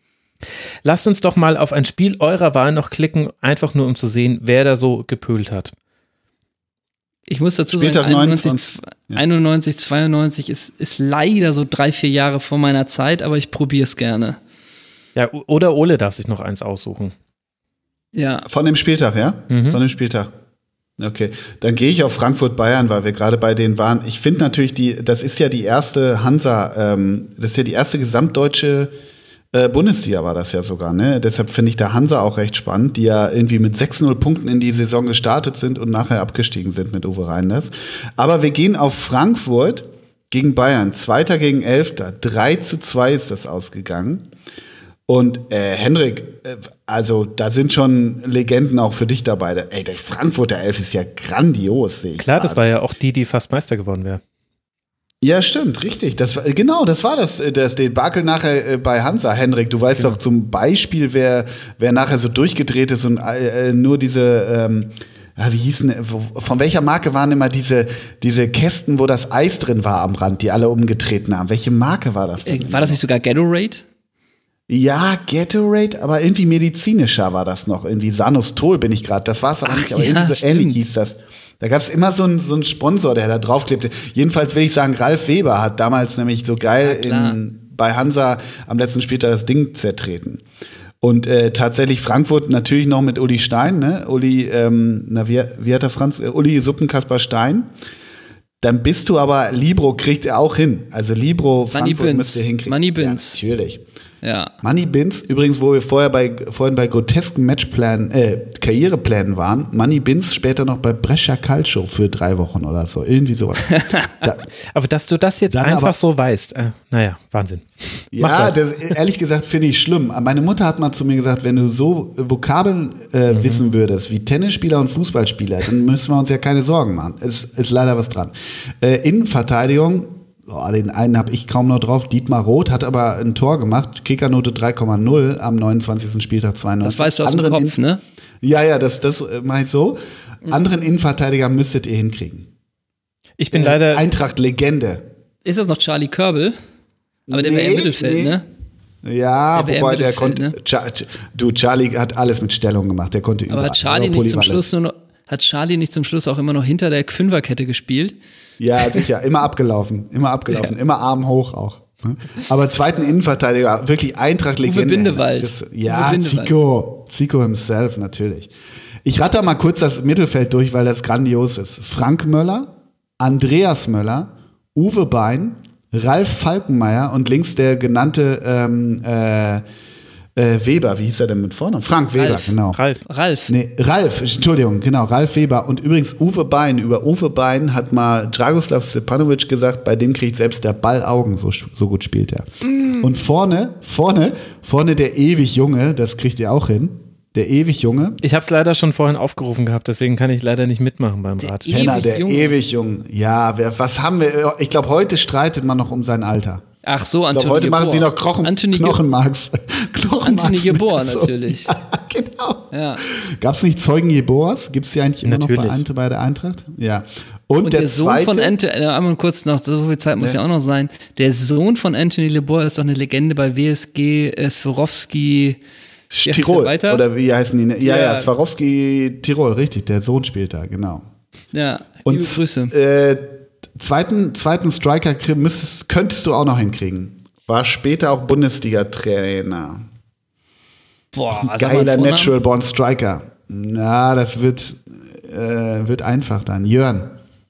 S4: Lasst uns doch mal auf ein Spiel eurer Wahl noch klicken, einfach nur um zu sehen, wer da so gepölt hat.
S5: Ich muss dazu
S6: Spieltag
S5: sagen, einundneunzig,
S6: neunundzwanzig, ja.
S5: einundneunzig, zweiundneunzig ist, ist leider so drei, vier Jahre vor meiner Zeit, aber ich probiere es gerne.
S4: Ja, oder Ole darf sich noch eins aussuchen.
S5: Ja.
S6: Von dem Spieltag, ja?
S4: Mhm.
S6: Von dem Spieltag. Okay, dann gehe ich auf Frankfurt-Bayern, weil wir gerade bei denen waren. Ich finde natürlich, die, das ist ja die erste Hansa, ähm, das ist ja die erste gesamtdeutsche Äh, Bundesliga war das ja sogar, ne? Deshalb finde ich da Hansa auch recht spannend, die ja irgendwie mit sechs null Punkten in die Saison gestartet sind und nachher abgestiegen sind mit Uwe Reinders. Aber wir gehen auf Frankfurt gegen Bayern. Zweiter gegen Elfter. drei zu zwei ist das ausgegangen. Und äh, Hendrik, äh, also da sind schon Legenden auch für dich dabei. Ey, der Frankfurter Elf ist ja grandios, sehe ich.
S4: Klar, das war ja auch die, die fast Meister geworden wäre. Ja,
S6: stimmt, richtig. Das war, genau, das war das, das Debakel nachher bei Hansa. Hendrik, du weißt genau. doch zum Beispiel, wer, wer nachher so durchgedreht ist und äh, nur diese, ähm, ja, wie hießen, von welcher Marke waren immer diese, diese Kästen, wo das Eis drin war am Rand, die alle umgetreten haben? Welche Marke war das denn?
S5: Äh, war das nicht sogar Gatorade?
S6: Ja, Gatorade, aber irgendwie medizinischer war das noch. Irgendwie Sanostol bin ich gerade. Das war es aber nicht, aber
S5: ja,
S6: irgendwie so
S5: stimmt.
S6: ähnlich hieß das. Da gab es immer so einen so einen Sponsor, der da draufklebte. Jedenfalls will ich sagen, Ralf Weber hat damals nämlich so geil
S5: ja,
S6: in, bei Hansa am letzten Spieltag das Ding zertreten. Und äh, tatsächlich Frankfurt natürlich noch mit Uli Stein, ne? Uli, ähm, na wie, wie hat der Franz? Äh, Uli Suppenkasper Stein. Dann bist du aber, Libro kriegt er auch hin. Also Libro, Frankfurt müsst ihr hinkriegen.
S5: Money Bins.
S6: Ja, natürlich.
S5: Ja.
S6: Money Bins, übrigens, wo wir vorher bei, vorhin bei grotesken Matchplänen, äh, Karriereplänen waren, Money Bins später noch bei Brescia Calcio für drei Wochen oder so, irgendwie sowas. Da,
S4: aber dass du das jetzt einfach aber, so weißt, äh, naja, Wahnsinn.
S6: Ja, das, ehrlich gesagt finde ich schlimm. Meine Mutter hat mal zu mir gesagt, wenn du so Vokabeln äh, mhm. wissen würdest, wie Tennisspieler und Fußballspieler, dann müssen wir uns ja keine Sorgen machen. Es ist leider was dran. Äh, Innenverteidigung, oh, den einen habe ich kaum noch drauf. Dietmar Roth hat aber ein Tor gemacht. Kickernote drei Komma null am neunundzwanzigsten Spieltag zweiundneunzig.
S5: Das weißt du aus dem Kopf, ne?
S6: Ja, ja, das, das äh, mache ich so. Mhm. Anderen Innenverteidiger müsstet ihr hinkriegen.
S4: Ich bin
S6: äh,
S4: leider...
S6: Eintracht-Legende.
S5: Ist das noch Charlie Körbel? Aber der
S6: nee,
S5: wäre im Mittelfeld,
S6: nee.
S5: ne?
S6: Ja,
S5: der
S6: wobei der konnte...
S5: Ne?
S6: Char- du, Charlie hat alles mit Stellung gemacht. Der konnte
S5: aber
S6: überall.
S5: hat Charlie
S6: also
S5: nicht zum Schluss nur noch... Hat Charlie nicht zum Schluss auch immer noch hinter der Fünferkette gespielt?
S6: Ja, sicher. Immer abgelaufen. Immer abgelaufen. Ja. Immer Arm hoch auch. Aber zweiten Innenverteidiger, wirklich Eintracht-Legende.
S5: Uwe Bindewald.
S6: Das, ja,
S5: Uwe Bindewald.
S6: Zico. Zico himself, natürlich. Ich ratter mal kurz das Mittelfeld durch, weil das grandios ist. Frank Möller, Andreas Möller, Uwe Bein, Ralf Falkenmeier und links der genannte ähm, äh, Äh, Weber, wie hieß er denn mit vorne? Frank Weber,
S5: Ralf.
S6: genau.
S4: Ralf.
S5: Ralf.
S6: Nee, Ralf, Entschuldigung, genau, Ralf Weber. Und übrigens Uwe Bein, über Uwe Bein hat mal Dragoslav Stepanovic gesagt, bei dem kriegt selbst der Ball Augen, so, so gut spielt er. Mm. Und vorne, vorne, vorne der ewig Junge, das kriegt ihr auch hin, der ewig Junge.
S4: Ich habe es leider schon vorhin aufgerufen gehabt, deswegen kann ich leider nicht mitmachen beim
S5: Der
S4: Rat.
S6: Henna, der
S5: Junge.
S6: ewig Junge. Ja, wer, was haben wir, ich glaube, heute streitet man noch um sein Alter.
S5: Ach so, Anthony
S6: Ich glaube, heute
S5: Jeboer.
S6: machen sie noch Knochen,
S5: Anthony
S6: Knochenmarks. Knochenmarks
S5: Anthony Jeboer
S6: so.
S5: natürlich.
S6: Ja, genau.
S5: Ja.
S6: Gab es nicht Zeugen Jeboas? Gibt es die eigentlich immer
S4: Natürlich.
S6: noch bei, Ante, bei der Eintracht? Ja. Und,
S5: Und
S6: der,
S5: der Sohn
S6: zweite,
S5: von Anthony, äh, einmal kurz noch, so viel Zeit muss ja, ja auch noch sein. Der Sohn von Anthony Jeboer ist doch eine Legende bei W S G, äh, Swarovski.
S6: Tirol, oder wie heißen die? Ja, ja,
S5: Ja.
S6: Swarovski Tirol, richtig. Der Sohn spielt da, genau.
S5: Ja,
S6: Und
S5: liebe Grüße.
S6: Äh, zweiten, zweiten Striker müsstest, könntest du auch noch hinkriegen. War später auch Bundesliga-Trainer.
S5: Boah, sag mal
S6: Geiler
S5: einen Vornamen.
S6: Natural Born Striker. Na, das wird, äh, wird einfach dann. Jörn.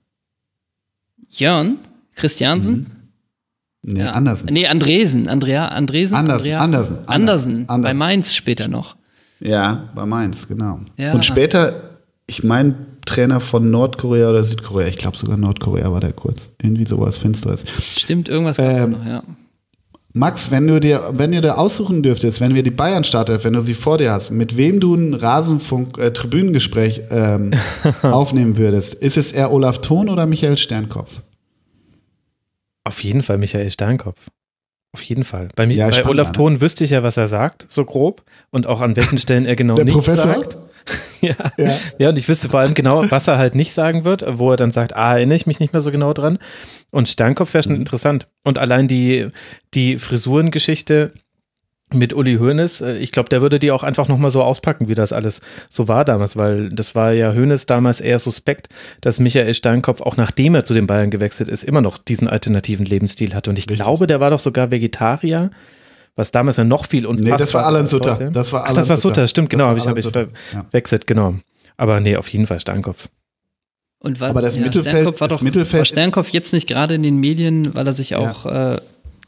S5: Jörn? Christiansen?
S6: Nee,
S5: Ja.
S6: Andersen.
S5: Nee, Andresen. Andrea, Andresen?
S6: Andersen,
S5: Andrea,
S6: Andersen,
S5: Andersen.
S6: Andersen.
S5: Bei
S6: Andersen.
S5: Mainz später noch.
S6: Ja, bei Mainz, genau.
S5: Ja.
S6: Und später, ich meine, Trainer von Nordkorea oder Südkorea. Ich glaube sogar Nordkorea war der kurz. Irgendwie sowas Finsteres.
S5: Stimmt, irgendwas gab's
S6: Ähm,
S5: da noch, ja.
S6: Max, wenn du dir, wenn ihr da aussuchen dürftest, wenn wir die Bayern startet, wenn du sie vor dir hast, mit wem du ein Rasenfunk, äh, Tribünengespräch ähm, aufnehmen würdest, ist es eher Olaf Thon oder Michael Sternkopf?
S4: Auf jeden Fall Michael Steinkopf. Auf jeden Fall. Bei, mir,
S6: Ja,
S4: bei
S6: spannend,
S4: Olaf
S6: ne?
S4: Thon wüsste ich ja, was er sagt, so grob. Und auch an welchen Stellen er genau
S6: Der
S4: nichts
S6: Professor?
S4: sagt. ja.
S6: Ja.
S4: ja, und ich wüsste vor allem genau, was er halt nicht sagen wird, wo er dann sagt, ah, erinnere ich mich nicht mehr so genau dran. Und Steinkopf wäre schon
S6: Mhm.
S4: interessant. Und allein die, die Frisurengeschichte mit Uli Hoeneß, äh, ich glaube, der würde die auch einfach nochmal so auspacken, wie das alles so war damals, weil das war ja Hoeneß damals eher suspekt, dass Michael Steinkopf, auch nachdem er zu den Bayern gewechselt ist, immer noch diesen alternativen Lebensstil hatte. Und ich
S6: Richtig.
S4: glaube, der war doch sogar Vegetarier, was damals ja noch viel unfassbar.
S6: Nee, das war Alan Sutter.
S4: heute.
S6: Das war
S4: Ach,
S6: Alan
S4: das war
S6: Sutter.
S4: Sutter, stimmt,
S6: Das
S4: genau,
S6: war
S4: habe ich, hab
S6: Alan
S4: ich
S6: Sutter, ja.
S4: verwechselt, genau. Aber nee, auf jeden Fall Steinkopf.
S5: Und was,
S6: Aber das
S5: ja,
S6: Mittelfeld-
S5: Sternkopf war
S6: das
S5: doch,
S6: Mittelfeld-
S5: war Sternkopf jetzt nicht gerade in den Medien, weil er sich auch äh,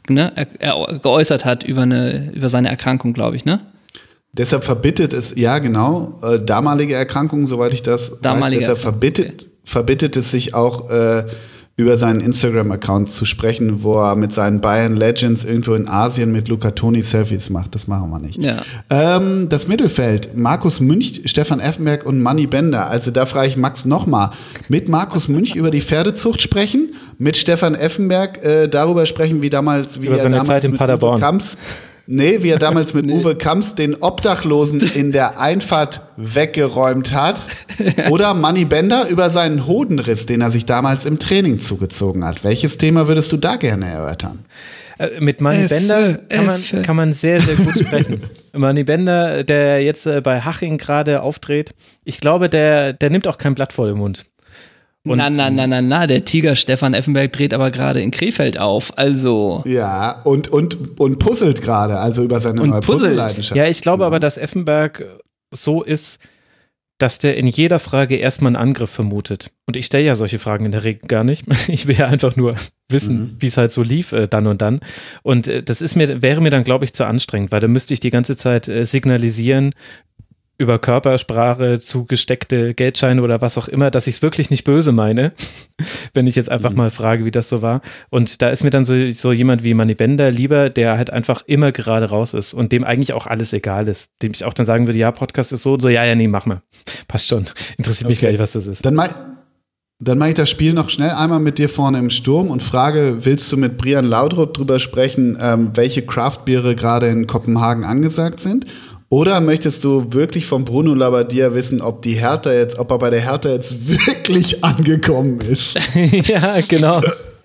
S5: ne, er, er geäußert hat über, eine, über seine Erkrankung, glaube ich, ne?
S6: Deshalb verbittet es, ja genau, äh, damalige Erkrankung, soweit ich das
S5: damalige
S6: weiß, deshalb verbittet, okay. verbittet es sich auch, äh, über seinen Instagram-Account zu sprechen, wo er mit seinen Bayern Legends irgendwo in Asien mit Luca Toni Selfies macht. Das machen wir nicht.
S5: Ja.
S6: Ähm, das Mittelfeld, Markus Münch, Stefan Effenberg und Manni Bender. Also da frage ich Max nochmal, mit Markus Münch über die Pferdezucht sprechen, mit Stefan Effenberg äh, darüber sprechen, wie damals, wie
S4: über
S6: er
S4: seine
S6: damals
S4: Zeit in
S6: mit
S4: Paderborn.
S6: Uwe Kamps, nee, wie er damals mit
S5: nee.
S6: Uwe Kamps den Obdachlosen in der Einfahrt weggeräumt hat. Oder Manni Bender über seinen Hodenriss, den er sich damals im Training zugezogen hat. Welches Thema würdest du da gerne erörtern?
S4: Äh, mit Manni
S5: F,
S4: Bender kann man,
S5: F.
S4: kann man sehr, sehr gut sprechen. Manni Bender, der jetzt äh, bei Haching gerade auftritt, ich glaube, der, der nimmt auch kein Blatt vor den Mund. Und
S5: na, na, na, na, na, der Tiger Stefan Effenberg dreht aber gerade in Krefeld auf, also.
S6: Ja, und, und, und puzzelt gerade, also über seine
S5: Und
S6: neue
S5: puzzelt.
S6: Puzzle-Leidenschaft.
S4: Ja, ich glaube aber, dass Effenberg so ist, dass der in jeder Frage erstmal einen Angriff vermutet. Und ich stelle ja solche Fragen in der Regel gar nicht. Ich will ja einfach nur wissen, mhm. wie es halt so lief äh, dann und dann. Und äh, das ist mir, wäre mir dann, glaube ich, zu anstrengend, weil da müsste ich die ganze Zeit äh, signalisieren, über Körpersprache, zugesteckte Geldscheine oder was auch immer, dass ich es wirklich nicht böse meine, wenn ich jetzt einfach mhm. mal frage, wie das so war. Und da ist mir dann so, so jemand wie Manni Bender lieber, der halt einfach immer gerade raus ist und dem eigentlich auch alles egal ist. Dem ich auch dann sagen würde, ja, Podcast ist so und so, ja, ja, nee, mach mal. Passt schon. Interessiert mich
S6: okay.
S4: gar nicht, was das ist.
S6: Dann mach, dann mache ich das Spiel noch schnell einmal mit dir vorne im Sturm und frage, willst du mit Brian Laudrup drüber sprechen, ähm, welche Craftbiere gerade in Kopenhagen angesagt sind? Oder möchtest du wirklich von Bruno Labbadia wissen, ob die Hertha jetzt, ob er bei der Hertha jetzt wirklich angekommen ist?
S4: Ja, genau.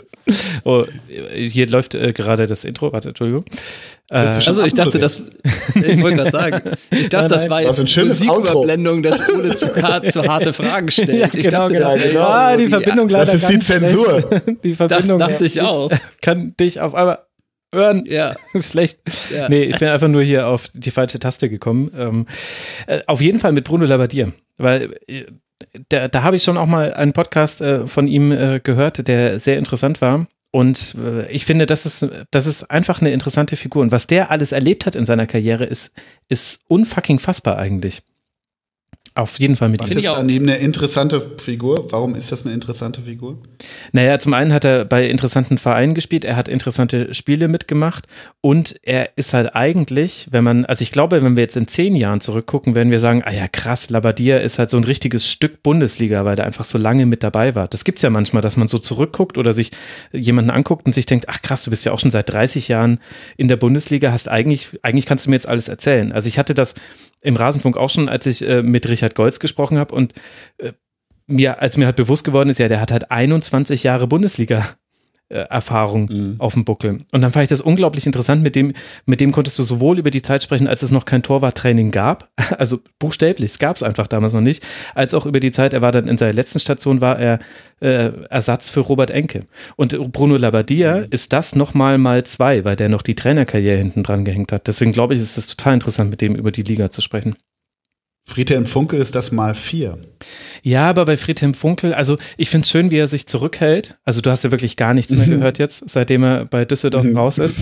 S4: Oh, hier läuft äh, gerade das Intro. Warte, Entschuldigung. Äh,
S5: also ich dachte, das, ich wollte gerade sagen, ich dachte, das war jetzt
S6: eine
S5: Musiküberblendung, dass Ole zu, zu harte Fragen stellt.
S4: Ja,
S5: ich
S4: genau,
S5: dachte,
S4: genau.
S5: das
S6: genau.
S4: Ah, die Verbindung
S6: ja.
S4: leider
S6: Das ist die Zensur.
S4: Schlecht. Die Verbindung
S5: das dachte ich auch.
S4: Kann dich auf einmal hören.
S5: Ja.
S4: Schlecht.
S5: Ja.
S4: Nee, ich bin einfach nur hier auf die falsche Taste gekommen. Ähm, äh, auf jeden Fall mit Bruno Labbadia, weil äh, da, da habe ich schon auch mal einen Podcast äh, von ihm äh, gehört, der sehr interessant war. Und äh, ich finde, das ist, das ist einfach eine interessante Figur. Und was der alles erlebt hat in seiner Karriere, ist, ist unfucking fassbar eigentlich. Auf jeden Fall mit
S6: Was
S4: ihm.
S6: ist an ihm eine interessante Figur? Warum ist das eine interessante Figur?
S4: Naja, zum einen hat er bei interessanten Vereinen gespielt, er hat interessante Spiele mitgemacht und er ist halt eigentlich, wenn man, also ich glaube, wenn wir jetzt in zehn Jahren zurückgucken, werden wir sagen, ah ja krass, Labbadia ist halt so ein richtiges Stück Bundesliga, weil der einfach so lange mit dabei war. Das gibt's ja manchmal, dass man so zurückguckt oder sich jemanden anguckt und sich denkt, ach krass, du bist ja auch schon seit dreißig Jahren in der Bundesliga, hast eigentlich, eigentlich kannst du mir jetzt alles erzählen. Also ich hatte das im Rasenfunk auch schon, als ich äh, mit Richard Goltz gesprochen habe und äh, mir, als mir halt bewusst geworden ist, ja, der hat halt einundzwanzig Jahre Bundesliga äh, Erfahrung mhm. auf dem Buckel. Und dann fand ich das unglaublich interessant, mit dem, mit dem konntest du sowohl über die Zeit sprechen, als es noch kein Torwarttraining gab, also buchstäblich, es gab es einfach damals noch nicht, als auch über die Zeit, er war dann in seiner letzten Station, war er äh, Ersatz für Robert Enke. Und Bruno Labbadia mhm. ist das nochmal mal zwei, weil der noch die Trainerkarriere hinten dran gehängt hat. Deswegen glaube ich, ist es total interessant, mit dem über die Liga zu sprechen.
S6: Friedhelm Funkel ist das mal vier.
S4: Ja, aber bei Friedhelm Funkel, also ich finde es schön, wie er sich zurückhält. Also du hast ja wirklich gar nichts mehr gehört jetzt, seitdem er bei Düsseldorf raus ist.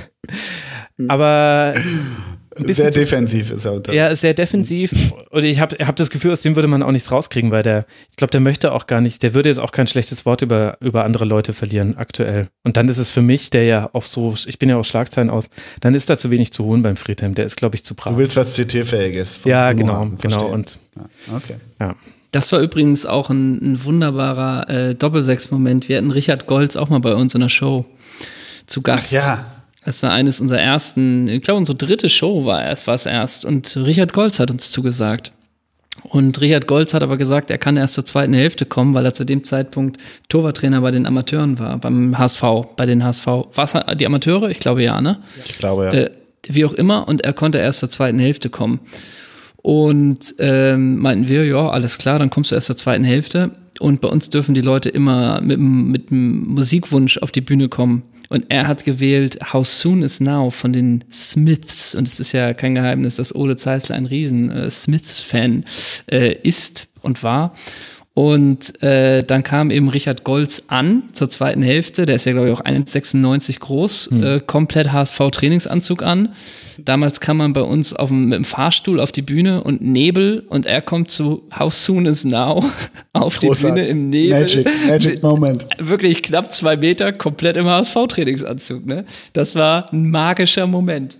S4: Aber
S6: sehr defensiv ist er unterwegs.
S4: Ja, sehr defensiv. Und ich habe hab das Gefühl, aus dem würde man auch nichts rauskriegen, weil der, ich glaube, der möchte auch gar nicht, der würde jetzt auch kein schlechtes Wort über, über andere Leute verlieren aktuell. Und dann ist es für mich, der ja auf so, ich bin ja auch Schlagzeilen aus, dann ist da zu wenig zu holen beim Friedhelm. Der ist, glaube ich, zu brav.
S6: Du willst was Zitierfähiges.
S4: Ja, genau, genau. Und
S6: ja, okay.
S4: Ja.
S5: Das war übrigens auch ein, ein wunderbarer äh, Doppelsechs-Moment. Wir hatten Richard Goltz auch mal bei uns in der Show zu Gast.
S6: Ach ja.
S5: Das war eines unserer ersten, ich glaube, unsere dritte Show war es, war es erst. Und Richard Goltz hat uns zugesagt. Und Richard Goltz hat aber gesagt, er kann erst zur zweiten Hälfte kommen, weil er zu dem Zeitpunkt Torwarttrainer bei den Amateuren war, beim H S V, bei den H S V. War es die Amateure? Ich glaube ja, ne?
S6: Ich glaube ja.
S5: Äh, wie auch immer. Und er konnte erst zur zweiten Hälfte kommen. Und ähm, meinten wir, ja, alles klar, dann kommst du erst zur zweiten Hälfte. Und bei uns dürfen die Leute immer mit, mit einem Musikwunsch auf die Bühne kommen. Und er hat gewählt How Soon Is Now von den Smiths. Und es ist ja kein Geheimnis, dass Ole Zeisler ein riesen äh, Smiths-Fan äh, ist und war. Und äh, dann kam eben Richard Goltz an zur zweiten Hälfte. Der ist ja, glaube ich, auch eins Komma sechsundneunzig groß. Hm. Äh, komplett H S V-Trainingsanzug an. Damals kam man bei uns auf dem, mit dem Fahrstuhl auf die Bühne und Nebel. Und er kommt zu How Soon Is Now auf die
S6: Großartig.
S5: Bühne im Nebel.
S6: Magic, Magic Moment.
S5: Wirklich knapp zwei Meter, komplett im H S V-Trainingsanzug. Ne? Das war ein magischer Moment.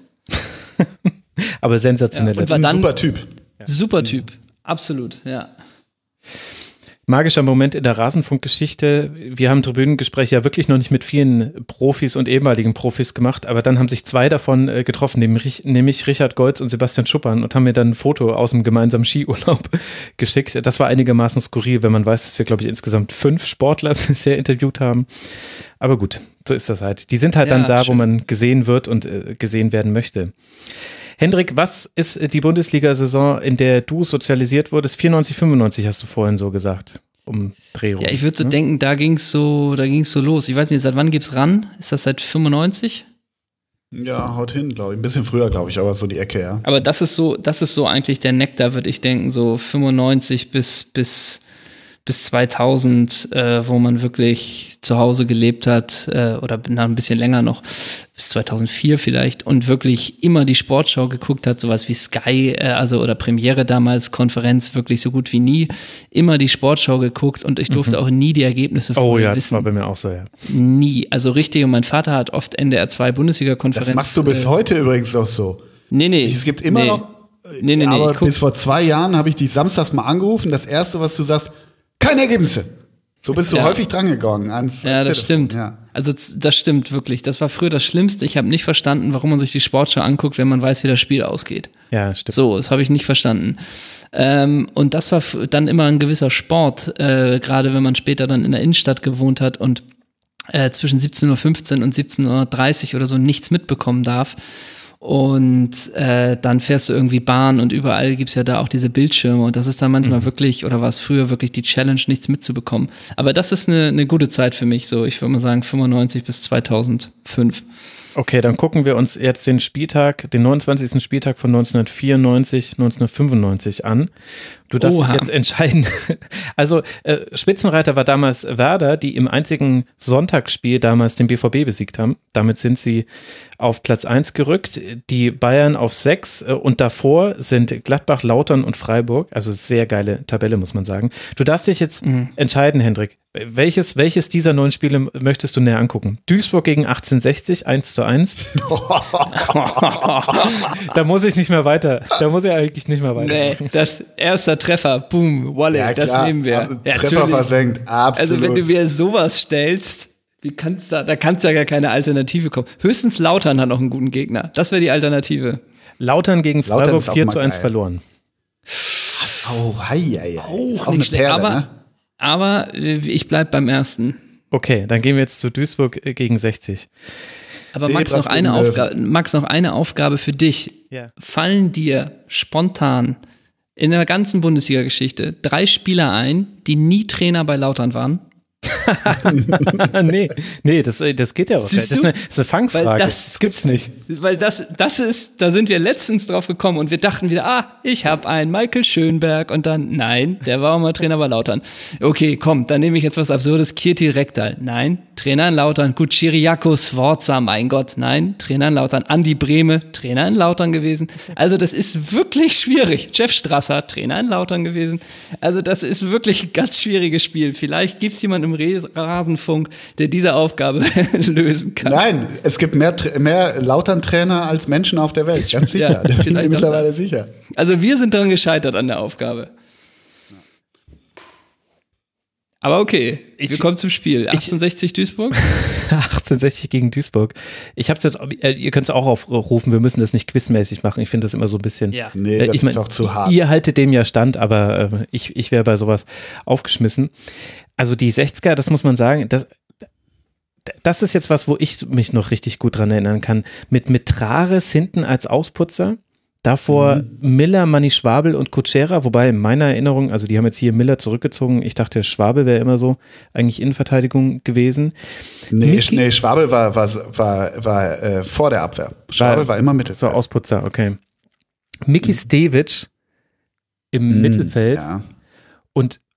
S4: Aber sensationell.
S5: Ja, und war dann
S6: Super Typ.
S5: Super Typ. Absolut, ja.
S4: Magischer Moment in der Rasenfunkgeschichte. Wir haben Tribünengespräche ja wirklich noch nicht mit vielen Profis und ehemaligen Profis gemacht, aber dann haben sich zwei davon äh, getroffen, nämlich Richard Goltz und Sebastian Schuppan, und haben mir dann ein Foto aus dem gemeinsamen Skiurlaub geschickt. Das war einigermaßen skurril, wenn man weiß, dass wir, glaube ich, insgesamt fünf Sportler bisher interviewt haben. Aber gut, so ist das halt. Die sind halt
S5: Ja,
S4: dann da,
S5: schön.
S4: wo man gesehen wird und äh, gesehen werden möchte. Hendrik, was ist die Bundesliga-Saison, in der du sozialisiert wurdest? vierundneunzig, fünfundneunzig hast du vorhin so gesagt, um Dreh rum.
S5: Ja, ich würde so
S4: ne?
S5: denken, da ging's so, da ging's so los. Ich weiß nicht, seit wann gibt's ran? Ist das seit fünfundneunzig?
S6: Ja, haut hin, glaube ich. Ein bisschen früher, glaube ich, aber so die Ecke, ja.
S5: Aber das ist so, das ist so eigentlich der Nektar, würde ich denken, so fünfundneunzig bis, bis, bis zweitausend, äh, wo man wirklich zu Hause gelebt hat, äh, oder na, ein bisschen länger noch, bis zweitausendvier vielleicht, und wirklich immer die Sportschau geguckt hat, sowas wie Sky, äh, also oder Premiere damals, Konferenz, wirklich so gut wie nie, immer die Sportschau geguckt, und ich durfte mhm. auch nie die Ergebnisse
S4: Oh
S5: vorher
S4: ja,
S5: wissen.
S4: das war bei mir auch so, ja.
S5: Nie, also richtig, und mein Vater hat oft N D R zwei Bundesliga-Konferenz.
S6: Das machst du bis
S5: äh,
S6: heute übrigens auch so.
S5: Nee, nee.
S6: Es gibt immer
S5: nee.
S6: noch,
S5: Nee, nee, nee,
S6: aber
S5: ich guck-
S6: bis vor zwei Jahren habe ich dich samstags mal angerufen. Das Erste, was du sagst, keine Ergebnisse. So bist du
S5: Ja.
S6: häufig drangegangen. Ans,
S5: Ja,
S6: ans
S5: das
S6: Telefon.
S5: stimmt.
S6: Ja.
S5: Also z- das stimmt wirklich. Das war früher das Schlimmste. Ich habe nicht verstanden, warum man sich die Sportschau anguckt, wenn man weiß, wie das Spiel ausgeht.
S4: Ja, stimmt.
S5: So, das habe ich nicht verstanden. Ähm, und das war f- dann immer ein gewisser Sport, äh, gerade wenn man später dann in der Innenstadt gewohnt hat und äh, zwischen siebzehn Uhr fünfzehn und siebzehn Uhr dreißig oder so nichts mitbekommen darf. Und äh, dann fährst du irgendwie Bahn, und überall gibt's ja da auch diese Bildschirme, und das ist dann manchmal mhm. wirklich, oder war es früher wirklich die Challenge, nichts mitzubekommen. Aber das ist eine, eine gute Zeit für mich, so ich würde mal sagen fünfundneunzig bis zweitausendfünf.
S4: Okay, dann gucken wir uns jetzt den Spieltag, den neunundzwanzigsten Spieltag von neunzehnhundertvierundneunzig, neunzehnhundertfünfundneunzig an. Du darfst
S5: Oha.
S4: dich jetzt entscheiden. Also äh, Spitzenreiter war damals Werder, die im einzigen Sonntagsspiel damals den B V B besiegt haben. Damit sind sie auf Platz eins gerückt, die Bayern auf sechs, äh, und davor sind Gladbach, Lautern und Freiburg. Also sehr geile Tabelle, muss man sagen. Du darfst dich jetzt mhm. entscheiden, Hendrik. Welches, welches dieser neun Spiele möchtest du näher angucken? Duisburg gegen achtzehnhundertsechzig, eins zu eins. Da muss ich nicht mehr weiter. Da muss ich eigentlich nicht mehr weiter.
S5: Nee, das erster Treffer, boom, Wolle,
S6: Ja,
S5: das
S6: klar.
S5: nehmen wir.
S6: Aber
S5: Ja,
S6: Treffer
S5: natürlich.
S6: versenkt, absolut.
S5: Also wenn du mir sowas stellst, wie kannst da, da kannst ja gar keine Alternative kommen. Höchstens Lautern hat noch einen guten Gegner. Das wäre die Alternative.
S4: Lautern gegen
S6: Lautern
S4: Freiburg
S6: ist auch
S4: vier
S6: mal
S4: zu eins
S6: geil.
S4: verloren.
S6: Oh, hei, hei, hei.
S5: Auch
S6: eine
S5: nicht schlecht,
S6: Perle,
S5: aber,
S6: ne?
S5: aber äh, ich bleib beim ersten.
S4: Okay, dann gehen wir jetzt zu Duisburg äh, gegen sechzig.
S5: Aber
S6: Zebras
S5: Max, noch eine
S6: gegen Löwen.
S5: Aufgabe, Max, noch eine Aufgabe für dich.
S4: Ja.
S5: Fallen dir spontan in der ganzen Bundesliga-Geschichte drei Spieler ein, die nie Trainer bei Lautern waren?
S4: nee, nee, das, das geht ja auch. Das
S5: Siehst
S4: ist
S5: du?
S4: eine, das ist eine Fangfrage.
S5: Weil
S4: Das,
S5: das-
S4: gibt's nicht.
S5: Weil das, das ist, da sind wir letztens drauf gekommen, und wir dachten wieder, ah, ich habe einen Michael Schönberg, und dann, nein, der war auch mal Trainer bei Lautern. Okay, komm, dann nehme ich jetzt was Absurdes, Kirti Rektal, nein, Trainer in Lautern. Gut, Chiriaco Sforza, mein Gott, nein, Trainer in Lautern. Andi Brehme, Trainer in Lautern gewesen. Also das ist wirklich schwierig. Jeff Strasser, Trainer in Lautern gewesen. Also das ist wirklich ein ganz schwieriges Spiel. Vielleicht gibt's jemanden im Re- Rasenfunk, der diese Aufgabe lösen kann.
S6: Nein, es gibt mehr, Tra- mehr Lautern-Trainer als Menschen auf der Welt, ganz sicher.
S5: Ja,
S6: da bin ich
S5: vielleicht
S6: mir
S5: auch
S6: mittlerweile
S5: das.
S6: sicher.
S5: Also wir sind daran gescheitert an der Aufgabe. Aber okay,
S4: Ich-
S5: wir kommen zum Spiel. achtundsechzig Duisburg?
S4: achtzehnhundertsechzig gegen Duisburg. Ich hab's jetzt, äh, ihr könnt es auch aufrufen, wir müssen das nicht quizmäßig machen. Ich finde das immer so ein bisschen.
S5: Ja.
S6: Nee,
S4: äh,
S6: das
S4: ich mein,
S6: ist auch zu hart.
S4: Ihr haltet dem ja stand, aber äh, ich, ich wäre bei sowas aufgeschmissen. Also die sechziger, das muss man sagen, das, das ist jetzt was, wo ich mich noch richtig gut dran erinnern kann. Mit, mit Trares hinten als Ausputzer. Davor mhm. Miller, Manni Schwabel und Kutschera, wobei in meiner Erinnerung, also die haben jetzt hier Miller zurückgezogen, ich dachte, Schwabel wäre immer so eigentlich Innenverteidigung gewesen.
S6: Nee,
S4: Miki-
S6: nee Schwabel war, war, war, war äh, vor der Abwehr. Schwabel war, war immer Mittelfeld.
S4: So, Ausputzer, okay. Miki Stevic im
S6: Mhm,
S4: Mittelfeld
S6: Ja.
S4: und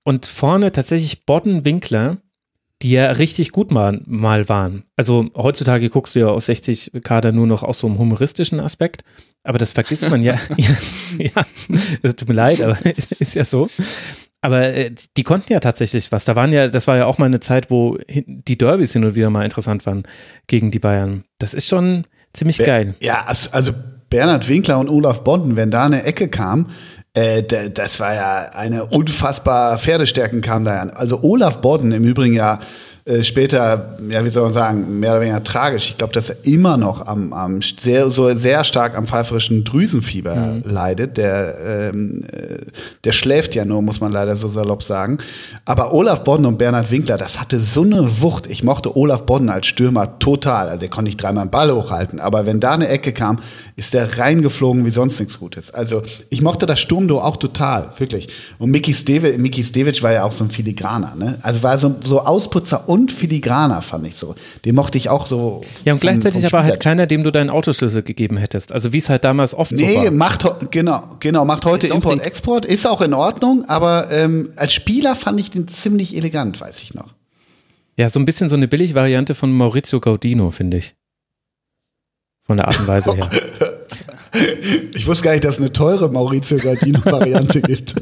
S4: und vorne tatsächlich Bodden, Winkler, die ja richtig gut mal, mal waren. Also heutzutage guckst du ja auf sechzig Kader nur noch aus so einem humoristischen Aspekt, aber das vergisst man ja. ja, ja, das tut mir leid, aber es ist ja so. Aber äh, die konnten ja tatsächlich was. Da waren ja, das war ja auch mal eine Zeit, wo die Derbys hin und wieder mal interessant waren gegen die Bayern. Das ist schon ziemlich
S6: Be-
S4: geil.
S6: Ja, also Bernhard Winkler und Olaf Bodden, wenn da eine Ecke kam, äh, d- das war ja eine unfassbar Pferdestärken kam da an. Also Olaf Bodden im Übrigen ja äh, später, ja, wie soll man sagen, mehr oder weniger tragisch. Ich glaube, dass er immer noch am, am sehr, so sehr stark am pfeiferischen Drüsenfieber mhm. leidet. Der, ähm, äh, der schläft ja nur, muss man leider so salopp sagen. Aber Olaf Bodden und Bernhard Winkler, das hatte so eine Wucht. Ich mochte Olaf Bodden als Stürmer total. Also der konnte nicht dreimal den Ball hochhalten. Aber wenn da eine Ecke kam, ist der reingeflogen wie sonst nichts Gutes. Also ich mochte das Sturmduo auch total, wirklich. Und Miki Stevic, Miki Stevic war ja auch so ein Filigraner, ne? Also war so, so Ausputzer und Filigraner, fand ich so. Den mochte ich auch so.
S4: Ja, und
S6: vom,
S4: gleichzeitig
S6: vom
S4: aber halt
S6: Spieler.
S4: keiner, dem du deinen Autoschlüssel gegeben hättest. Also wie es halt damals oft so war.
S6: Nee, macht, ho- genau, genau, macht heute
S5: Doch,
S6: Import-Export, ist auch in Ordnung, aber ähm, als Spieler fand ich den ziemlich elegant, weiß ich noch.
S4: Ja, so ein bisschen so eine Billig-Variante von Maurizio Gaudino, finde ich. Von der Art und Weise her.
S6: Ich wusste gar nicht, dass es eine teure Maurizio Gardino-Variante gibt.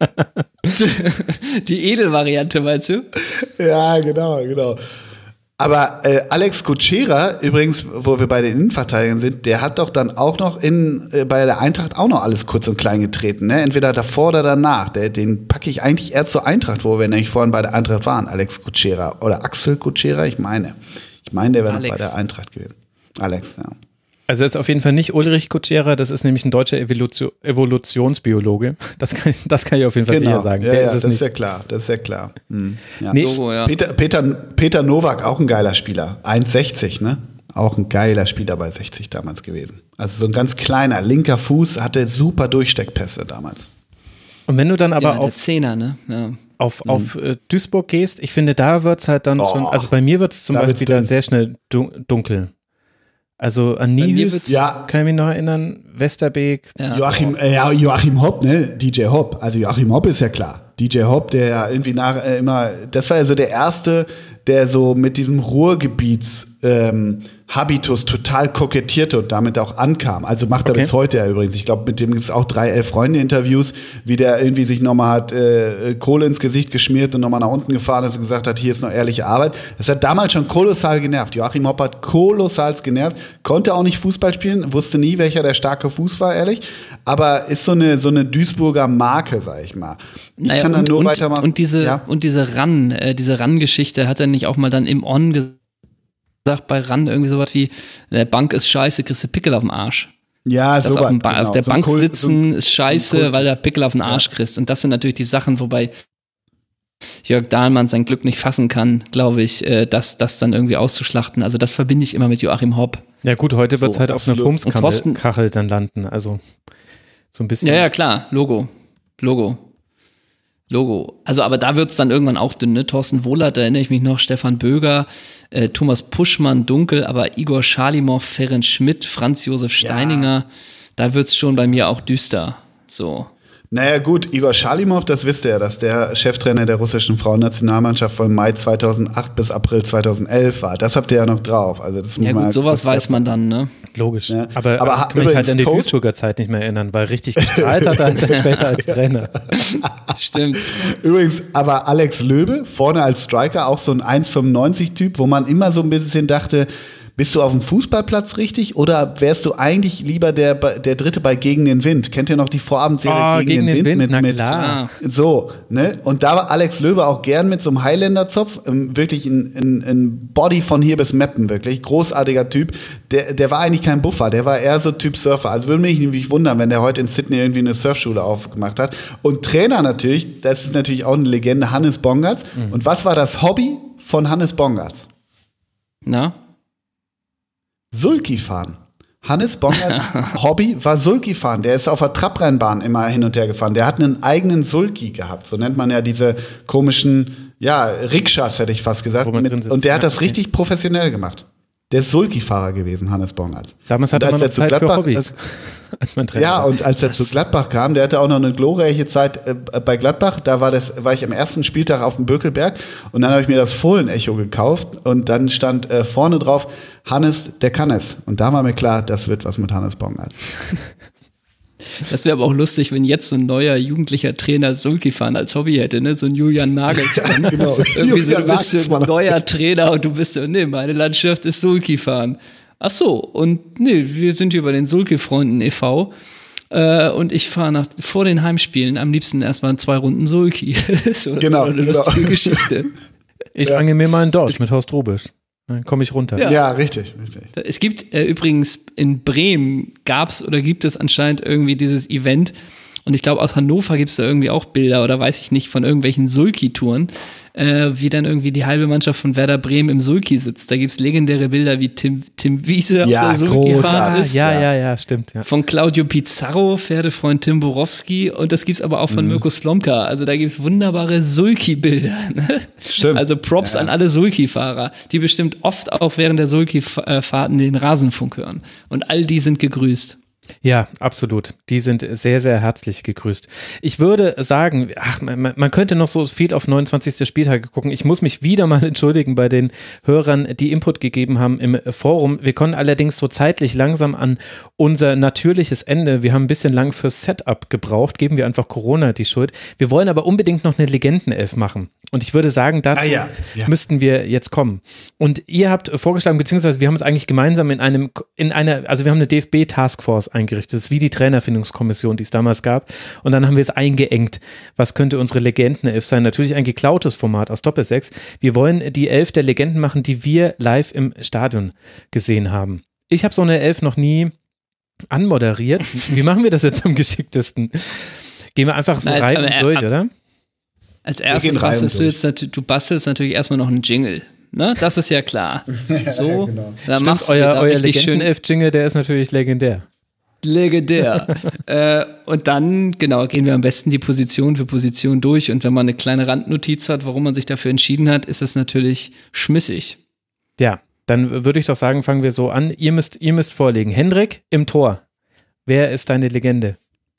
S5: Die Edelvariante, meinst du?
S6: Ja, genau, genau. Aber äh, Alex Kutschera, übrigens, wo wir bei den Innenverteidigern sind, der hat doch dann auch noch in, äh, bei der Eintracht auch noch alles kurz und klein getreten. Ne? Entweder davor oder danach. Der, den packe ich eigentlich eher zur Eintracht, wo wir nämlich vorhin bei der Eintracht waren. Alex Kutschera oder Axel Kutschera, ich meine. Ich meine, der wäre noch bei der Eintracht gewesen. Alex, ja.
S4: Also ist auf jeden Fall nicht Ulrich Kutschera, das ist nämlich ein deutscher Evolutio- Evolutionsbiologe. Das kann, das kann ich auf jeden Fall
S6: Genau.
S4: sicher sagen.
S6: Ja,
S4: Der
S6: ja,
S4: ist es
S6: das
S4: nicht.
S6: ist ja klar, das ist ja klar. Hm. Ja.
S4: Nee,
S5: Logo, ja.
S6: Peter, Peter, Peter Nowak, auch ein geiler Spieler. eins sechzig, ne? Auch ein geiler Spieler bei sechzig damals gewesen. Also so ein ganz kleiner, linker Fuß, hatte super Durchsteckpässe damals.
S4: und wenn du dann aber
S5: ja,
S4: auf,
S5: der Zehner, ne? Ja.
S4: auf, auf äh, Duisburg gehst, ich finde, da wird es halt dann
S6: Oh,
S4: schon, also bei mir wird es zum
S6: da
S4: Beispiel
S6: wird's
S4: da
S6: dünn.
S4: sehr schnell dun- dunkel. Also an
S5: Bei mir
S4: Niehüs
S5: wird's-
S6: Ja.
S4: kann ich mich noch erinnern, Westerbeek.
S5: Ja.
S6: Joachim, äh, ja, Joachim Hopp, ne? D J Hopp. Also Joachim Hopp ist ja klar. D J Hopp, der ja irgendwie nach äh, immer, das war ja so der erste, der so mit diesem Ruhrgebiets ähm, Habitus total kokettierte und damit auch ankam. Also macht er
S4: Okay.
S6: bis heute ja übrigens. Ich glaube, mit dem gibt es auch drei Elf-Freunde-Interviews, wie der irgendwie sich nochmal hat äh, Kohle ins Gesicht geschmiert und nochmal nach unten gefahren ist und gesagt hat, hier ist noch ehrliche Arbeit. Das hat damals schon kolossal genervt. Joachim Hopp hat kolossal genervt, konnte auch nicht Fußball spielen, wusste nie, welcher der starke Fuß war, ehrlich. Aber ist so eine, so eine Duisburger Marke, sag ich mal. Ich
S5: Naja,
S6: kann dann
S5: und,
S6: nur
S5: und,
S6: weitermachen.
S5: und diese
S6: Ja.
S5: und diese Ran, äh, diese Ran-Geschichte hat er nicht auch mal dann im On gesagt bei Ran irgendwie sowas wie der Bank ist scheiße, kriegst du Pickel auf dem Arsch.
S6: Ja,
S5: Das
S6: so
S5: auf,
S6: was,
S5: dem ba-
S6: genau.
S5: auf der
S6: So ein
S5: Bank
S6: Kult-
S5: sitzen
S6: so ein-
S5: ist scheiße,
S6: Kult.
S5: weil du Pickel auf den Arsch kriegst. Und das sind natürlich die Sachen, wobei Jörg Dahlmann sein Glück nicht fassen kann, glaube ich, äh, das, das dann irgendwie auszuschlachten. Also das verbinde ich immer mit Joachim Hopp.
S4: Ja gut, heute wird es
S6: So,
S4: halt auf einer
S6: absolut.
S5: Und Thorsten-
S4: Fumskachel dann landen. Also so ein bisschen.
S5: Ja, ja, klar, Logo. Logo. Logo. Also, aber da wird's dann irgendwann auch dünn, ne? Thorsten Wohlert, da erinnere ich mich noch, Stefan Böger, äh, Thomas Puschmann, dunkel, aber Igor Schalimow, Ferenc Schmidt, Franz Josef Steininger, da wird's schon bei mir auch düster. So.
S6: Naja gut, Igor Schalimow, das wisst ihr ja, dass der Cheftrainer der russischen Frauennationalmannschaft von Mai zweitausendacht bis April zweitauself war. Das habt ihr ja noch drauf. Also das muss
S5: Ja
S6: man
S5: gut, sowas
S6: kurz
S5: weiß man dann, ne?
S4: Logisch.
S6: Ja.
S4: Aber,
S6: Aber
S4: aber
S6: ha-
S4: kann mich halt
S6: übrigens
S4: an die
S6: Coach-
S4: Duisburger Zeit nicht mehr erinnern, weil richtig gestrahlt hat er halt dann später als Trainer.
S5: Stimmt.
S6: Übrigens, aber Alex Löbe, vorne als Striker, auch so ein eins fünfundneunzig-Typ, wo man immer so ein bisschen dachte, bist du auf dem Fußballplatz richtig oder wärst du eigentlich lieber der, der Dritte bei Gegen den Wind? Kennt ihr noch die Vorabendserie
S4: Oh,
S6: Gegen,
S4: Gegen
S6: den,
S4: den
S6: Wind?
S4: Wind, na
S6: mit,
S4: klar.
S6: Mit, so, ne? Und da war Alex Löbe auch gern mit so einem Highlander-Zopf, ähm, wirklich ein, ein, ein Body von hier bis Meppen, wirklich. Großartiger Typ. Der, der war eigentlich kein Buffer, der war eher so Typ Surfer. Also würde mich nicht wundern, wenn der heute in Sydney irgendwie eine Surfschule aufgemacht hat. Und Trainer natürlich, das ist natürlich auch eine Legende, Hannes Bongartz.
S4: Mhm.
S6: Und was war das Hobby von Hannes Bongartz?
S5: Na?
S6: Sulky fahren. Hannes Bongartz Hobby war Sulky fahren. Der ist auf der Trabrennbahn immer hin und her gefahren. Der hat einen eigenen Sulky gehabt. So nennt man ja diese komischen, ja, Rikschas, hätte ich fast gesagt.
S4: Wo man
S6: Mit,
S4: drin sitzt.
S6: und der hat
S4: Ja,
S6: das
S4: okay.
S6: richtig professionell gemacht. Der ist Sulky-Fahrer gewesen, Hannes Bongartz.
S4: Damals hatte man noch Zeit für Hobbys.
S6: Als man ja, und als er zu Gladbach kam, der hatte auch noch eine glorreiche Zeit äh, bei Gladbach. Da war, das, war ich am ersten Spieltag auf dem Bökelberg und dann habe ich mir das Fohlen-Echo gekauft und dann stand äh, vorne drauf, Hannes, der kann es. Und da war mir klar, das wird was mit Hannes Bongartz.
S5: Das wäre aber auch lustig, wenn jetzt so ein neuer jugendlicher Trainer Sulky-Fahren als Hobby hätte, ne? So ein Julian Nagelsmann.
S6: Ja, genau.
S5: Irgendwie so,
S6: Julian
S5: du bist so ein
S6: Nagelsmann.
S5: neuer Trainer und du bist so, nee, meine Landschaft ist Sulky-Fahren. Ach so, und nee, wir sind hier bei den Sulky-Freunden e V äh, und ich fahre vor den Heimspielen am liebsten erstmal zwei Runden Sulky. So
S6: genau,
S5: eine
S6: genau.
S5: lustige Geschichte.
S4: Ich ja. angel mir mal einen Dorsch mit Horst Rubisch. Dann komme ich runter.
S6: Ja, ja richtig, richtig.
S5: Es gibt äh, übrigens in Bremen gab es oder gibt es anscheinend irgendwie dieses Event und ich glaube aus Hannover gibt es da irgendwie auch Bilder oder weiß ich nicht von irgendwelchen Sulky-Touren, äh, wie dann irgendwie die halbe Mannschaft von Werder Bremen im Sulky sitzt. Da gibt es legendäre Bilder, wie Tim, Tim Wiese
S6: ja,
S5: auf der Sulky-Fahrt
S4: ah,
S5: ist.
S4: Ja, ja, ja, stimmt. Ja.
S5: Von Claudio Pizarro, Pferdefreund Tim Borowski und das gibt's aber auch von mhm. Mirko Slomka. Also da gibt's wunderbare Sulky-Bilder. Ne?
S6: Stimmt.
S5: Also Props ja. an alle Sulky-Fahrer, die bestimmt oft auch während der Sulky-Fahrten den Rasenfunk hören. Und all die sind gegrüßt.
S4: Ja, absolut. Die sind sehr, sehr herzlich gegrüßt. Ich würde sagen, ach, man, man könnte noch so viel auf neunundzwanzigsten Spieltag gucken. Ich muss mich wieder mal entschuldigen bei den Hörern, die Input gegeben haben im Forum. Wir kommen allerdings so zeitlich langsam an unser natürliches Ende. Wir haben ein bisschen lang fürs Setup gebraucht. Geben wir einfach Corona die Schuld. Wir wollen aber unbedingt noch eine Legendenelf machen. Und ich würde sagen, dazu
S6: ah, ja. Ja.
S4: müssten wir jetzt kommen. Und ihr habt vorgeschlagen, beziehungsweise wir haben uns eigentlich gemeinsam in einem, in einer, also wir haben eine D F B-Taskforce eingerichtet. Das ist wie die Trainerfindungskommission, die es damals gab. Und dann haben wir es eingeengt. Was könnte unsere Legendenelf sein? Natürlich ein geklautes Format aus Doppelsechs. Wir wollen die Elf der Legenden machen, die wir live im Stadion gesehen haben. Ich habe so eine Elf noch nie anmoderiert. Wie machen wir das jetzt am geschicktesten? Gehen wir einfach so
S5: Nein,
S4: rein
S5: aber,
S4: und durch,
S5: äh,
S4: oder?
S5: Als erstes bastelst du jetzt, du bastelst natürlich erstmal noch einen Jingle. Ne? Das ist ja klar. So,
S6: ja, genau.
S5: dann
S4: Stimmt,
S5: machst du
S4: euer,
S5: da
S4: euer
S5: richtig schön
S4: Legendenelf-Jingle, der ist natürlich legendär.
S5: Legendär. äh, und dann, genau, gehen wir am besten die Position für Position durch. Und wenn man eine kleine Randnotiz hat, warum man sich dafür entschieden hat, ist es natürlich schmissig.
S4: Ja, dann würde ich doch sagen, fangen wir so an. Ihr müsst, ihr müsst vorlegen. Hendrik im Tor. Wer ist deine Legende?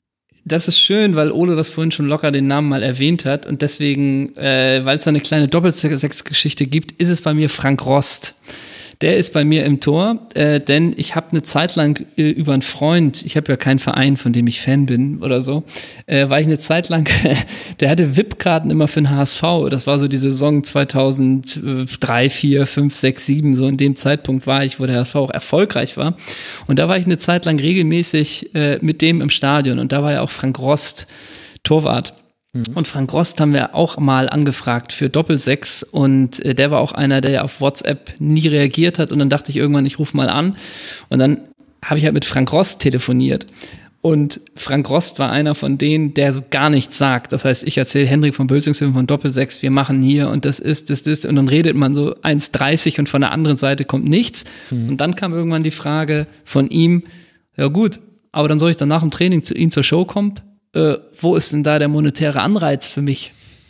S5: Das ist schön, weil Ole das vorhin schon locker den Namen mal erwähnt hat. Und deswegen, äh, weil es da eine kleine Doppelsechs-Geschichte gibt, ist es bei mir Frank Rost. Der ist bei mir im Tor, äh, denn ich habe eine Zeit lang äh, über einen Freund, ich habe ja keinen Verein, von dem ich Fan bin oder so, äh, war ich eine Zeit lang, der hatte V I P-Karten immer für den H S V. Das war so die Saison zweitausenddrei, vier, fünf, sechs, sieben, so in dem Zeitpunkt war ich, wo der H S V auch erfolgreich war. Und da war ich eine Zeit lang regelmäßig äh, mit dem im Stadion und da war ja auch Frank Rost Torwart. Und Frank Rost haben wir auch mal angefragt für Doppelsechs und äh, der war auch einer, der auf WhatsApp nie reagiert hat und dann dachte ich irgendwann, ich rufe mal an und dann habe ich halt mit Frank Rost telefoniert und Frank Rost war einer von denen, der so gar nichts sagt. Das heißt, ich erzähle Hendrik von Bülzingshöfen von Doppelsechs, wir machen hier und das ist, das ist und dann redet man so eins dreißig und von der anderen Seite kommt nichts mhm. und dann kam irgendwann die Frage von ihm, ja gut, aber dann soll ich dann nach dem Training zu ihm zur Show kommen? Äh, wo ist denn da der monetäre Anreiz für mich?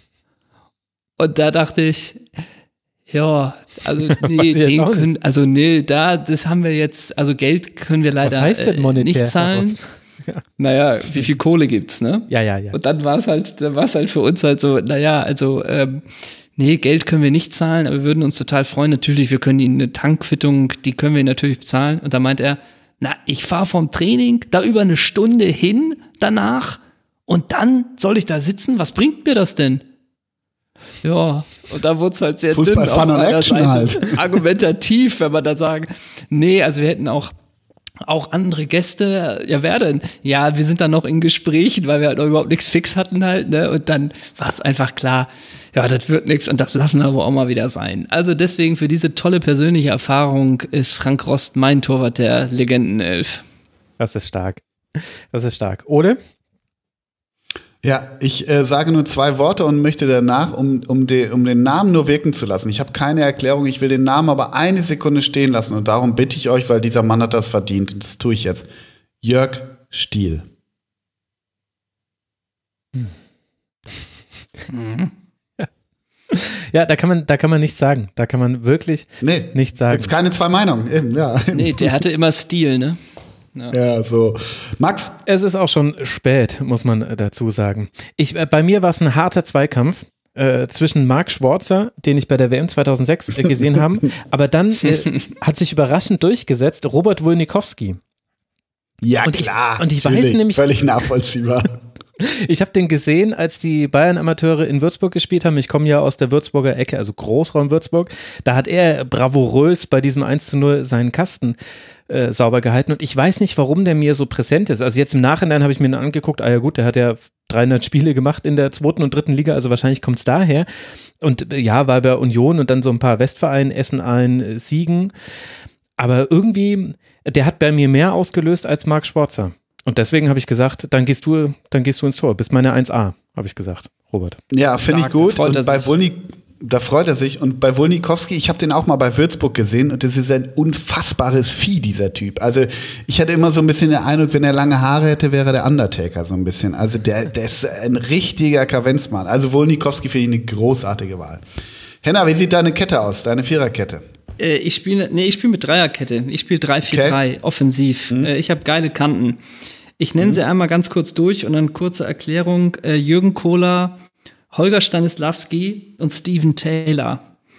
S5: Und da dachte ich, ja, also nee, den können, also nee, da, das haben wir jetzt, also Geld können wir leider
S4: Was heißt denn monetär,
S5: nicht zahlen.
S4: Ja.
S5: Naja, wie viel Kohle gibt's, ne?
S4: Ja, ja, ja.
S5: Und dann war es halt, dann war es halt für uns halt so, naja, also ähm, nee, Geld können wir nicht zahlen, aber wir würden uns total freuen. Natürlich, wir können Ihnen eine Tankquittung, die können wir natürlich bezahlen. Und da meint er, na, ich fahre vom Training da über eine Stunde hin danach und dann soll ich da sitzen? Was bringt mir das denn? Ja, und da wurde es halt sehr
S6: Fußball,
S5: dünn
S6: Fun
S5: auf
S6: und
S5: meiner
S6: Action
S5: Seite.
S6: halt.
S5: Argumentativ, wenn man da sagen, nee, also wir hätten auch auch andere Gäste, ja, wer denn? Ja, wir sind dann noch in Gesprächen, weil wir halt noch überhaupt nichts fix hatten halt, ne? Und dann war es einfach klar, ja, das wird nichts und das lassen wir aber auch mal wieder sein. Also deswegen für diese tolle persönliche Erfahrung ist Frank Rost mein Torwart der Legendenelf.
S4: Das ist stark. Das ist stark. Ole?
S6: Ja, ich äh, sage nur zwei Worte und möchte danach, um, um, de, um den Namen nur wirken zu lassen. Ich habe keine Erklärung, ich will den Namen aber eine Sekunde stehen lassen. Und darum bitte ich euch, weil dieser Mann hat das verdient. Und das tue ich jetzt. Jörg Stiel.
S4: Hm. Mhm. Ja, da kann man, da kann man nichts sagen. Da kann man wirklich
S6: nee,
S4: nichts sagen.
S6: Gibt's keine zwei Meinungen. Eben, ja.
S5: Nee, der hatte immer Stil, ne?
S6: Ja. ja, so. Max?
S4: Es ist auch schon spät, muss man dazu sagen. Ich, äh, bei mir war es ein harter Zweikampf äh, zwischen Marc Schwarzer, den ich bei der W M zweitausendsechs äh, gesehen habe, aber dann äh, hat sich überraschend durchgesetzt Robert Wolnikowski.
S6: Ja,
S4: und
S6: klar.
S4: Ich, und ich weiß nämlich.
S6: Völlig nachvollziehbar.
S4: Ich habe den gesehen, als die Bayern-Amateure in Würzburg gespielt haben. Ich komme ja aus der Würzburger Ecke, also Großraum Würzburg. Da hat er bravourös bei diesem eins zu null seinen Kasten äh, sauber gehalten. Und ich weiß nicht, warum der mir so präsent ist. Also jetzt im Nachhinein habe ich mir ihn angeguckt. Ah ja gut, der hat ja dreihundert Spiele gemacht in der zweiten und dritten Liga. Also wahrscheinlich kommt es daher. Und äh, ja, war bei Union und dann so ein paar Westvereinen, Essen, Aalen, äh, Siegen. Aber irgendwie, der hat bei mir mehr ausgelöst als Marc Schwarzer. Und deswegen habe ich gesagt, dann gehst du, dann gehst du ins Tor. Bist meine eins A, habe ich gesagt, Robert.
S6: Ja, finde ich gut.
S5: Und
S6: bei Wolnik, da freut er sich. Und bei Wolnikowski, ich habe den auch mal bei Würzburg gesehen und das ist ein unfassbares Vieh, dieser Typ. Also ich hatte immer so ein bisschen den Eindruck, wenn er lange Haare hätte, wäre der Undertaker so ein bisschen. Also der, der ist ein richtiger Kavenzmann. Also Wolnikowski finde ich eine großartige Wahl. Henna, wie sieht deine Kette aus, deine Viererkette?
S5: Äh, ich spiele, nee, ich spiele mit Dreierkette. Ich spiele drei vier drei, okay. Offensiv. Mhm. Äh, ich habe geile Kanten. Ich nenne mhm. sie einmal ganz kurz durch und dann kurze Erklärung. Äh, Jürgen Kohler, Holger Stanislawski und Steven Taylor.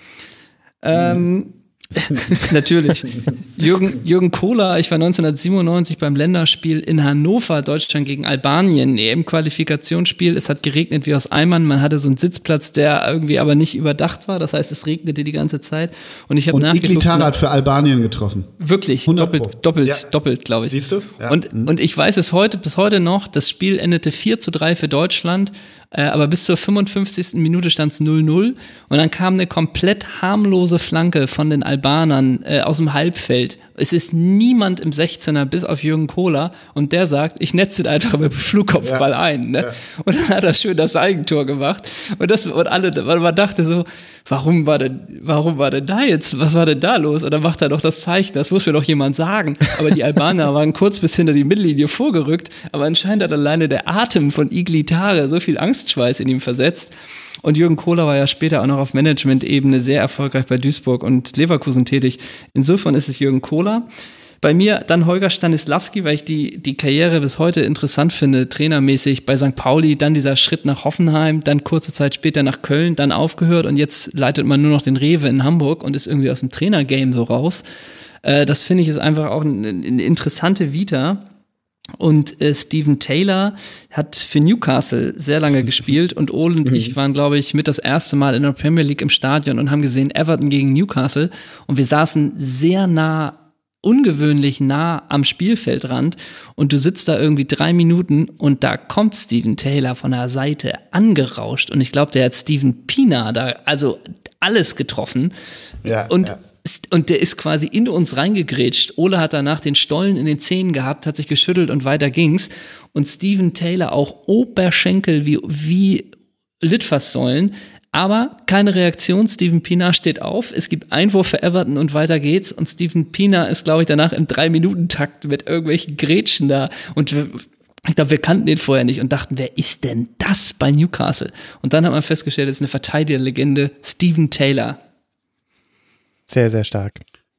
S5: Ähm, mhm. Natürlich. Jürgen, Jürgen Kohler, ich war neunzehnhundertsiebenundneunzig beim Länderspiel in Hannover, Deutschland gegen Albanien, E M-Qualifikationsspiel. Es hat geregnet wie aus Eimern. Man hatte so einen Sitzplatz, der irgendwie aber nicht überdacht war. Das heißt, es regnete die ganze Zeit. Und ich habe nachgeguckt.
S6: Und Iglitara hat für Albanien getroffen.
S5: Wirklich, doppelt, doppelt, ja. doppelt, glaube ich.
S6: Siehst du? Ja.
S5: Und, mhm. und ich weiß es heute, bis heute noch, das Spiel endete vier zu drei für Deutschland. Äh, aber bis zur fünfundfünfzigsten Minute stand es null null und dann kam eine komplett harmlose Flanke von den Albanern äh, aus dem Halbfeld. Es ist niemand im sechzehner bis auf Jürgen Kohler und der sagt, ich netze den einfach mit dem Flugkopfball ja. ein. Ne? Ja. Und dann hat er schön das Eigentor gemacht und, das, und alle, man dachte so, warum war denn, warum war denn da jetzt, was war denn da los? Und dann macht er doch das Zeichen, das muss mir doch jemand sagen. Aber die Albaner waren kurz bis hinter die Mittellinie vorgerückt, aber anscheinend hat alleine der Atem von Iglitara so viel Angstschweiß in ihm versetzt. Und Jürgen Kohler war ja später auch noch auf Management-Ebene sehr erfolgreich bei Duisburg und Leverkusen tätig. Insofern ist es Jürgen Kohler. Bei mir dann Holger Stanislawski, weil ich die, die Karriere bis heute interessant finde, trainermäßig bei Sankt Pauli, dann dieser Schritt nach Hoffenheim, dann kurze Zeit später nach Köln, dann aufgehört und jetzt leitet man nur noch den Rewe in Hamburg und ist irgendwie aus dem Trainergame so raus. Äh, das finde ich ist einfach auch eine, eine interessante Vita. Und äh, Steven Taylor hat für Newcastle sehr lange gespielt und Ole und mhm. ich waren, glaube ich, mit das erste Mal in der Premier League im Stadion und haben gesehen Everton gegen Newcastle und wir saßen sehr nah, ungewöhnlich nah am Spielfeldrand und du sitzt da irgendwie drei Minuten und da kommt Steven Taylor von der Seite angerauscht und ich glaube, der hat Steven Pienaar da also alles getroffen
S6: ja,
S5: und
S6: ja.
S5: Und der ist quasi in uns reingegrätscht. Ole hat danach den Stollen in den Zähnen gehabt, hat sich geschüttelt und weiter ging's. Und Steven Taylor auch Oberschenkel wie, wie Litfaßsäulen. Aber keine Reaktion. Steven Pienaar steht auf. Es gibt Einwurf für Everton und weiter geht's. Und Steven Pienaar ist, glaube ich, danach im Drei-Minuten-Takt mit irgendwelchen Grätschen da. Und ich glaube, wir kannten den vorher nicht und dachten, wer ist denn das bei Newcastle? Und dann hat man festgestellt, es ist eine Verteidigerlegende, Steven Taylor.
S4: Sehr, sehr stark.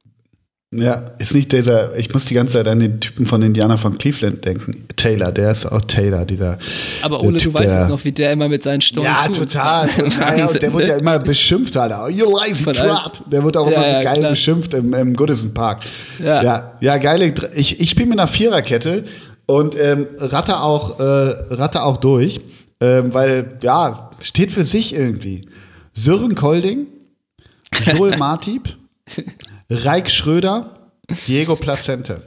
S6: Ja, ist nicht dieser, ich muss die ganze Zeit an den Typen von Indiana von Cleveland denken. Taylor, der ist auch Taylor, dieser.
S5: Aber Ole, typ, du weißt es noch, wie der immer mit seinen Stollen
S6: Ja, total. total. Ja, und der wird ja immer beschimpft, Alter. You lazy trat. Der wird auch
S5: ja,
S6: immer so
S5: ja,
S6: geil
S5: klar.
S6: beschimpft im, im Goodison Park.
S5: Ja,
S6: ja, ja geile. Ich, ich spiele mit einer Viererkette und ähm, ratte auch, äh, ratte auch durch, ähm, weil, ja, steht für sich irgendwie. Sören Kolding, Joel Martip, Reik Schröder, Diego Placente.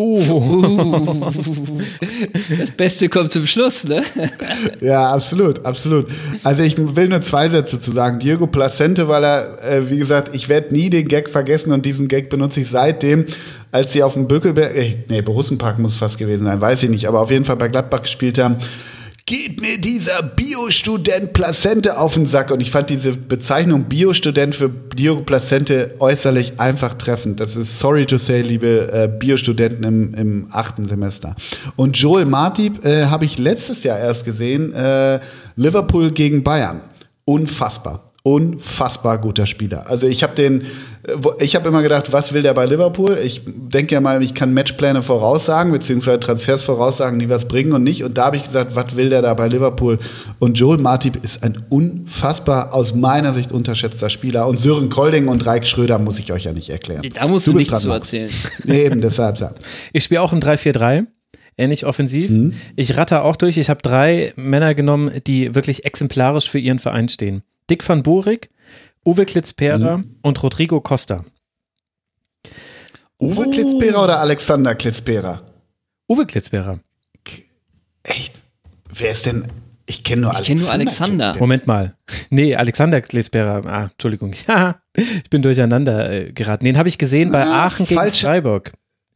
S5: Oh. Das Beste kommt zum Schluss, ne?
S6: Ja, absolut, absolut. Also ich will nur zwei Sätze zu sagen. Diego Placente, weil er, äh, wie gesagt, ich werde nie den Gag vergessen und diesen Gag benutze ich seitdem, als sie auf dem Bökelberg, äh, nee, Borussenpark muss fast gewesen sein, weiß ich nicht, aber auf jeden Fall bei Gladbach gespielt haben. Geht mir dieser Biostudent Placente auf den Sack. Und ich fand diese Bezeichnung Biostudent für Diego Placente äußerlich einfach treffend. Das ist sorry to say, liebe äh, Biostudenten im, im achten Semester. Und Joel Martip äh, habe ich letztes Jahr erst gesehen, äh, Liverpool gegen Bayern. Unfassbar. unfassbar guter Spieler. Also ich habe den, ich habe immer gedacht, was will der bei Liverpool? Ich denke ja mal, ich kann Matchpläne voraussagen, beziehungsweise Transfers voraussagen, die was bringen und nicht. Und da habe ich gesagt, was will der da bei Liverpool? Und Joel Matip ist ein unfassbar, aus meiner Sicht unterschätzter Spieler. Und Sören Kolding und Raik Schröder muss ich euch ja nicht erklären.
S5: Da musst du, du nichts zu erzählen.
S6: Nee, eben, deshalb. Ja.
S4: Ich spiele auch im drei vier drei. Ähnlich offensiv. Mhm. Ich ratter auch durch. Ich habe drei Männer genommen, die wirklich exemplarisch für ihren Verein stehen. Dick van Borik, Uwe Klitzpera mhm. und Rodrigo Costa.
S6: Uwe oh. Klitzpera oder Alexander Klitzpera?
S4: Uwe Klitzpera.
S6: Echt? Wer ist denn? Ich kenne nur,
S5: kenn nur Alexander.
S4: Moment mal. Nee, Alexander Klitzpera. Ah, Entschuldigung. Ich bin durcheinander äh, geraten. Den habe ich gesehen bei ah, Aachen falsch. gegen Freiburg.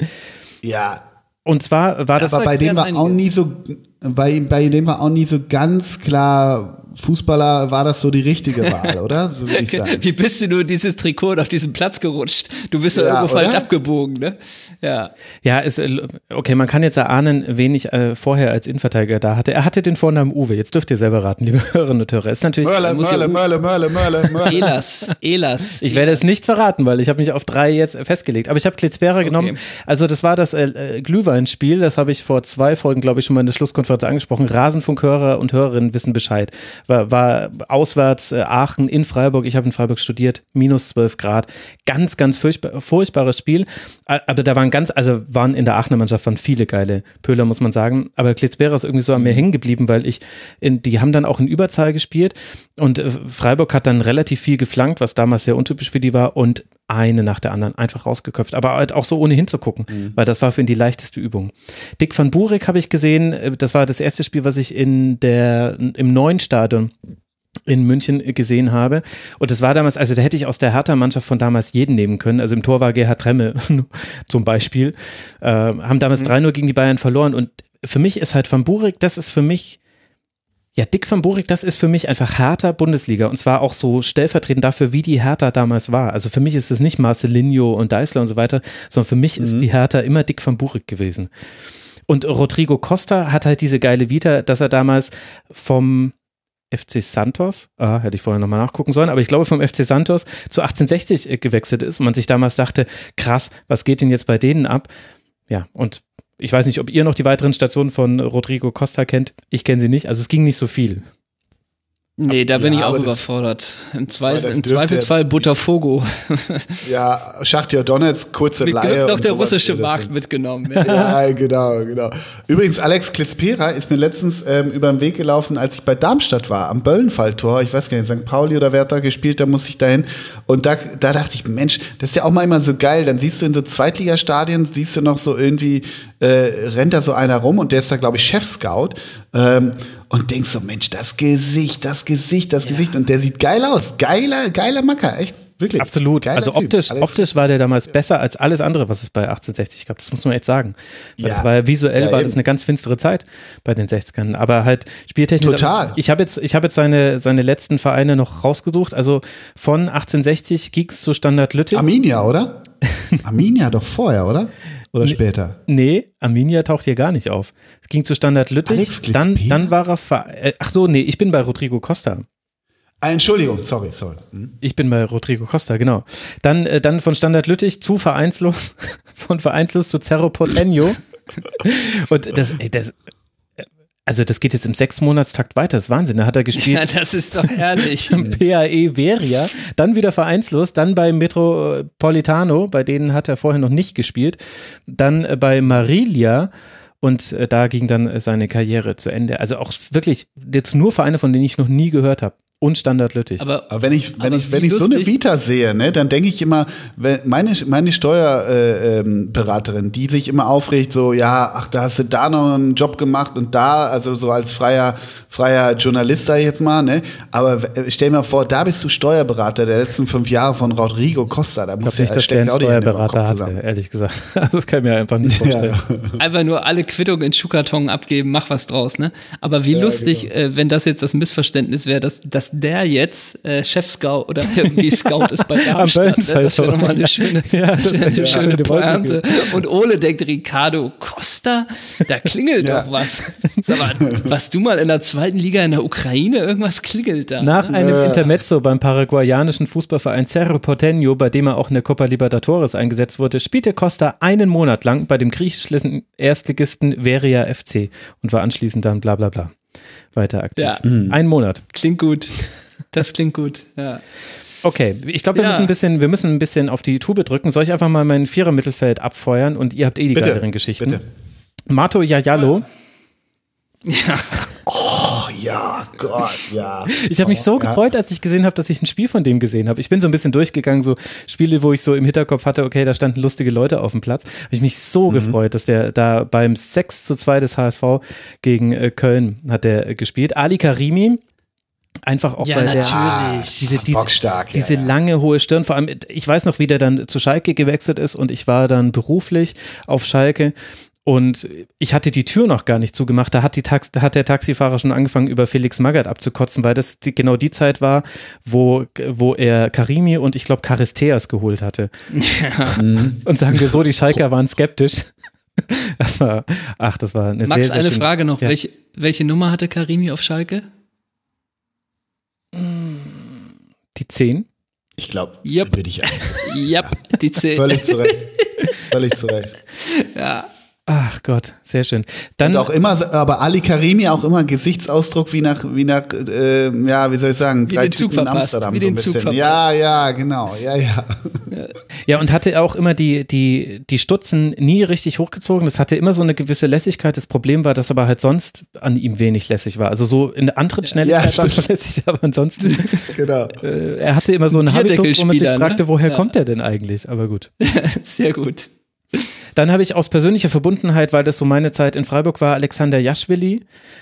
S6: Ja.
S4: Und zwar war das.
S6: Aber bei dem war auch nie so, bei, bei dem war auch nie so ganz klar. Fußballer war das so die richtige Wahl, oder? So würde ich sagen.
S5: Wie bist du nur dieses Trikot auf diesem Platz gerutscht? Du bist ja, ja irgendwo falsch abgebogen, ne? Ja.
S4: Ja, ist, okay, man kann jetzt erahnen, wen ich äh, vorher als Innenverteidiger da hatte. Er hatte den Vornamen Uwe. Jetzt dürft ihr selber raten, liebe Hörerinnen und Hörer. Ist natürlich.
S6: Mörle, Mörle, Mörle, Mörle, Mörle, Mörle.
S5: Elas, Elas.
S4: Ich werde es nicht verraten, weil ich habe mich auf drei jetzt festgelegt. Aber ich habe Klitzpera okay. genommen. Also das war das äh, Glühweinspiel. Das habe ich vor zwei Folgen, glaube ich, schon mal in der Schlusskonferenz angesprochen. Rasenfunkhörer und Hörerinnen wissen Bescheid. War, war auswärts äh, Aachen in Freiburg, ich habe in Freiburg studiert, minus zwölf Grad, ganz, ganz furchtbar, furchtbares Spiel, aber da waren ganz, also waren in der Aachener Mannschaft waren viele geile Pöhler, muss man sagen, aber Klitzpera ist irgendwie so an mir hängen geblieben, weil ich, in, die haben dann auch in Überzahl gespielt und äh, Freiburg hat dann relativ viel geflankt, was damals sehr untypisch für die war und eine nach der anderen einfach rausgeköpft, aber halt auch so ohne hinzugucken, mhm. weil das war für ihn die leichteste Übung. Dick van Borik habe ich gesehen, das war das erste Spiel, was ich in der, im neuen Stadion in München gesehen habe und das war damals, also da hätte ich aus der Hertha-Mannschaft von damals jeden nehmen können, also im Tor war Gerhard Tremme zum Beispiel, äh, haben damals mhm. drei null gegen die Bayern verloren und für mich ist halt Van Borik, das ist für mich Ja, Dick van Borik, das ist für mich einfach Hertha Bundesliga und zwar auch so stellvertretend dafür, wie die Hertha damals war. Also für mich ist es nicht Marcelinho und Deißler und so weiter, sondern für mich mhm. ist die Hertha immer Dick van Borik gewesen. Und Rodrigo Costa hat halt diese geile Vita, dass er damals vom F C Santos, ah, hätte ich vorher nochmal nachgucken sollen, aber ich glaube vom F C Santos zu achtzehnhundertsechzig gewechselt ist und man sich damals dachte, krass, was geht denn jetzt bei denen ab? Ja, und ich weiß nicht, ob ihr noch die weiteren Stationen von Rodrigo Costa kennt. Ich kenne sie nicht, also es ging nicht so viel.
S5: Nee, da bin ja, ich auch überfordert. Im, Zweifel, im Zweifelsfall Botafogo.
S6: Ja, Schachtja Donetsk, kurze
S5: mit
S6: Leihe.
S5: Noch der russische Markt mitgenommen.
S6: Ja. ja, genau, genau. Übrigens, Alex Klitzpera ist mir letztens ähm, über den Weg gelaufen, als ich bei Darmstadt war, am Böllenfalltor. Ich weiß gar nicht, Sankt Pauli oder wer hat da gespielt, da muss ich dahin. Und da, da dachte ich, Mensch, das ist ja auch mal immer so geil. Dann siehst du in so Zweitligastadien, siehst du noch so irgendwie, äh, rennt da so einer rum und der ist da, glaube ich, Chef-Scout. Ähm, und denkst so, Mensch, das Gesicht, das Gesicht, das ja. Gesicht. Und der sieht geil aus. Geiler, geiler Macker, echt. Wirklich.
S4: Absolut.
S6: Geiler
S4: also optisch, optisch war der damals besser als alles andere, was es bei achtzehnhundertsechzig gab. Das muss man echt sagen. Weil ja. das war ja visuell, ja, war das eine ganz finstere Zeit bei den sechzigern. Aber halt spieltechnisch.
S6: Total.
S4: Ich habe jetzt, ich habe jetzt seine, seine letzten Vereine noch rausgesucht. Also von achtzehnhundertsechzig Giegs zu Standard Lüttich.
S6: Arminia, oder? Arminia doch vorher, oder? Oder später?
S4: Nee, Arminia taucht hier gar nicht auf. Es ging zu Standard Lüttich. Dann, dann war er. Ver- Ach so, nee, ich bin bei Rodrigo Costa.
S6: Ah, Entschuldigung, sorry, sorry. Hm?
S4: Ich bin bei Rodrigo Costa, genau. Dann, äh, dann von Standard Lüttich zu Vereinslos, von Vereinslos zu Cerro Porteño. Und das, ey, das, also das geht jetzt im Sechsmonatstakt weiter, das ist Wahnsinn. Da hat er gespielt.
S5: Ja, das ist doch herrlich.
S4: P A E Veria, dann wieder Vereinslos, dann bei Metropolitano, bei denen hat er vorher noch nicht gespielt, dann äh, bei Marilia. Und äh, da ging dann äh, seine Karriere zu Ende. Also auch wirklich jetzt nur Vereine, von denen ich noch nie gehört habe. Und Standard Lüttich.
S6: Aber, aber wenn ich, wenn ich, wenn ich so eine Vita sehe, ne, dann denke ich immer, wenn meine, meine Steuerberaterin, äh, die sich immer aufregt, so, ja, ach, da hast du da noch einen Job gemacht und da, also so als freier, freier Journalist, sag ich jetzt mal, ne, aber stell dir mal vor, da bist du Steuerberater der letzten fünf Jahre von Rodrigo Costa, da muss
S4: ich glaube nicht, dass der einen Steuerberater hatte, ehrlich gesagt. Also das kann ich mir einfach nicht vorstellen.
S5: Ja. Einfach nur alle Quittungen in Schuhkarton abgeben, mach was draus, ne, aber wie ja, lustig, genau. äh, wenn das jetzt das Missverständnis wäre, dass, dass der jetzt äh, Chef-Scout oder irgendwie Scout ist bei Darmstadt. Ne? Das wäre nochmal eine schöne, ja, das wär eine ja, schöne Pointe. Und Ole denkt, Ricardo Costa, da klingelt ja. doch was. Sag mal, warst du mal in der zweiten Liga in der Ukraine? Irgendwas klingelt da.
S4: Nach
S5: ne?
S4: einem
S6: Äh.
S4: Intermezzo beim paraguayanischen Fußballverein Cerro Porteño, bei dem er auch in der Copa Libertadores eingesetzt wurde, spielte Costa einen Monat lang bei dem griechischen Erstligisten Veria F C und war anschließend dann bla bla bla weiter aktiv.
S5: Ja.
S4: Einen Monat.
S5: Klingt gut. Das klingt gut, ja.
S4: Okay, ich glaube, wir
S5: Ja.
S4: müssen ein bisschen, wir müssen ein bisschen auf die Tube drücken. Soll ich einfach mal mein Vierer-Mittelfeld abfeuern und ihr habt eh die
S6: Bitte,
S4: geileren Geschichten.
S6: bitte.
S4: Mato Jayalo.
S5: Ja.
S6: Oh ja, Gott, ja.
S4: Ich habe mich so
S6: ja.
S4: gefreut, als ich gesehen habe, dass ich ein Spiel von dem gesehen habe. Ich bin so ein bisschen durchgegangen, so Spiele, wo ich so im Hinterkopf hatte, okay, da standen lustige Leute auf dem Platz. Habe ich mich so mhm. gefreut, dass der da beim sechs zu zwei des H S V gegen äh, Köln hat der äh, gespielt. Ali Karimi. Einfach auch
S5: Ja,
S4: weil
S5: natürlich.
S4: der diese, diese,
S6: Bockstark, ja,
S4: diese
S6: ja.
S4: lange hohe Stirn, vor allem, ich weiß noch, wie der dann zu Schalke gewechselt ist und ich war dann beruflich auf Schalke und ich hatte die Tür noch gar nicht zugemacht, da hat, die Tax, da hat der Taxifahrer schon angefangen, über Felix Magath abzukotzen, weil das die, genau die Zeit war, wo, wo er Karimi und ich glaube Charisteas geholt hatte. Ja. Und sagen wir so, die Schalker waren skeptisch. Das war, ach, das war eine
S5: Max,
S4: sehr, sehr
S5: eine
S4: schöne,
S5: Frage noch,
S4: ja.
S5: welche, welche Nummer hatte Karimi auf Schalke?
S4: Die zehn?
S6: Ich glaube,
S5: Yep.
S6: würde ich auch.
S5: Yep, die zehn.
S6: Völlig zu Recht. Völlig zu Recht.
S5: Ja.
S4: Ach Gott, sehr schön. Dann
S6: Und auch immer, aber Ali Karimi auch immer Gesichtsausdruck wie nach, wie nach, äh, ja, wie soll ich sagen,
S5: Wie
S6: drei
S5: den Zug
S6: Typen in
S5: verpasst,
S6: Amsterdam
S5: wie
S6: so ein
S5: den Zug
S6: bisschen.
S5: verpasst.
S6: Ja, ja, genau, ja, ja.
S4: Ja, und hatte auch immer die, die, die Stutzen nie richtig hochgezogen. Das hatte immer so eine gewisse Lässigkeit. Das Problem war, dass aber halt sonst an ihm wenig lässig war. Also so in der Antrittsschnelligkeit
S6: Ja,
S4: war
S6: stimmt.
S4: er lässig, aber ansonsten,
S6: Genau.
S4: äh, er hatte immer so einen Habitus, wo man sich
S5: Bierdeckelspieler,
S4: fragte,
S5: ne?
S4: woher
S5: Ja.
S4: kommt er denn eigentlich? Aber gut.
S5: Sehr gut.
S4: Dann habe ich aus persönlicher Verbundenheit, weil das so meine Zeit in Freiburg war, Alexander Jaschwili,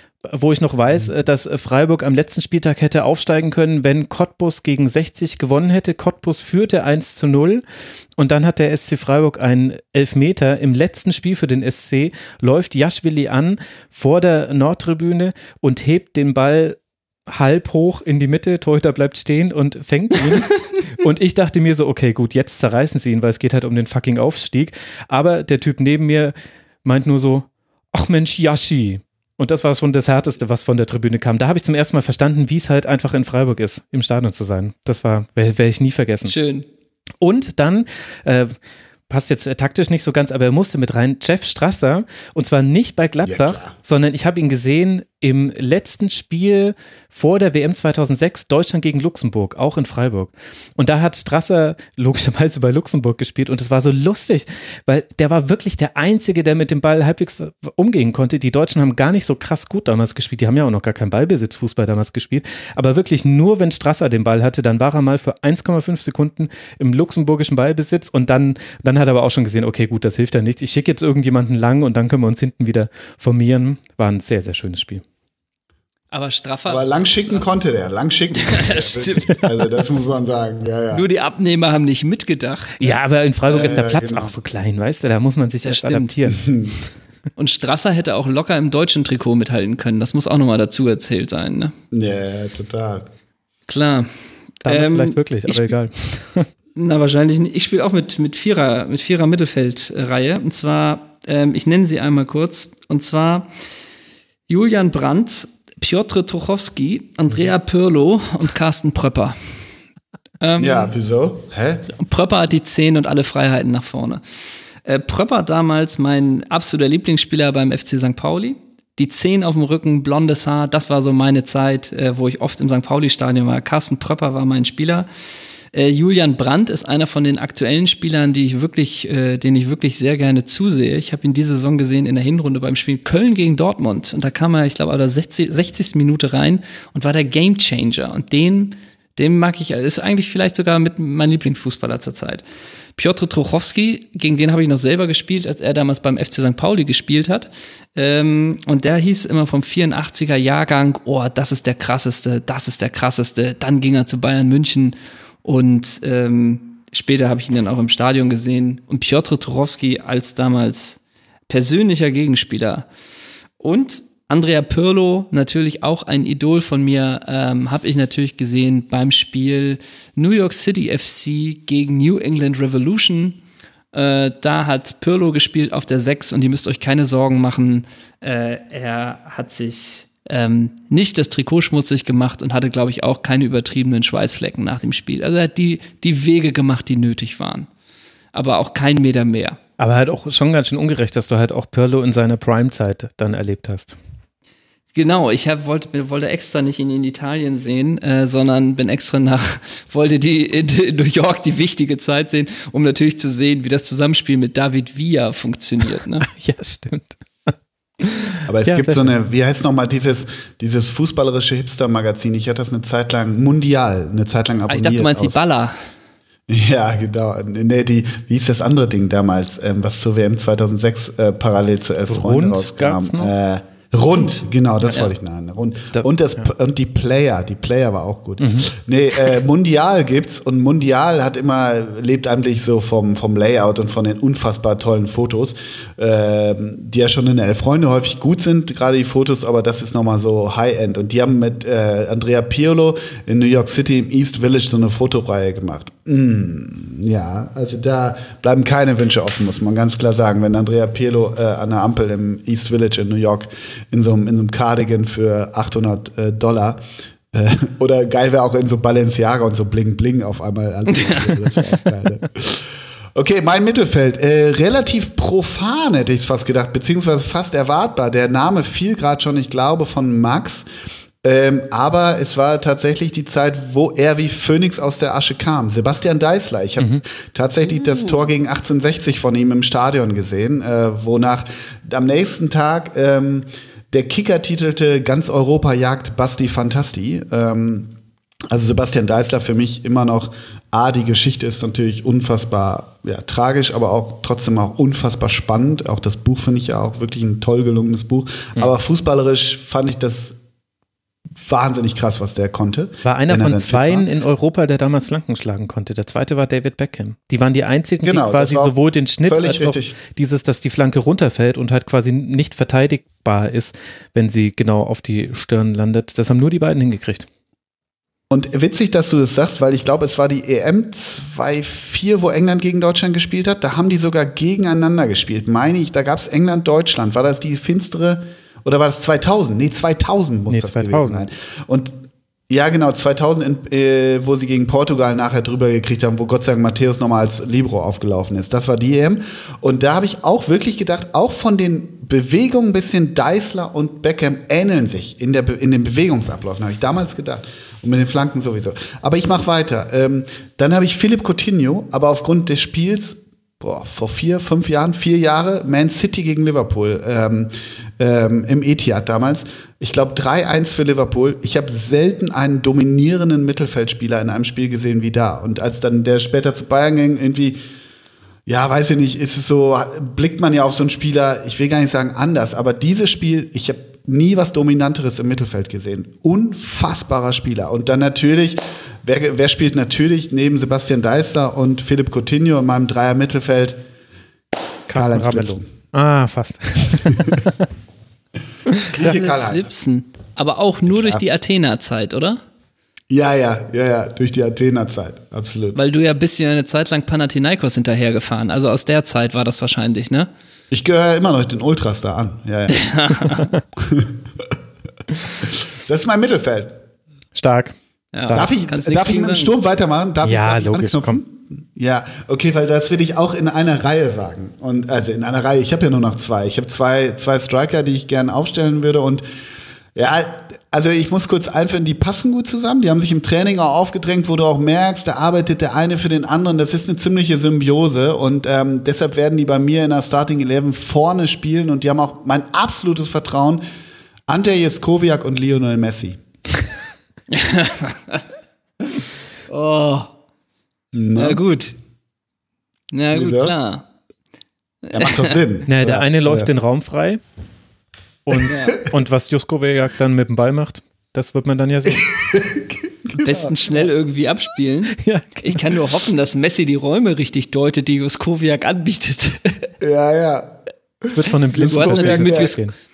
S4: wo ich noch weiß, dass Freiburg am letzten Spieltag hätte aufsteigen können, wenn Cottbus gegen sechzig gewonnen hätte. Cottbus führte eins zu null und dann hat der S C Freiburg einen Elfmeter. Im letzten Spiel für den S C läuft Jaschwili an vor der Nordtribüne und hebt den Ball halb hoch in die Mitte, Torhüter bleibt stehen und fängt ihn. Und ich dachte mir so, okay, gut, jetzt zerreißen sie ihn, weil es geht halt um den fucking Aufstieg. Aber der Typ neben mir meint nur so, ach Mensch, Yaschi. Und das war schon das Härteste, was von der Tribüne kam. Da habe ich zum ersten Mal verstanden, wie es halt einfach in Freiburg ist, im Stadion zu sein. Das war, werde ich nie vergessen.
S5: Schön.
S4: Und dann, äh, passt jetzt äh, taktisch nicht so ganz, aber er musste mit rein, Jeff Strasser, und zwar nicht bei Gladbach,
S6: Ja,
S4: sondern ich habe ihn gesehen im letzten Spiel vor der W M zweitausendsechs, Deutschland gegen Luxemburg, auch in Freiburg. Und da hat Strasser logischerweise bei Luxemburg gespielt und es war so lustig, weil der war wirklich der Einzige, der mit dem Ball halbwegs umgehen konnte. Die Deutschen haben gar nicht so krass gut damals gespielt, die haben ja auch noch gar keinen Ballbesitzfußball damals gespielt, aber wirklich nur, wenn Strasser den Ball hatte, dann war er mal für eins Komma fünf Sekunden im luxemburgischen Ballbesitz und dann, dann hat er aber auch schon gesehen, okay, gut, das hilft ja nichts. Ich schicke jetzt irgendjemanden lang und dann können wir uns hinten wieder formieren. War ein sehr, sehr schönes Spiel.
S5: Aber straffer.
S6: Aber lang schicken konnte der, lang schicken.
S5: Das stimmt.
S6: Also das muss man sagen, ja, ja.
S5: Nur die Abnehmer haben nicht mitgedacht.
S4: Ja, aber in Freiburg
S6: Ja,
S4: ist der
S6: ja,
S4: Platz
S6: genau.
S4: auch so klein, weißt du, da muss man sich
S5: Das
S4: erst
S5: stimmt.
S4: adaptieren.
S5: Und Strasser hätte auch locker im deutschen Trikot mithalten können. Das muss auch nochmal dazu erzählt sein, ne?
S6: Ja, total.
S5: Klar.
S4: Damals
S5: Ähm,
S4: vielleicht wirklich,
S5: ich
S4: aber egal.
S5: Na, wahrscheinlich nicht. Ich spiele auch mit, mit Vierer, mit Vierer Mittelfeldreihe. Und zwar, ähm, ich nenne sie einmal kurz. Und zwar Julian Brandt, Piotr Tuchowski, Andrea Pirlo und Carsten Pröpper. Ähm,
S6: Ja, wieso? Hä?
S5: Und Pröpper hat die zehn und alle Freiheiten nach vorne. Äh, Pröpper damals mein absoluter Lieblingsspieler beim F C Sankt Pauli. Die zehn auf dem Rücken, blondes Haar, das war so meine Zeit, äh, wo ich oft im Sankt Pauli-Stadion war. Carsten Pröpper war mein Spieler. Äh, Julian Brandt ist einer von den aktuellen Spielern, die ich wirklich, äh, den ich wirklich sehr gerne zusehe. Ich habe ihn diese Saison gesehen in der Hinrunde beim Spiel Köln gegen Dortmund. Und da kam er, ich glaube, aber sechzigste Minute rein und war der Gamechanger. Und den, den mag ich, ist eigentlich vielleicht sogar mit mein Lieblingsfußballer zurzeit. Piotr Tuchowski, gegen den habe ich noch selber gespielt, als er damals beim F C Sankt Pauli gespielt hat. Ähm, und der hieß immer vom vierundachtziger Jahrgang, oh, das ist der krasseste, das ist der krasseste. Dann ging er zu Bayern München und ähm, später habe ich ihn dann auch im Stadion gesehen. Und Piotr Tuchowski als damals persönlicher Gegenspieler. Und Andrea Pirlo, natürlich auch ein Idol von mir, ähm, habe ich natürlich gesehen beim Spiel New York City F C gegen New England Revolution. Äh, da hat Pirlo gespielt auf der sechs und ihr müsst euch keine Sorgen machen. Äh, er hat sich ähm, nicht das Trikot schmutzig gemacht und hatte, glaube ich, auch keine übertriebenen Schweißflecken nach dem Spiel. Also er hat die, die Wege gemacht, die nötig waren. Aber auch kein Meter mehr.
S4: Aber halt auch schon ganz schön ungerecht, dass du halt auch Pirlo in seiner Prime-Zeit dann erlebt hast.
S5: Genau, ich hab, wollte, wollte extra nicht ihn in Italien sehen, äh, sondern bin extra nach, wollte die in New York die wichtige Zeit sehen, um natürlich zu sehen, wie das Zusammenspiel mit David Villa funktioniert. Ne?
S4: Ja, stimmt.
S6: Aber es
S4: Ja,
S6: gibt
S4: sehr
S6: so eine, wie heißt nochmal dieses, dieses fußballerische Hipster-Magazin, ich hatte das eine Zeit lang, Mundial, eine Zeit lang
S5: Ah,
S6: abonniert.
S5: ich dachte, du meinst die
S6: aus-
S5: Baller.
S6: Ja, genau. Nee, die, wie hieß das andere Ding damals, ähm, was zur W M zweitausendsechs äh, parallel zu Elf Freunde
S4: Rund
S6: rauskam?
S4: gab's noch?
S6: Äh, Rund, genau, das
S5: Ja.
S6: wollte ich nennen. Rund.
S4: Da-
S6: und, das,
S4: ja.
S6: und die Player, die Player war auch gut.
S4: Mhm.
S6: Nee, äh, Mundial gibt's und Mundial hat immer, lebt eigentlich so vom, vom Layout und von den unfassbar tollen Fotos, ähm, die ja schon in der Elf Freunde häufig gut sind, gerade die Fotos, aber das ist nochmal so High-End. Und die haben mit äh, Andrea Pirlo in New York City im East Village so eine Fotoreihe gemacht. Mm, ja, also da bleiben keine Wünsche offen, muss man ganz klar sagen. Wenn Andrea Pirlo äh, an der Ampel im East Village in New York in so einem, in so einem Cardigan für achthundert äh, Dollar äh, oder geil wäre auch in so Balenciaga und so Bling Bling auf einmal. Also, das wär auch geil, ne? Okay, mein Mittelfeld. Äh, relativ profan hätte ich es fast gedacht, beziehungsweise fast erwartbar. Der Name fiel gerade schon, ich glaube, von Max. Ähm, aber es war tatsächlich die Zeit, wo er wie Phönix aus der Asche kam. Sebastian Deißler. Ich habe mhm. tatsächlich das Tor gegen achtzehnhundertsechzig von ihm im Stadion gesehen, äh, wonach am nächsten Tag ähm, der Kicker titelte Ganz Europa jagt Basti Fantasti. Ähm, also Sebastian Deißler für mich immer noch, A, die Geschichte ist natürlich unfassbar ja, tragisch, aber auch trotzdem auch unfassbar spannend. Auch das Buch finde ich ja auch wirklich ein toll gelungenes Buch. Mhm. Aber fußballerisch fand ich das wahnsinnig krass, was der konnte.
S4: War einer
S6: wenn er
S4: von
S6: dann fit
S4: zweien
S6: war.
S4: in Europa, der damals Flanken schlagen konnte. Der zweite war David Beckham. Die waren die einzigen,
S6: Genau,
S4: die quasi
S6: das war
S4: sowohl den Schnitt
S6: völlig
S4: als auch
S6: richtig.
S4: dieses, dass die Flanke runterfällt und halt quasi nicht verteidigbar ist, wenn sie genau auf die Stirn landet. Das haben nur die beiden hingekriegt.
S6: Und witzig, dass du das sagst, weil ich glaube, es war die E M zweitausendvier, wo England gegen Deutschland gespielt hat. Da haben die sogar gegeneinander gespielt. Meine ich, da gab es England-Deutschland. War das die finstere, oder war das zweitausend? Nee, zweitausend muss
S4: Nee,
S6: das
S4: zweitausend.
S6: gewesen sein. Und ja, genau, zweitausend, in, äh, wo sie gegen Portugal nachher drüber gekriegt haben, wo Gott sei Dank Matthäus nochmal als Libero aufgelaufen ist. Das war die E M. Und da habe ich auch wirklich gedacht, auch von den Bewegungen ein bisschen Deißler und Beckham ähneln sich in, der, Be- in den Bewegungsabläufen, habe ich damals gedacht. Und mit den Flanken sowieso. Aber ich mache weiter. Ähm, dann habe ich Philipp Coutinho, aber aufgrund des Spiels, boah, vor vier, fünf Jahren, vier Jahre, Man City gegen Liverpool, ähm, ähm, im Etihad damals. Ich glaube drei eins für Liverpool. Ich habe selten einen dominierenden Mittelfeldspieler in einem Spiel gesehen wie da. Und als dann der später zu Bayern ging, irgendwie, ja, weiß ich nicht, ist es so, blickt man ja auf so einen Spieler, ich will gar nicht sagen anders, aber dieses Spiel, ich habe nie was Dominanteres im Mittelfeld gesehen. Unfassbarer Spieler. Und dann natürlich, wer, wer spielt natürlich neben Sebastian Deißler und Philipp Coutinho in meinem Dreier-Mittelfeld?
S4: Carsten
S6: Karl-Heinz
S4: Ramelow.
S6: Flipsen.
S4: Ah, fast.
S6: Grieche Karl-Heinz.
S5: Flipsen. Aber auch nur durch
S6: Ja.
S5: die Athena-Zeit, oder?
S6: Ja, ja, ja, ja, durch die Athener-Zeit, absolut.
S5: Weil du ja bist ja eine Zeit lang Panathinaikos hinterhergefahren. Also aus der Zeit war das wahrscheinlich, ne?
S6: Ich gehöre immer noch den Ultras da an. Ja, ja. Das ist mein Mittelfeld.
S4: Stark.
S5: Ja.
S4: Stark.
S6: Darf ich,
S5: Kannst
S6: darf
S5: nichts
S6: ich
S5: gegen
S6: mit dem
S5: sagen.
S6: Sturm weitermachen? Darf
S4: Ja,
S6: ich, darf
S4: logisch,
S6: ich anknüpfen? Ja, okay, weil das will ich auch in einer Reihe sagen. Und also in einer Reihe, ich habe ja nur noch zwei. Ich habe zwei, zwei Striker, die ich gerne aufstellen würde. Und ja, also ich muss kurz einführen, die passen gut zusammen. Die haben sich im Training auch aufgedrängt, wo du auch merkst, da arbeitet der eine für den anderen. Das ist eine ziemliche Symbiose. Und ähm, deshalb werden die bei mir in der Starting Eleven vorne spielen. Und die haben auch mein absolutes Vertrauen. Ante Jeskowiak und Lionel Messi.
S5: Oh. Na gut. Na gut,
S6: Wieso?
S5: klar.
S6: Ja, macht doch Sinn.
S4: Na, der
S6: Oder?
S4: eine läuft
S6: Ja.
S4: den Raum frei und, und was Juskowiak dann mit dem Ball macht, das wird man dann ja sehen.
S5: Am besten schnell irgendwie abspielen.
S4: Ja,
S5: Ich kann nur hoffen, dass Messi die Räume richtig deutet, die Juskowiak anbietet.
S6: Ja, ja.
S4: Es wird von einem
S5: Du hast
S4: Blinden
S5: natürlich mit Jus-
S4: gehen.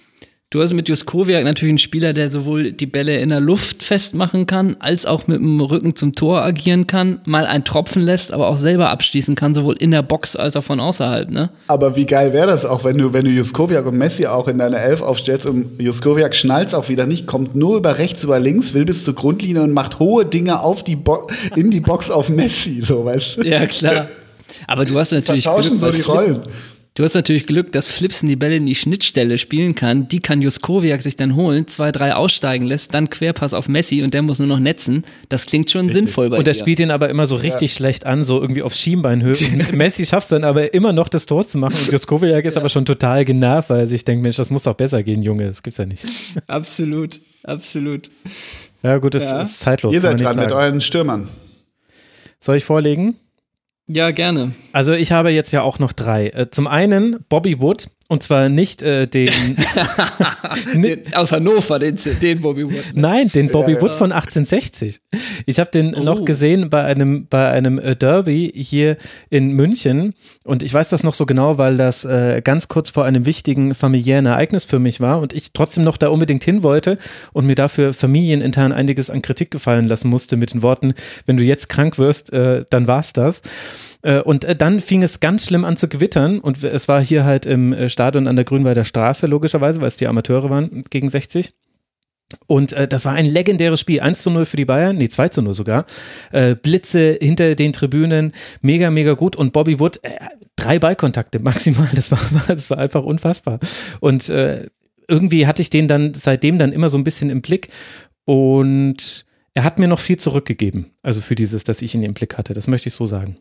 S5: Du hast mit Juskowiak natürlich einen Spieler, der sowohl die Bälle in der Luft festmachen kann, als auch mit dem Rücken zum Tor agieren kann, mal einen tropfen lässt, aber auch selber abschließen kann, sowohl in der Box als auch von außerhalb, ne?
S6: Aber wie geil wäre das auch, wenn du, wenn du Juskowiak und Messi auch in deine Elf aufstellst und Juskowiak schnallt's auch wieder nicht, kommt nur über rechts, über links, will bis zur Grundlinie und macht hohe Dinge auf die Bo- in die Box auf Messi, so, weißt du?
S5: Ja, klar. Aber du hast natürlich
S6: Vertauschen
S5: Glück,
S6: so die
S5: Flip,
S6: Rollen.
S5: Du hast natürlich Glück, dass Flipsen die Bälle in die Schnittstelle spielen kann. Die kann Juskowiak sich dann holen, zwei, drei aussteigen lässt, dann Querpass auf Messi und der muss nur noch netzen. Das klingt schon Richtig. sinnvoll bei
S4: Und er
S5: dir.
S4: spielt ihn aber immer so richtig ja. schlecht an, so irgendwie auf Schienbeinhöhe. Messi schafft es dann aber immer noch, das Tor zu machen. Und Juskowiak ist ja. aber schon total genervt, weil er sich denkt, Mensch, das muss doch besser gehen, Junge, das gibt's ja nicht.
S5: Absolut, absolut.
S4: Ja gut, das ja. ist zeitlos.
S6: Ihr seid dran mit euren Stürmern.
S4: Soll ich vorlegen?
S5: Ja, gerne.
S4: Also ich habe jetzt ja auch noch drei. Äh, zum einen Bobby Wood, und zwar nicht äh, den,
S5: den aus Hannover, den, den Bobby Wood. Ne?
S4: Nein, den Bobby
S5: ja,
S4: Wood
S5: ja.
S4: von achtzehnhundertsechzig. Ich habe den
S5: oh.
S4: noch gesehen bei einem bei einem äh, Derby hier in München und ich weiß das noch so genau, weil das äh, ganz kurz vor einem wichtigen familiären Ereignis für mich war und ich trotzdem noch da unbedingt hin wollte und mir dafür familienintern einiges an Kritik gefallen lassen musste mit den Worten, wenn du jetzt krank wirst, äh, dann war's das. Äh, und äh, dann fing es ganz schlimm an zu gewittern und es war hier halt im äh, Stadion an der Grünwalder Straße, logischerweise, weil es die Amateure waren gegen sechzig. Und äh, das war ein legendäres Spiel, eins zu null für die Bayern, nee, zwei zu null sogar. Äh, Blitze hinter den Tribünen, mega, mega gut. Und Bobby Wood, äh, drei Ballkontakte maximal, das war, das war einfach unfassbar. Und äh, irgendwie hatte ich den dann seitdem dann immer so ein bisschen im Blick und er hat mir noch viel zurückgegeben, also für dieses, dass ich ihn im Blick hatte, das möchte ich so sagen.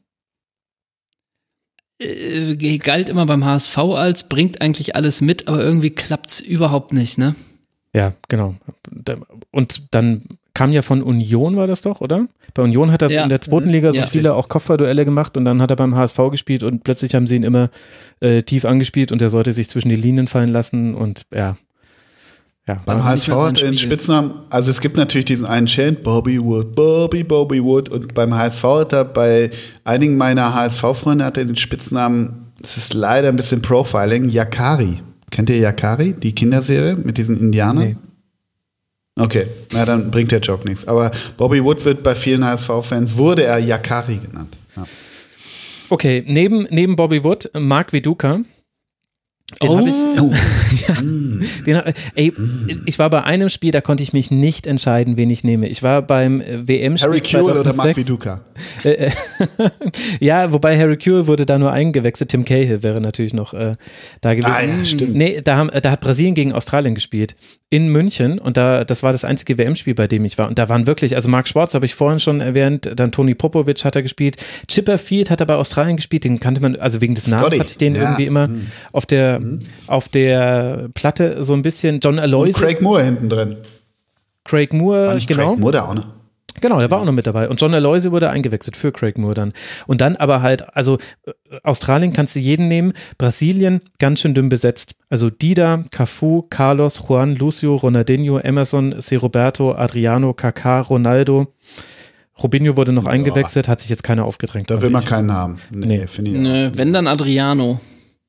S5: Äh, galt immer beim H S V als, bringt eigentlich alles mit, aber irgendwie klappt's überhaupt nicht, ne?
S4: Ja, genau. Und dann kam ja von Union, war das doch, oder? Bei Union hat er ja. in der zweiten Liga so ja. viele auch Kopfballduelle gemacht und dann hat er beim H S V gespielt und plötzlich haben sie ihn immer äh, tief angespielt und er sollte sich zwischen die Linien fallen lassen und ja. Ja,
S6: beim H S V hat er den Spitznamen, also es gibt natürlich diesen einen Chant, Bobby Wood, Bobby, Bobby Wood und beim H S V hat er bei einigen meiner H S V-Freunde hat er den Spitznamen, das ist leider ein bisschen Profiling, Yakari. Kennt ihr Yakari, die Kinderserie mit diesen Indianern? Nee. Okay, na dann bringt der Joke nichts. Aber Bobby Wood wird bei vielen H S V-Fans, wurde er Yakari genannt. Ja.
S4: Okay, neben, neben Bobby Wood, Marc Viduka. Den
S5: oh.
S4: habe ich. Oh. ja, mm. den, ey, mm. ich war bei einem Spiel, da konnte ich mich nicht entscheiden, wen ich nehme. Ich war beim W M-Spiel
S6: Harry Kewell oder Marc Viduka?
S4: Äh, ja, wobei Harry Kewell wurde da nur eingewechselt. Tim Cahill wäre natürlich noch äh, da gewesen.
S6: Ah, ja, stimmt.
S4: Nee, da, haben, da hat Brasilien gegen Australien gespielt. In München. Und da, das war das einzige W M-Spiel, bei dem ich war. Und da waren wirklich, also Marc Schwarz habe ich vorhin schon erwähnt, dann Toni Popovic hat er gespielt. Chipperfield hat er bei Australien gespielt. Den kannte man, also wegen des Namens Scotty. hatte ich den ja. irgendwie immer mhm. auf der Mhm. auf der Platte so ein bisschen. John Aloisi.
S6: Und Craig Moore hinten drin.
S4: Craig Moore,
S6: war nicht
S4: genau.
S6: Craig Moore da auch noch?
S4: Genau, der war auch noch mit dabei. Und John Aloisi wurde eingewechselt für Craig Moore dann. Und dann aber halt, also Australien kannst du jeden nehmen, Brasilien ganz schön dünn besetzt. Also Dida, Cafu, Carlos, Juan, Lucio, Ronaldinho, Emerson, C. Roberto, Adriano, Kaká, Ronaldo. Robinho wurde noch ja. eingewechselt, hat sich jetzt keiner aufgedrängt.
S6: Da will man keinen haben. Nee,
S4: nee.
S6: finde ich
S5: nee, wenn dann Adriano.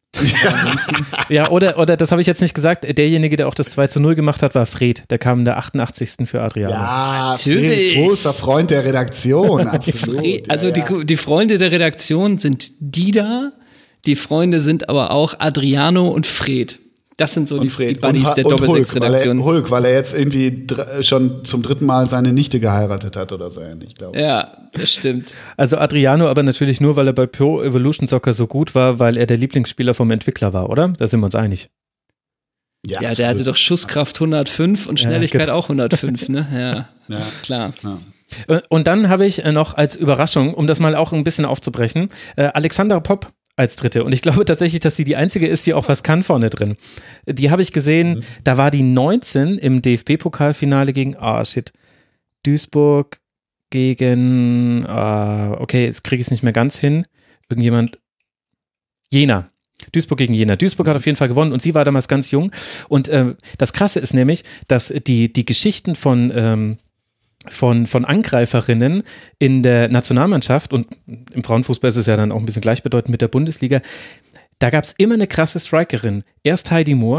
S4: ja, oder, oder das habe ich jetzt nicht gesagt, derjenige, der auch das zwei zu null gemacht hat, war Fred. Der kam in der achtundachtzigsten für Adriano.
S6: Ja, natürlich. Fred, großer Freund der Redaktion, absolut.
S5: Fred, also
S6: ja, ja.
S5: Die, die Freunde der Redaktion sind Dida, die Freunde sind aber auch Adriano und Fred. Das sind so die, die Buddies der Doppelsechs-Redaktion.
S6: Hulk, Hulk, weil er jetzt irgendwie dr- schon zum dritten Mal seine Nichte geheiratet hat oder so, ich glaube.
S5: Ja, das stimmt.
S4: Also Adriano aber natürlich nur, weil er bei Pro Evolution Soccer so gut war, weil er der Lieblingsspieler vom Entwickler war, oder? Da sind wir uns einig.
S5: Ja, ja der hatte doch Schusskraft hundertfünf und Schnelligkeit ja, auch hundertfünf, ne? Ja, ja. klar.
S4: Ja. Und dann habe ich noch als Überraschung, um das mal auch ein bisschen aufzubrechen, Alexandra Popp als Dritte. Und ich glaube tatsächlich, dass sie die einzige ist, die auch was kann vorne drin. Die habe ich gesehen, mhm. da war die neunzehn im D F B-Pokalfinale gegen, ah, oh, shit, Duisburg gegen, uh, okay, jetzt kriege ich es nicht mehr ganz hin. Irgendjemand, Jena. Duisburg gegen Jena. Duisburg hat auf jeden Fall gewonnen und sie war damals ganz jung. Und äh, das Krasse ist nämlich, dass die, die Geschichten von ähm, Von, von Angreiferinnen in der Nationalmannschaft und im Frauenfußball ist es ja dann auch ein bisschen gleichbedeutend mit der Bundesliga, da gab es immer eine krasse Strikerin. Erst Heidi Moore,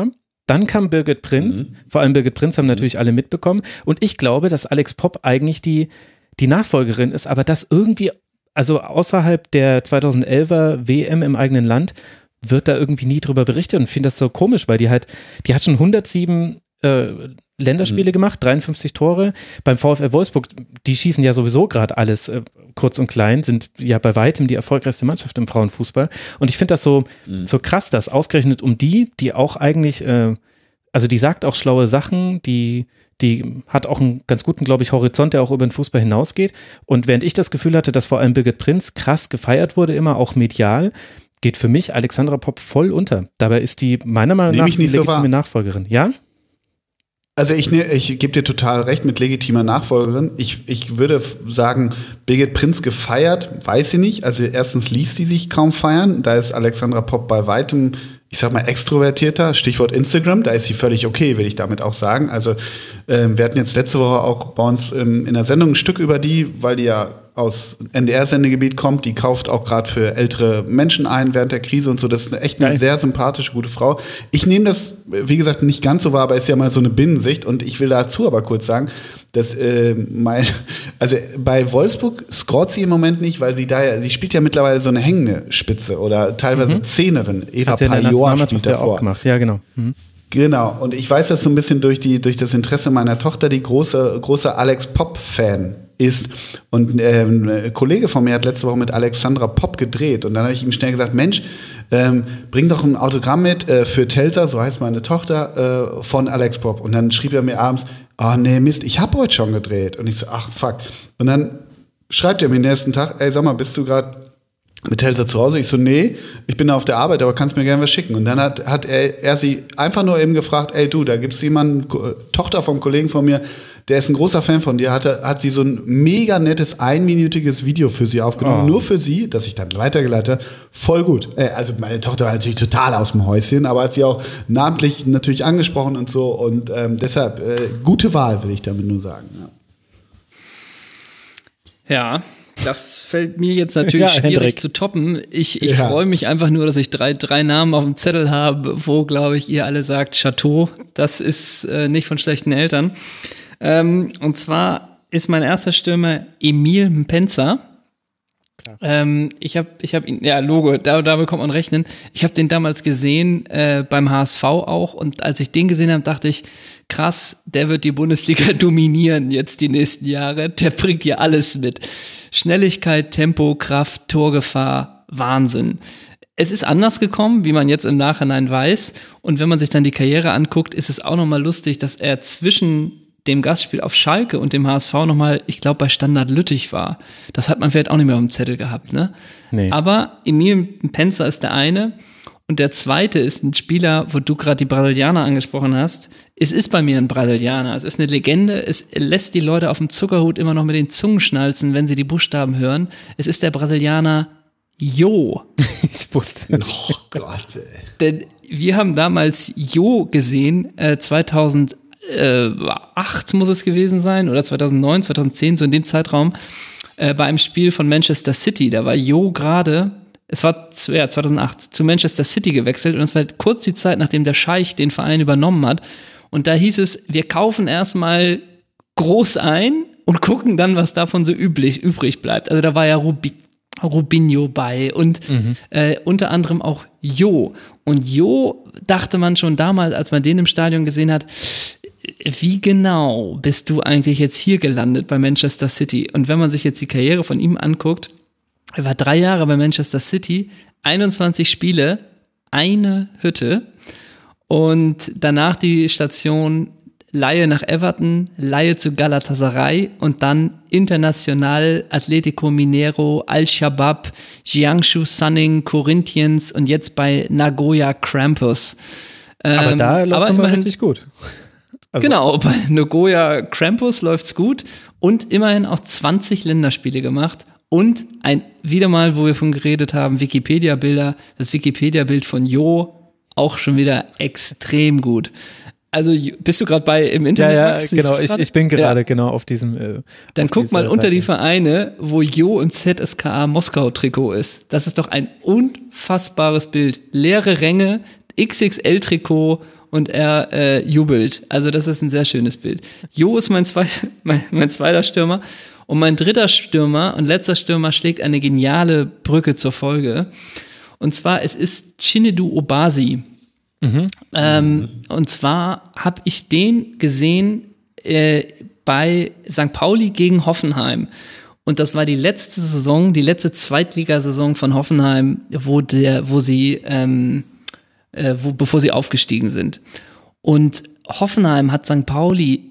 S4: Dann kam Birgit Prinz, mhm. vor allem Birgit Prinz haben natürlich alle mitbekommen und ich glaube, dass Alex Popp eigentlich die, die Nachfolgerin ist, aber das irgendwie, also außerhalb der zweitausendelfer W M im eigenen Land wird da irgendwie nie drüber berichtet und finde das so komisch, weil die halt, die hat schon hundertsieben äh, Länderspiele mhm. gemacht, dreiundfünfzig Tore. Beim VfL Wolfsburg, die schießen ja sowieso gerade alles äh, kurz und klein, sind ja bei weitem die erfolgreichste Mannschaft im Frauenfußball. Und ich finde das so, mhm. so krass, dass ausgerechnet um die, die auch eigentlich, äh, also die sagt auch schlaue Sachen, die, die hat auch einen ganz guten, glaube ich, Horizont, der auch über den Fußball hinausgeht. Und während ich das Gefühl hatte, dass vor allem Birgit Prinz krass gefeiert wurde, immer auch medial, geht für mich Alexandra Popp voll unter. Dabei ist die meiner Meinung nach die legitime Nachfolgerin. Ja?
S6: Also ich, ne, ich gebe dir total recht mit legitimer Nachfolgerin. Ich, ich würde sagen, Birgit Prinz gefeiert, weiß sie nicht. Also erstens ließ sie sich kaum feiern. Da ist Alexandra Popp bei weitem, ich sag mal, extrovertierter. Stichwort Instagram, da ist sie völlig okay, will ich damit auch sagen. Also ähm, wir hatten jetzt letzte Woche auch bei uns ähm, in der Sendung ein Stück über die, weil die ja aus N D R-Sendegebiet kommt, die kauft auch gerade für ältere Menschen ein während der Krise und so. Das ist eine echt eine sehr sympathische, gute Frau. Ich nehme das, wie gesagt, nicht ganz so wahr, aber ist ja mal so eine Binnensicht. Und ich will dazu aber kurz sagen, dass äh, mein, also bei Wolfsburg scoret sie im Moment nicht, weil sie da ja, sie spielt ja mittlerweile so eine hängende Spitze oder teilweise mhm. Zehnerin. Eva Pajor spielt davor. Auch gemacht.
S4: Ja, genau. Mhm.
S6: Genau, und ich weiß das so ein bisschen durch, die, durch das Interesse meiner Tochter, die große, große Alex Popp-Fan ist. Und ähm, ein Kollege von mir hat letzte Woche mit Alexandra Popp gedreht. Und dann habe ich ihm schnell gesagt, Mensch, ähm, bring doch ein Autogramm mit äh, für Telsa, so heißt meine Tochter, äh, von Alex Popp. Und dann schrieb er mir abends, oh nee, Mist, ich habe heute schon gedreht. Und ich so, ach fuck. Und dann schreibt er mir den nächsten Tag, ey, sag mal, bist du gerade mit Telsa zu Hause? Ich so, nee, ich bin da auf der Arbeit, aber kannst mir gerne was schicken. Und dann hat, hat er, er sie einfach nur eben gefragt, ey du, da gibt's jemanden, Tochter vom Kollegen von mir, der ist ein großer Fan von dir, hat, hat sie so ein mega nettes, einminütiges Video für sie aufgenommen, oh. nur für sie, das ich dann weitergeleitet habe, voll gut. Also meine Tochter war natürlich total aus dem Häuschen, aber hat sie auch namentlich natürlich angesprochen und so und ähm, deshalb äh, gute Wahl, will ich damit nur sagen.
S5: Ja. ja. Das fällt mir jetzt natürlich ja, schwierig Hendrik. zu toppen. Ich, ich ja. freue mich einfach nur, dass ich drei, drei Namen auf dem Zettel habe, wo, glaube ich, ihr alle sagt Chateau. Das ist äh, nicht von schlechten Eltern. Ähm, und zwar ist mein erster Stürmer Emil Mpenza. Ähm, ich habe ich hab ihn, ja, Logo, da, da bekommt man rechnen. Ich habe den damals gesehen, äh, beim H S V auch. Und als ich den gesehen habe, dachte ich, krass, der wird die Bundesliga dominieren jetzt die nächsten Jahre. Der bringt hier alles mit. Schnelligkeit, Tempo, Kraft, Torgefahr, Wahnsinn. Es ist anders gekommen, wie man jetzt im Nachhinein weiß. Und wenn man sich dann die Karriere anguckt, ist es auch nochmal lustig, dass er zwischen dem Gastspiel auf Schalke und dem H S V nochmal, ich glaube, bei Standard Lüttich war. Das hat man vielleicht auch nicht mehr auf dem Zettel gehabt, ne? Nee. Aber Emil Mpenza ist der eine. Und der zweite ist ein Spieler, wo du gerade die Brasilianer angesprochen hast. Es ist bei mir ein Brasilianer. Es ist eine Legende. Es lässt die Leute auf dem Zuckerhut immer noch mit den Zungen schnalzen, wenn sie die Buchstaben hören. Es ist der Brasilianer Jo.
S4: Ich wusste es.
S6: Oh Gott, ey.
S5: Denn wir haben damals Jo gesehen, äh, zweitausendacht muss es gewesen sein, oder zweitausendneun, zweitausendzehn, so in dem Zeitraum, äh, bei einem Spiel von Manchester City. Da war Jo gerade... Es war zu, ja, zweitausendacht zu Manchester City gewechselt und es war kurz die Zeit, nachdem der Scheich den Verein übernommen hat. Und da hieß es, wir kaufen erstmal groß ein und gucken dann, was davon so üblich, übrig bleibt. Also da war ja Rubi, Rubinho bei und mhm. äh, unter anderem auch Jo. Und Jo dachte man schon damals, als man den im Stadion gesehen hat, wie genau bist du eigentlich jetzt hier gelandet bei Manchester City? Und wenn man sich jetzt die Karriere von ihm anguckt, er war drei Jahre bei Manchester City, einundzwanzig Spiele, eine Hütte und danach die Station Leihe nach Everton, Leihe zu Galatasaray und dann International, Atletico Mineiro, Al-Shabaab, Jiangsu Suning, Corinthians und jetzt bei Nagoya Grampus.
S4: Aber ähm, da läuft es immer richtig gut.
S5: Also. Genau, bei Nagoya Grampus läuft's gut und immerhin auch zwanzig Länderspiele gemacht. Und ein, wieder mal, wo wir von geredet haben, Wikipedia-Bilder, das Wikipedia-Bild von Jo, auch schon wieder extrem gut. Also bist du gerade bei im Internet?
S4: Ja, ja, genau, ich, ich bin gerade ja. genau auf diesem äh,
S5: Dann
S4: auf
S5: guck mal unter Seite. Die Vereine, wo Jo im Z S K A Moskau-Trikot ist. Das ist doch ein unfassbares Bild. Leere Ränge, X X L-Trikot und er äh, jubelt. Also das ist ein sehr schönes Bild. Jo ist mein, zweit, mein, mein zweiter Stürmer und mein dritter Stürmer und letzter Stürmer schlägt eine geniale Brücke zur Folge. Und zwar, es ist Chinedu Obasi. Mhm. Ähm, mhm. Und zwar habe ich den gesehen äh, bei Sankt Pauli gegen Hoffenheim. Und das war die letzte Saison, die letzte Zweitligasaison von Hoffenheim, wo der, wo sie, ähm, äh, wo, bevor sie aufgestiegen sind. Und Hoffenheim hat Sankt Pauli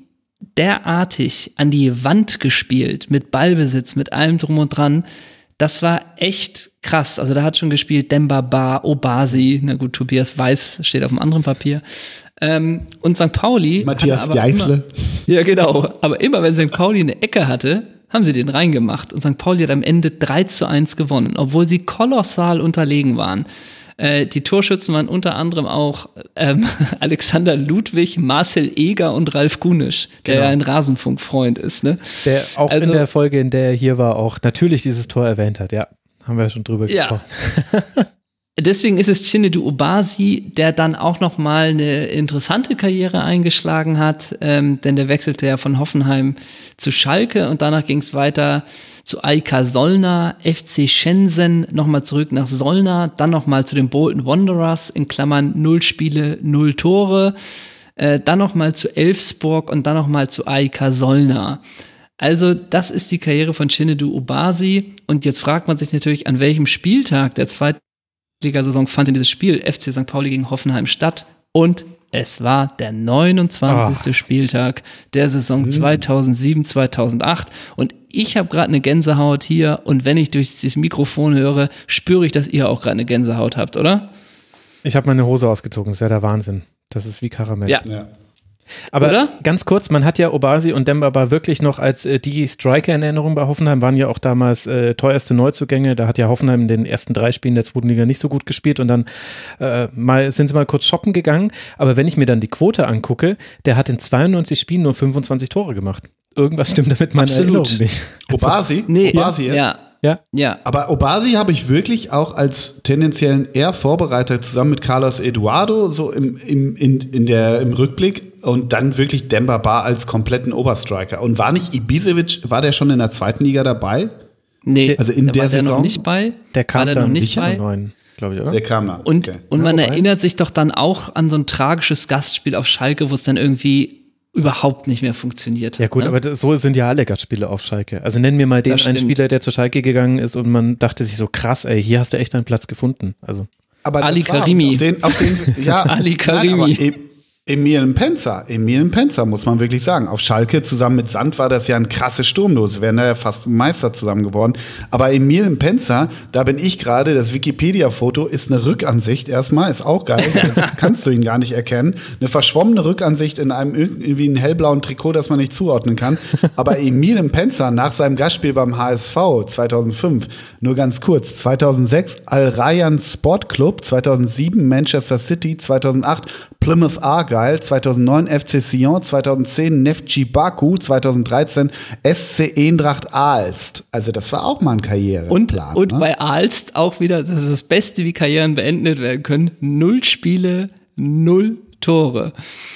S5: derartig an die Wand gespielt, mit Ballbesitz, mit allem drum und dran. Das war echt krass. Also da hat schon gespielt Demba Ba, Obasi, na gut, Tobias Weiß steht auf einem anderen Papier. Ähm, und Sankt Pauli.
S6: Matthias Geißle.
S5: Ja, genau. Aber immer, wenn Sankt Pauli eine Ecke hatte, haben sie den reingemacht. Und Sankt Pauli hat am Ende drei zu eins gewonnen, obwohl sie kolossal unterlegen waren. Äh, die Torschützen waren unter anderem auch ähm, Alexander Ludwig, Marcel Eger und Ralf Gunisch, der genau. ja ein Rasenfunk-Freund ist. Ne?
S4: Der auch also, in der Folge, in der er hier war, auch natürlich dieses Tor erwähnt hat. Ja, haben wir ja schon drüber gesprochen.
S5: Ja. Deswegen ist es Chinedu Obasi, der dann auch noch mal eine interessante Karriere eingeschlagen hat, ähm, denn der wechselte ja von Hoffenheim zu Schalke und danach ging es weiter zu A I K Solna, F C Shenzhen, nochmal zurück nach Solna, dann nochmal zu den Bolton Wanderers, in Klammern null Spiele, null Tore, äh, dann nochmal zu Elfsborg und dann nochmal zu A I K Solna. Also das ist die Karriere von Chinedu Obasi und jetzt fragt man sich natürlich, an welchem Spieltag der zweiten Liga-Saison fand in dieses Spiel F C Sankt Pauli gegen Hoffenheim statt und es war der neunundzwanzigste Oh. Spieltag der Saison mhm. zweitausendsieben, zweitausendacht und ich habe gerade eine Gänsehaut hier und wenn ich durch dieses Mikrofon höre, spüre ich, dass ihr auch gerade eine Gänsehaut habt, oder?
S4: Ich habe meine Hose ausgezogen, das ist ja der Wahnsinn. Das ist wie Karamell.
S5: Ja. ja.
S4: Aber
S5: Oder?
S4: ganz kurz, man hat ja Obasi und Demba Ba wirklich noch als äh, die Striker in Erinnerung bei Hoffenheim, waren ja auch damals äh, teuerste Neuzugänge. Da hat ja Hoffenheim in den ersten drei Spielen der zweiten Liga nicht so gut gespielt und dann äh, mal sind sie mal kurz shoppen gegangen. Aber wenn ich mir dann die Quote angucke, der hat in zweiundneunzig Spielen nur fünfundzwanzig Tore gemacht. Irgendwas stimmt damit meiner Erinnerung nicht.
S6: Obasi?
S5: Nee,
S6: Obasi,
S5: ja. ja.
S4: Ja.
S5: ja.
S6: Aber Obasi habe ich wirklich auch als tendenziellen eher Vorbereiter zusammen mit Carlos Eduardo so im, im, in, in der, im Rückblick und dann wirklich Demba Ba als kompletten Oberstriker. Und war nicht Ibisevic, war der schon in der zweiten Liga dabei?
S5: Nee,
S6: also in
S5: da
S6: der
S5: war der
S6: Saison
S5: noch nicht bei.
S4: Der kam
S5: war der
S4: dann
S5: noch nicht
S4: nicht
S5: bei.
S4: neun, glaube ich, oder?
S6: Der kam dann.
S5: Und,
S6: okay.
S5: und man
S4: ja,
S5: erinnert sich doch dann auch an so ein tragisches Gastspiel auf Schalke, wo es dann irgendwie überhaupt nicht mehr funktioniert.
S4: Ja gut,
S5: ne?
S4: aber das, so sind ja alle Gastspiele auf Schalke. Also nennen wir mal den einen Spieler, der zur Schalke gegangen ist und man dachte sich so krass, ey, hier hast du echt einen Platz gefunden. Also
S6: aber
S5: Ali Karimi.
S6: Auf den, auf den, ja,
S5: Ali Karimi.
S6: Nein, Emil Penzer, Emil Penzer, muss man wirklich sagen. Auf Schalke zusammen mit Sand war das ja ein krasses Sturmlos. Sie wären da ja fast Meister zusammen geworden. Aber Emil Penzer, da bin ich gerade, das Wikipedia-Foto ist eine Rückansicht erstmal, ist auch geil. Kannst du ihn gar nicht erkennen. Eine verschwommene Rückansicht in einem irgendwie einen hellblauen Trikot, das man nicht zuordnen kann. Aber Emil Penzer nach seinem Gastspiel beim H S V zweitausendfünf, nur ganz kurz, zweitausendsechs Al Rayyan Sport Club, zweitausendsieben Manchester City, zweitausendacht Plymouth Argyle, zweitausendneun F C Sion, zweitausendzehn Neftchi Baku, zweitausenddreizehn S C Eendracht Aalst. Also das war auch mal ein Karriere.
S5: Und,
S6: Plan,
S5: und
S6: ne?
S5: bei Aalst auch wieder, das ist das Beste, wie Karrieren beendet werden können. Null Spiele, null Tore.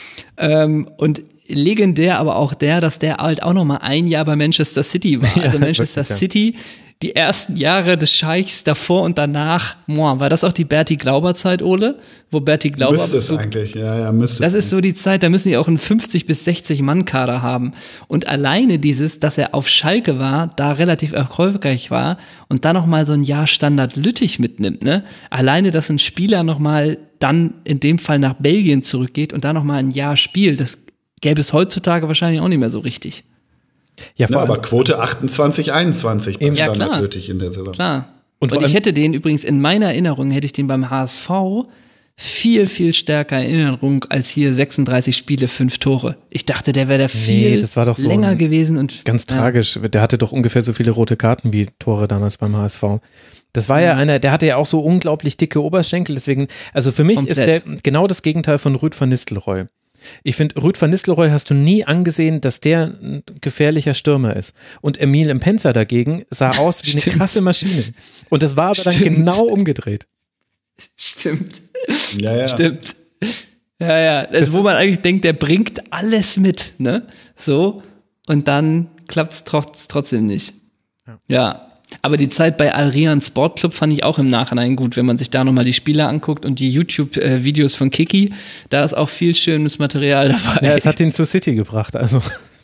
S5: Ähm, und legendär aber auch der, dass der halt auch noch mal ein Jahr bei Manchester City war. Also ja, Manchester City, die ersten Jahre des Scheichs davor und danach, boah, war das auch die Berti Glauber-Zeit, Ole? Wo Berti Glauber...
S6: Müsste es eigentlich, ja, ja, müsste
S5: Das
S6: es
S5: ist so die Zeit, da müssen die auch einen fünfzig bis sechzig Mann Kader haben. Und alleine dieses, dass er auf Schalke war, da relativ erfolgreich war und dann noch mal so ein Jahr Standard Lüttich mitnimmt, ne? Alleine, dass ein Spieler noch mal dann in dem Fall nach Belgien zurückgeht und da noch mal ein Jahr spielt, das gäbe es heutzutage wahrscheinlich auch nicht mehr so richtig.
S4: Ja,
S6: Na, aber Quote achtundzwanzig, einundzwanzig bei
S5: ja,
S6: Standard Lüttich in der Saison.
S5: Klar.
S4: Und,
S5: und ich hätte den übrigens in meiner Erinnerung, hätte ich den beim H S V viel, viel stärker in Erinnerung als hier sechsunddreißig Spiele, fünf Tore. Ich dachte, der wäre da viel
S4: nee, das war doch so
S5: länger gewesen. Und
S4: ganz
S5: ja.
S4: tragisch. Der hatte doch ungefähr so viele rote Karten wie Tore damals beim H S V. Das war ja einer, der hatte ja auch so unglaublich dicke Oberschenkel, deswegen, also für mich Komplett. ist der genau das Gegenteil von Ruud van Nistelrooy. Ich finde, Ruud van Nistelrooy hast du nie angesehen, dass der ein gefährlicher Stürmer ist. Und Emil Penzer dagegen sah aus wie eine krasse Maschine. Und das war aber dann
S5: Stimmt.
S4: genau umgedreht.
S5: Stimmt.
S6: Ja, ja.
S5: Stimmt. Ja, ja, also, wo man eigentlich denkt, der bringt alles mit, ne? So, und dann klappt es trotz, trotzdem nicht. Ja. ja. Aber die Zeit bei Al-Riyan Sportclub fand ich auch im Nachhinein gut, wenn man sich da nochmal die Spieler anguckt und die YouTube-Videos von Kiki, da ist auch viel schönes Material dabei.
S4: Ja, es hat ihn zu City gebracht, also.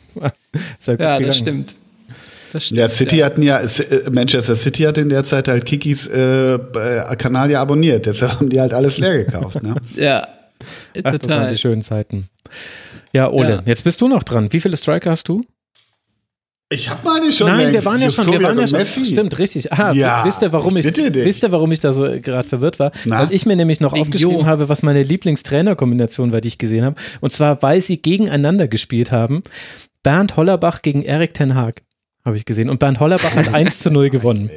S5: Ist ja, ja das stimmt.
S6: Das stimmt. Ja, City ja. hatten ja, Manchester City hat in der Zeit halt Kikis äh, Kanal ja abonniert, deshalb haben die halt alles leer gekauft, ne?
S5: Ja,
S4: Ach, total. Das waren die schönen Zeiten. Ja, Ole, ja. Jetzt bist du noch dran. Wie viele Striker hast du?
S6: Ich habe meine schon.
S4: Nein, wir waren ja schon, wir waren ja schon. Stimmt, richtig. Ah, ja, wisst ihr, warum ich, wisst ihr, warum ich da so gerade verwirrt war? Na? Weil ich mir nämlich noch aufgeschrieben habe, was meine Lieblingstrainerkombination war, die ich gesehen habe. Und zwar, weil sie gegeneinander gespielt haben. Bernd Hollerbach gegen Erik ten Hag, habe ich gesehen. Und Bernd Hollerbach hat eins zu null gewonnen.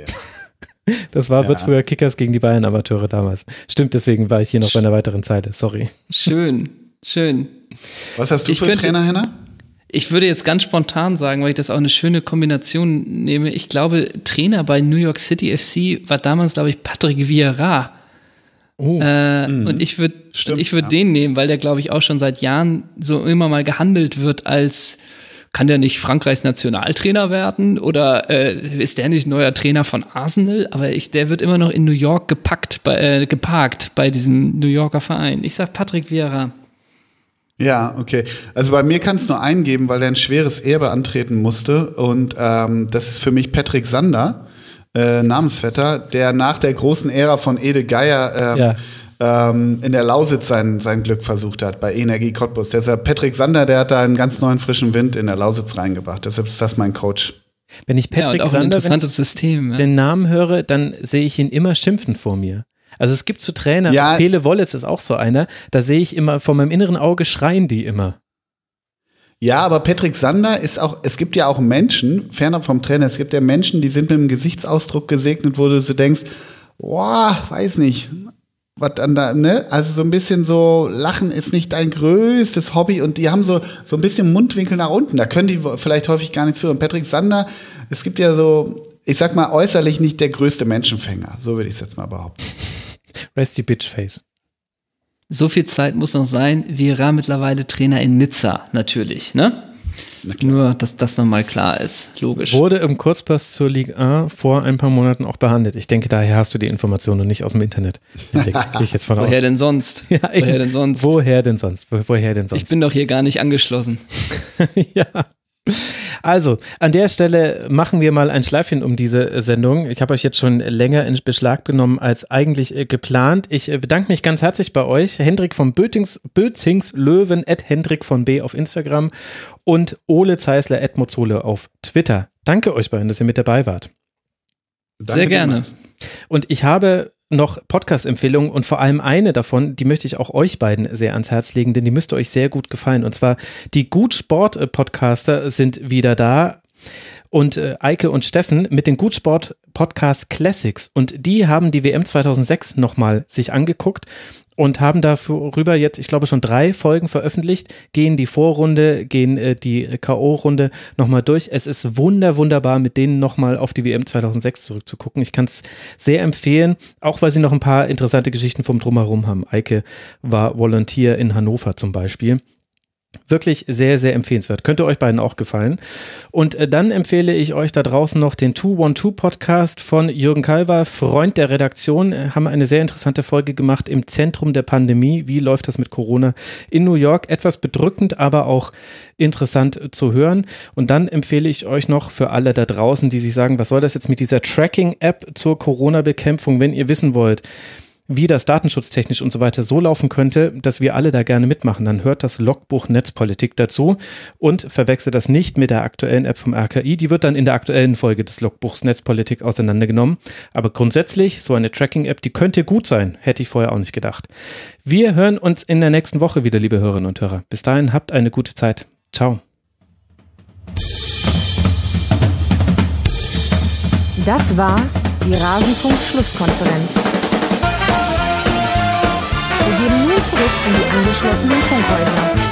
S4: Das war ja. Würzburger Kickers gegen die Bayern-Amateure damals. Stimmt, deswegen war ich hier noch bei einer weiteren Zeile. Sorry.
S5: Schön, schön.
S6: Was hast du ich für einen Trainer, Henna?
S5: Ich würde jetzt ganz spontan sagen, weil ich das auch eine schöne Kombination nehme. Ich glaube, Trainer bei New York City F C war damals, glaube ich, Patrick Vieira. Oh. Äh, mhm. Und ich würde ich würd ja. den nehmen, weil der, glaube ich, auch schon seit Jahren so immer mal gehandelt wird als, kann der nicht Frankreichs Nationaltrainer werden? Oder äh, ist der nicht neuer Trainer von Arsenal? Aber ich, der wird immer noch in New York gepackt, bei, äh, geparkt bei diesem New Yorker Verein. Ich sag Patrick Vieira.
S6: Ja, okay. Also bei mir kann es nur einen geben, weil er ein schweres Erbe antreten musste. Und ähm, das ist für mich Patrick Sander, äh, Namensvetter, der nach der großen Ära von Ede Geier ähm, ja. ähm, in der Lausitz sein, sein Glück versucht hat, bei Energie Cottbus. Deshalb Patrick Sander, der hat da einen ganz neuen frischen Wind in der Lausitz reingebracht. Deshalb ist das mein Coach.
S4: Wenn ich Patrick
S5: ja,
S4: Sander
S5: interessantes System, ja.
S4: den Namen höre, dann sehe ich ihn immer schimpfen vor mir. Also es gibt so Trainer, ja. Pele Wollitz ist auch so einer, da sehe ich immer, vor meinem inneren Auge schreien die immer.
S6: Ja, aber Patrick Sander ist auch, es gibt ja auch Menschen, fernab vom Trainer, es gibt ja Menschen, die sind mit einem Gesichtsausdruck gesegnet, wo du so denkst, boah, weiß nicht, was dann da, ne? Also so ein bisschen so, Lachen ist nicht dein größtes Hobby und die haben so, so ein bisschen Mundwinkel nach unten, da können die vielleicht häufig gar nichts für. Und Patrick Sander, es gibt ja so, ich sag mal, äußerlich nicht der größte Menschenfänger, so würde ich es jetzt mal behaupten.
S4: Resty Bitchface.
S5: So viel Zeit muss noch sein. Vieira mittlerweile Trainer in Nizza, natürlich, ne? Nur, dass das nochmal klar ist, logisch.
S4: Wurde im Kurzpass zur Ligue eins vor ein paar Monaten auch behandelt. Ich denke, daher hast du die Informationen und nicht aus dem Internet. Gehe ich jetzt von
S5: Woher
S4: aus.
S5: denn sonst?
S4: Ja,
S5: Woher denn sonst?
S4: Woher denn sonst? Wo, woher denn sonst?
S5: Ich bin doch hier gar nicht angeschlossen.
S4: Ja. Also, an der Stelle machen wir mal ein Schleifchen um diese Sendung. Ich habe euch jetzt schon länger in Beschlag genommen als eigentlich äh, geplant. Ich äh, bedanke mich ganz herzlich bei euch. Hendrik von Bötings, Bözings Löwen, at Hendrik von B auf Instagram und Ole Zeisler, at Mozole auf Twitter. Danke euch beiden, dass ihr mit dabei wart.
S5: Danke Sehr gerne.
S6: Dir,
S4: und ich habe noch Podcast-Empfehlungen und vor allem eine davon, die möchte ich auch euch beiden sehr ans Herz legen, denn die müsste euch sehr gut gefallen. Und zwar die Gut-Sport-Podcaster sind wieder da und äh, Eike und Steffen mit den Gut-Sport-Podcast Classics und die haben die W M zweitausendsechs nochmal sich angeguckt und haben darüber jetzt, ich glaube, schon drei Folgen veröffentlicht, gehen die Vorrunde, gehen äh, die K O-Runde nochmal durch. Es ist wunder, wunderbar, mit denen nochmal auf die W M zweitausendsechs zurückzugucken. Ich kann es sehr empfehlen, auch weil sie noch ein paar interessante Geschichten vom Drumherum haben. Eike war Volunteer in Hannover zum Beispiel. Wirklich sehr, sehr empfehlenswert. Könnte euch beiden auch gefallen. Und äh, dann empfehle ich euch da draußen noch den zwei zwölf Podcast von Jürgen Kalver, Freund der Redaktion. Äh, haben eine sehr interessante Folge gemacht im Zentrum der Pandemie. Wie läuft das mit Corona in New York? Etwas bedrückend, aber auch interessant zu hören. Und dann empfehle ich euch noch für alle da draußen, die sich sagen, was soll das jetzt mit dieser Tracking-App zur Corona-Bekämpfung, wenn ihr wissen wollt, wie das datenschutztechnisch und so weiter so laufen könnte, dass wir alle da gerne mitmachen, dann hört das Logbuch Netzpolitik dazu und verwechselt das nicht mit der aktuellen App vom R K I. Die wird dann in der aktuellen Folge des Logbuchs Netzpolitik auseinandergenommen. Aber grundsätzlich, so eine Tracking-App, die könnte gut sein, hätte ich vorher auch nicht gedacht. Wir hören uns in der nächsten Woche wieder, liebe Hörerinnen und Hörer. Bis dahin, habt eine gute Zeit. Ciao.
S1: Das war die Rasenfunk-Schlusskonferenz. Wir gehen nun zurück in die angeschlossenen Funkhäuser.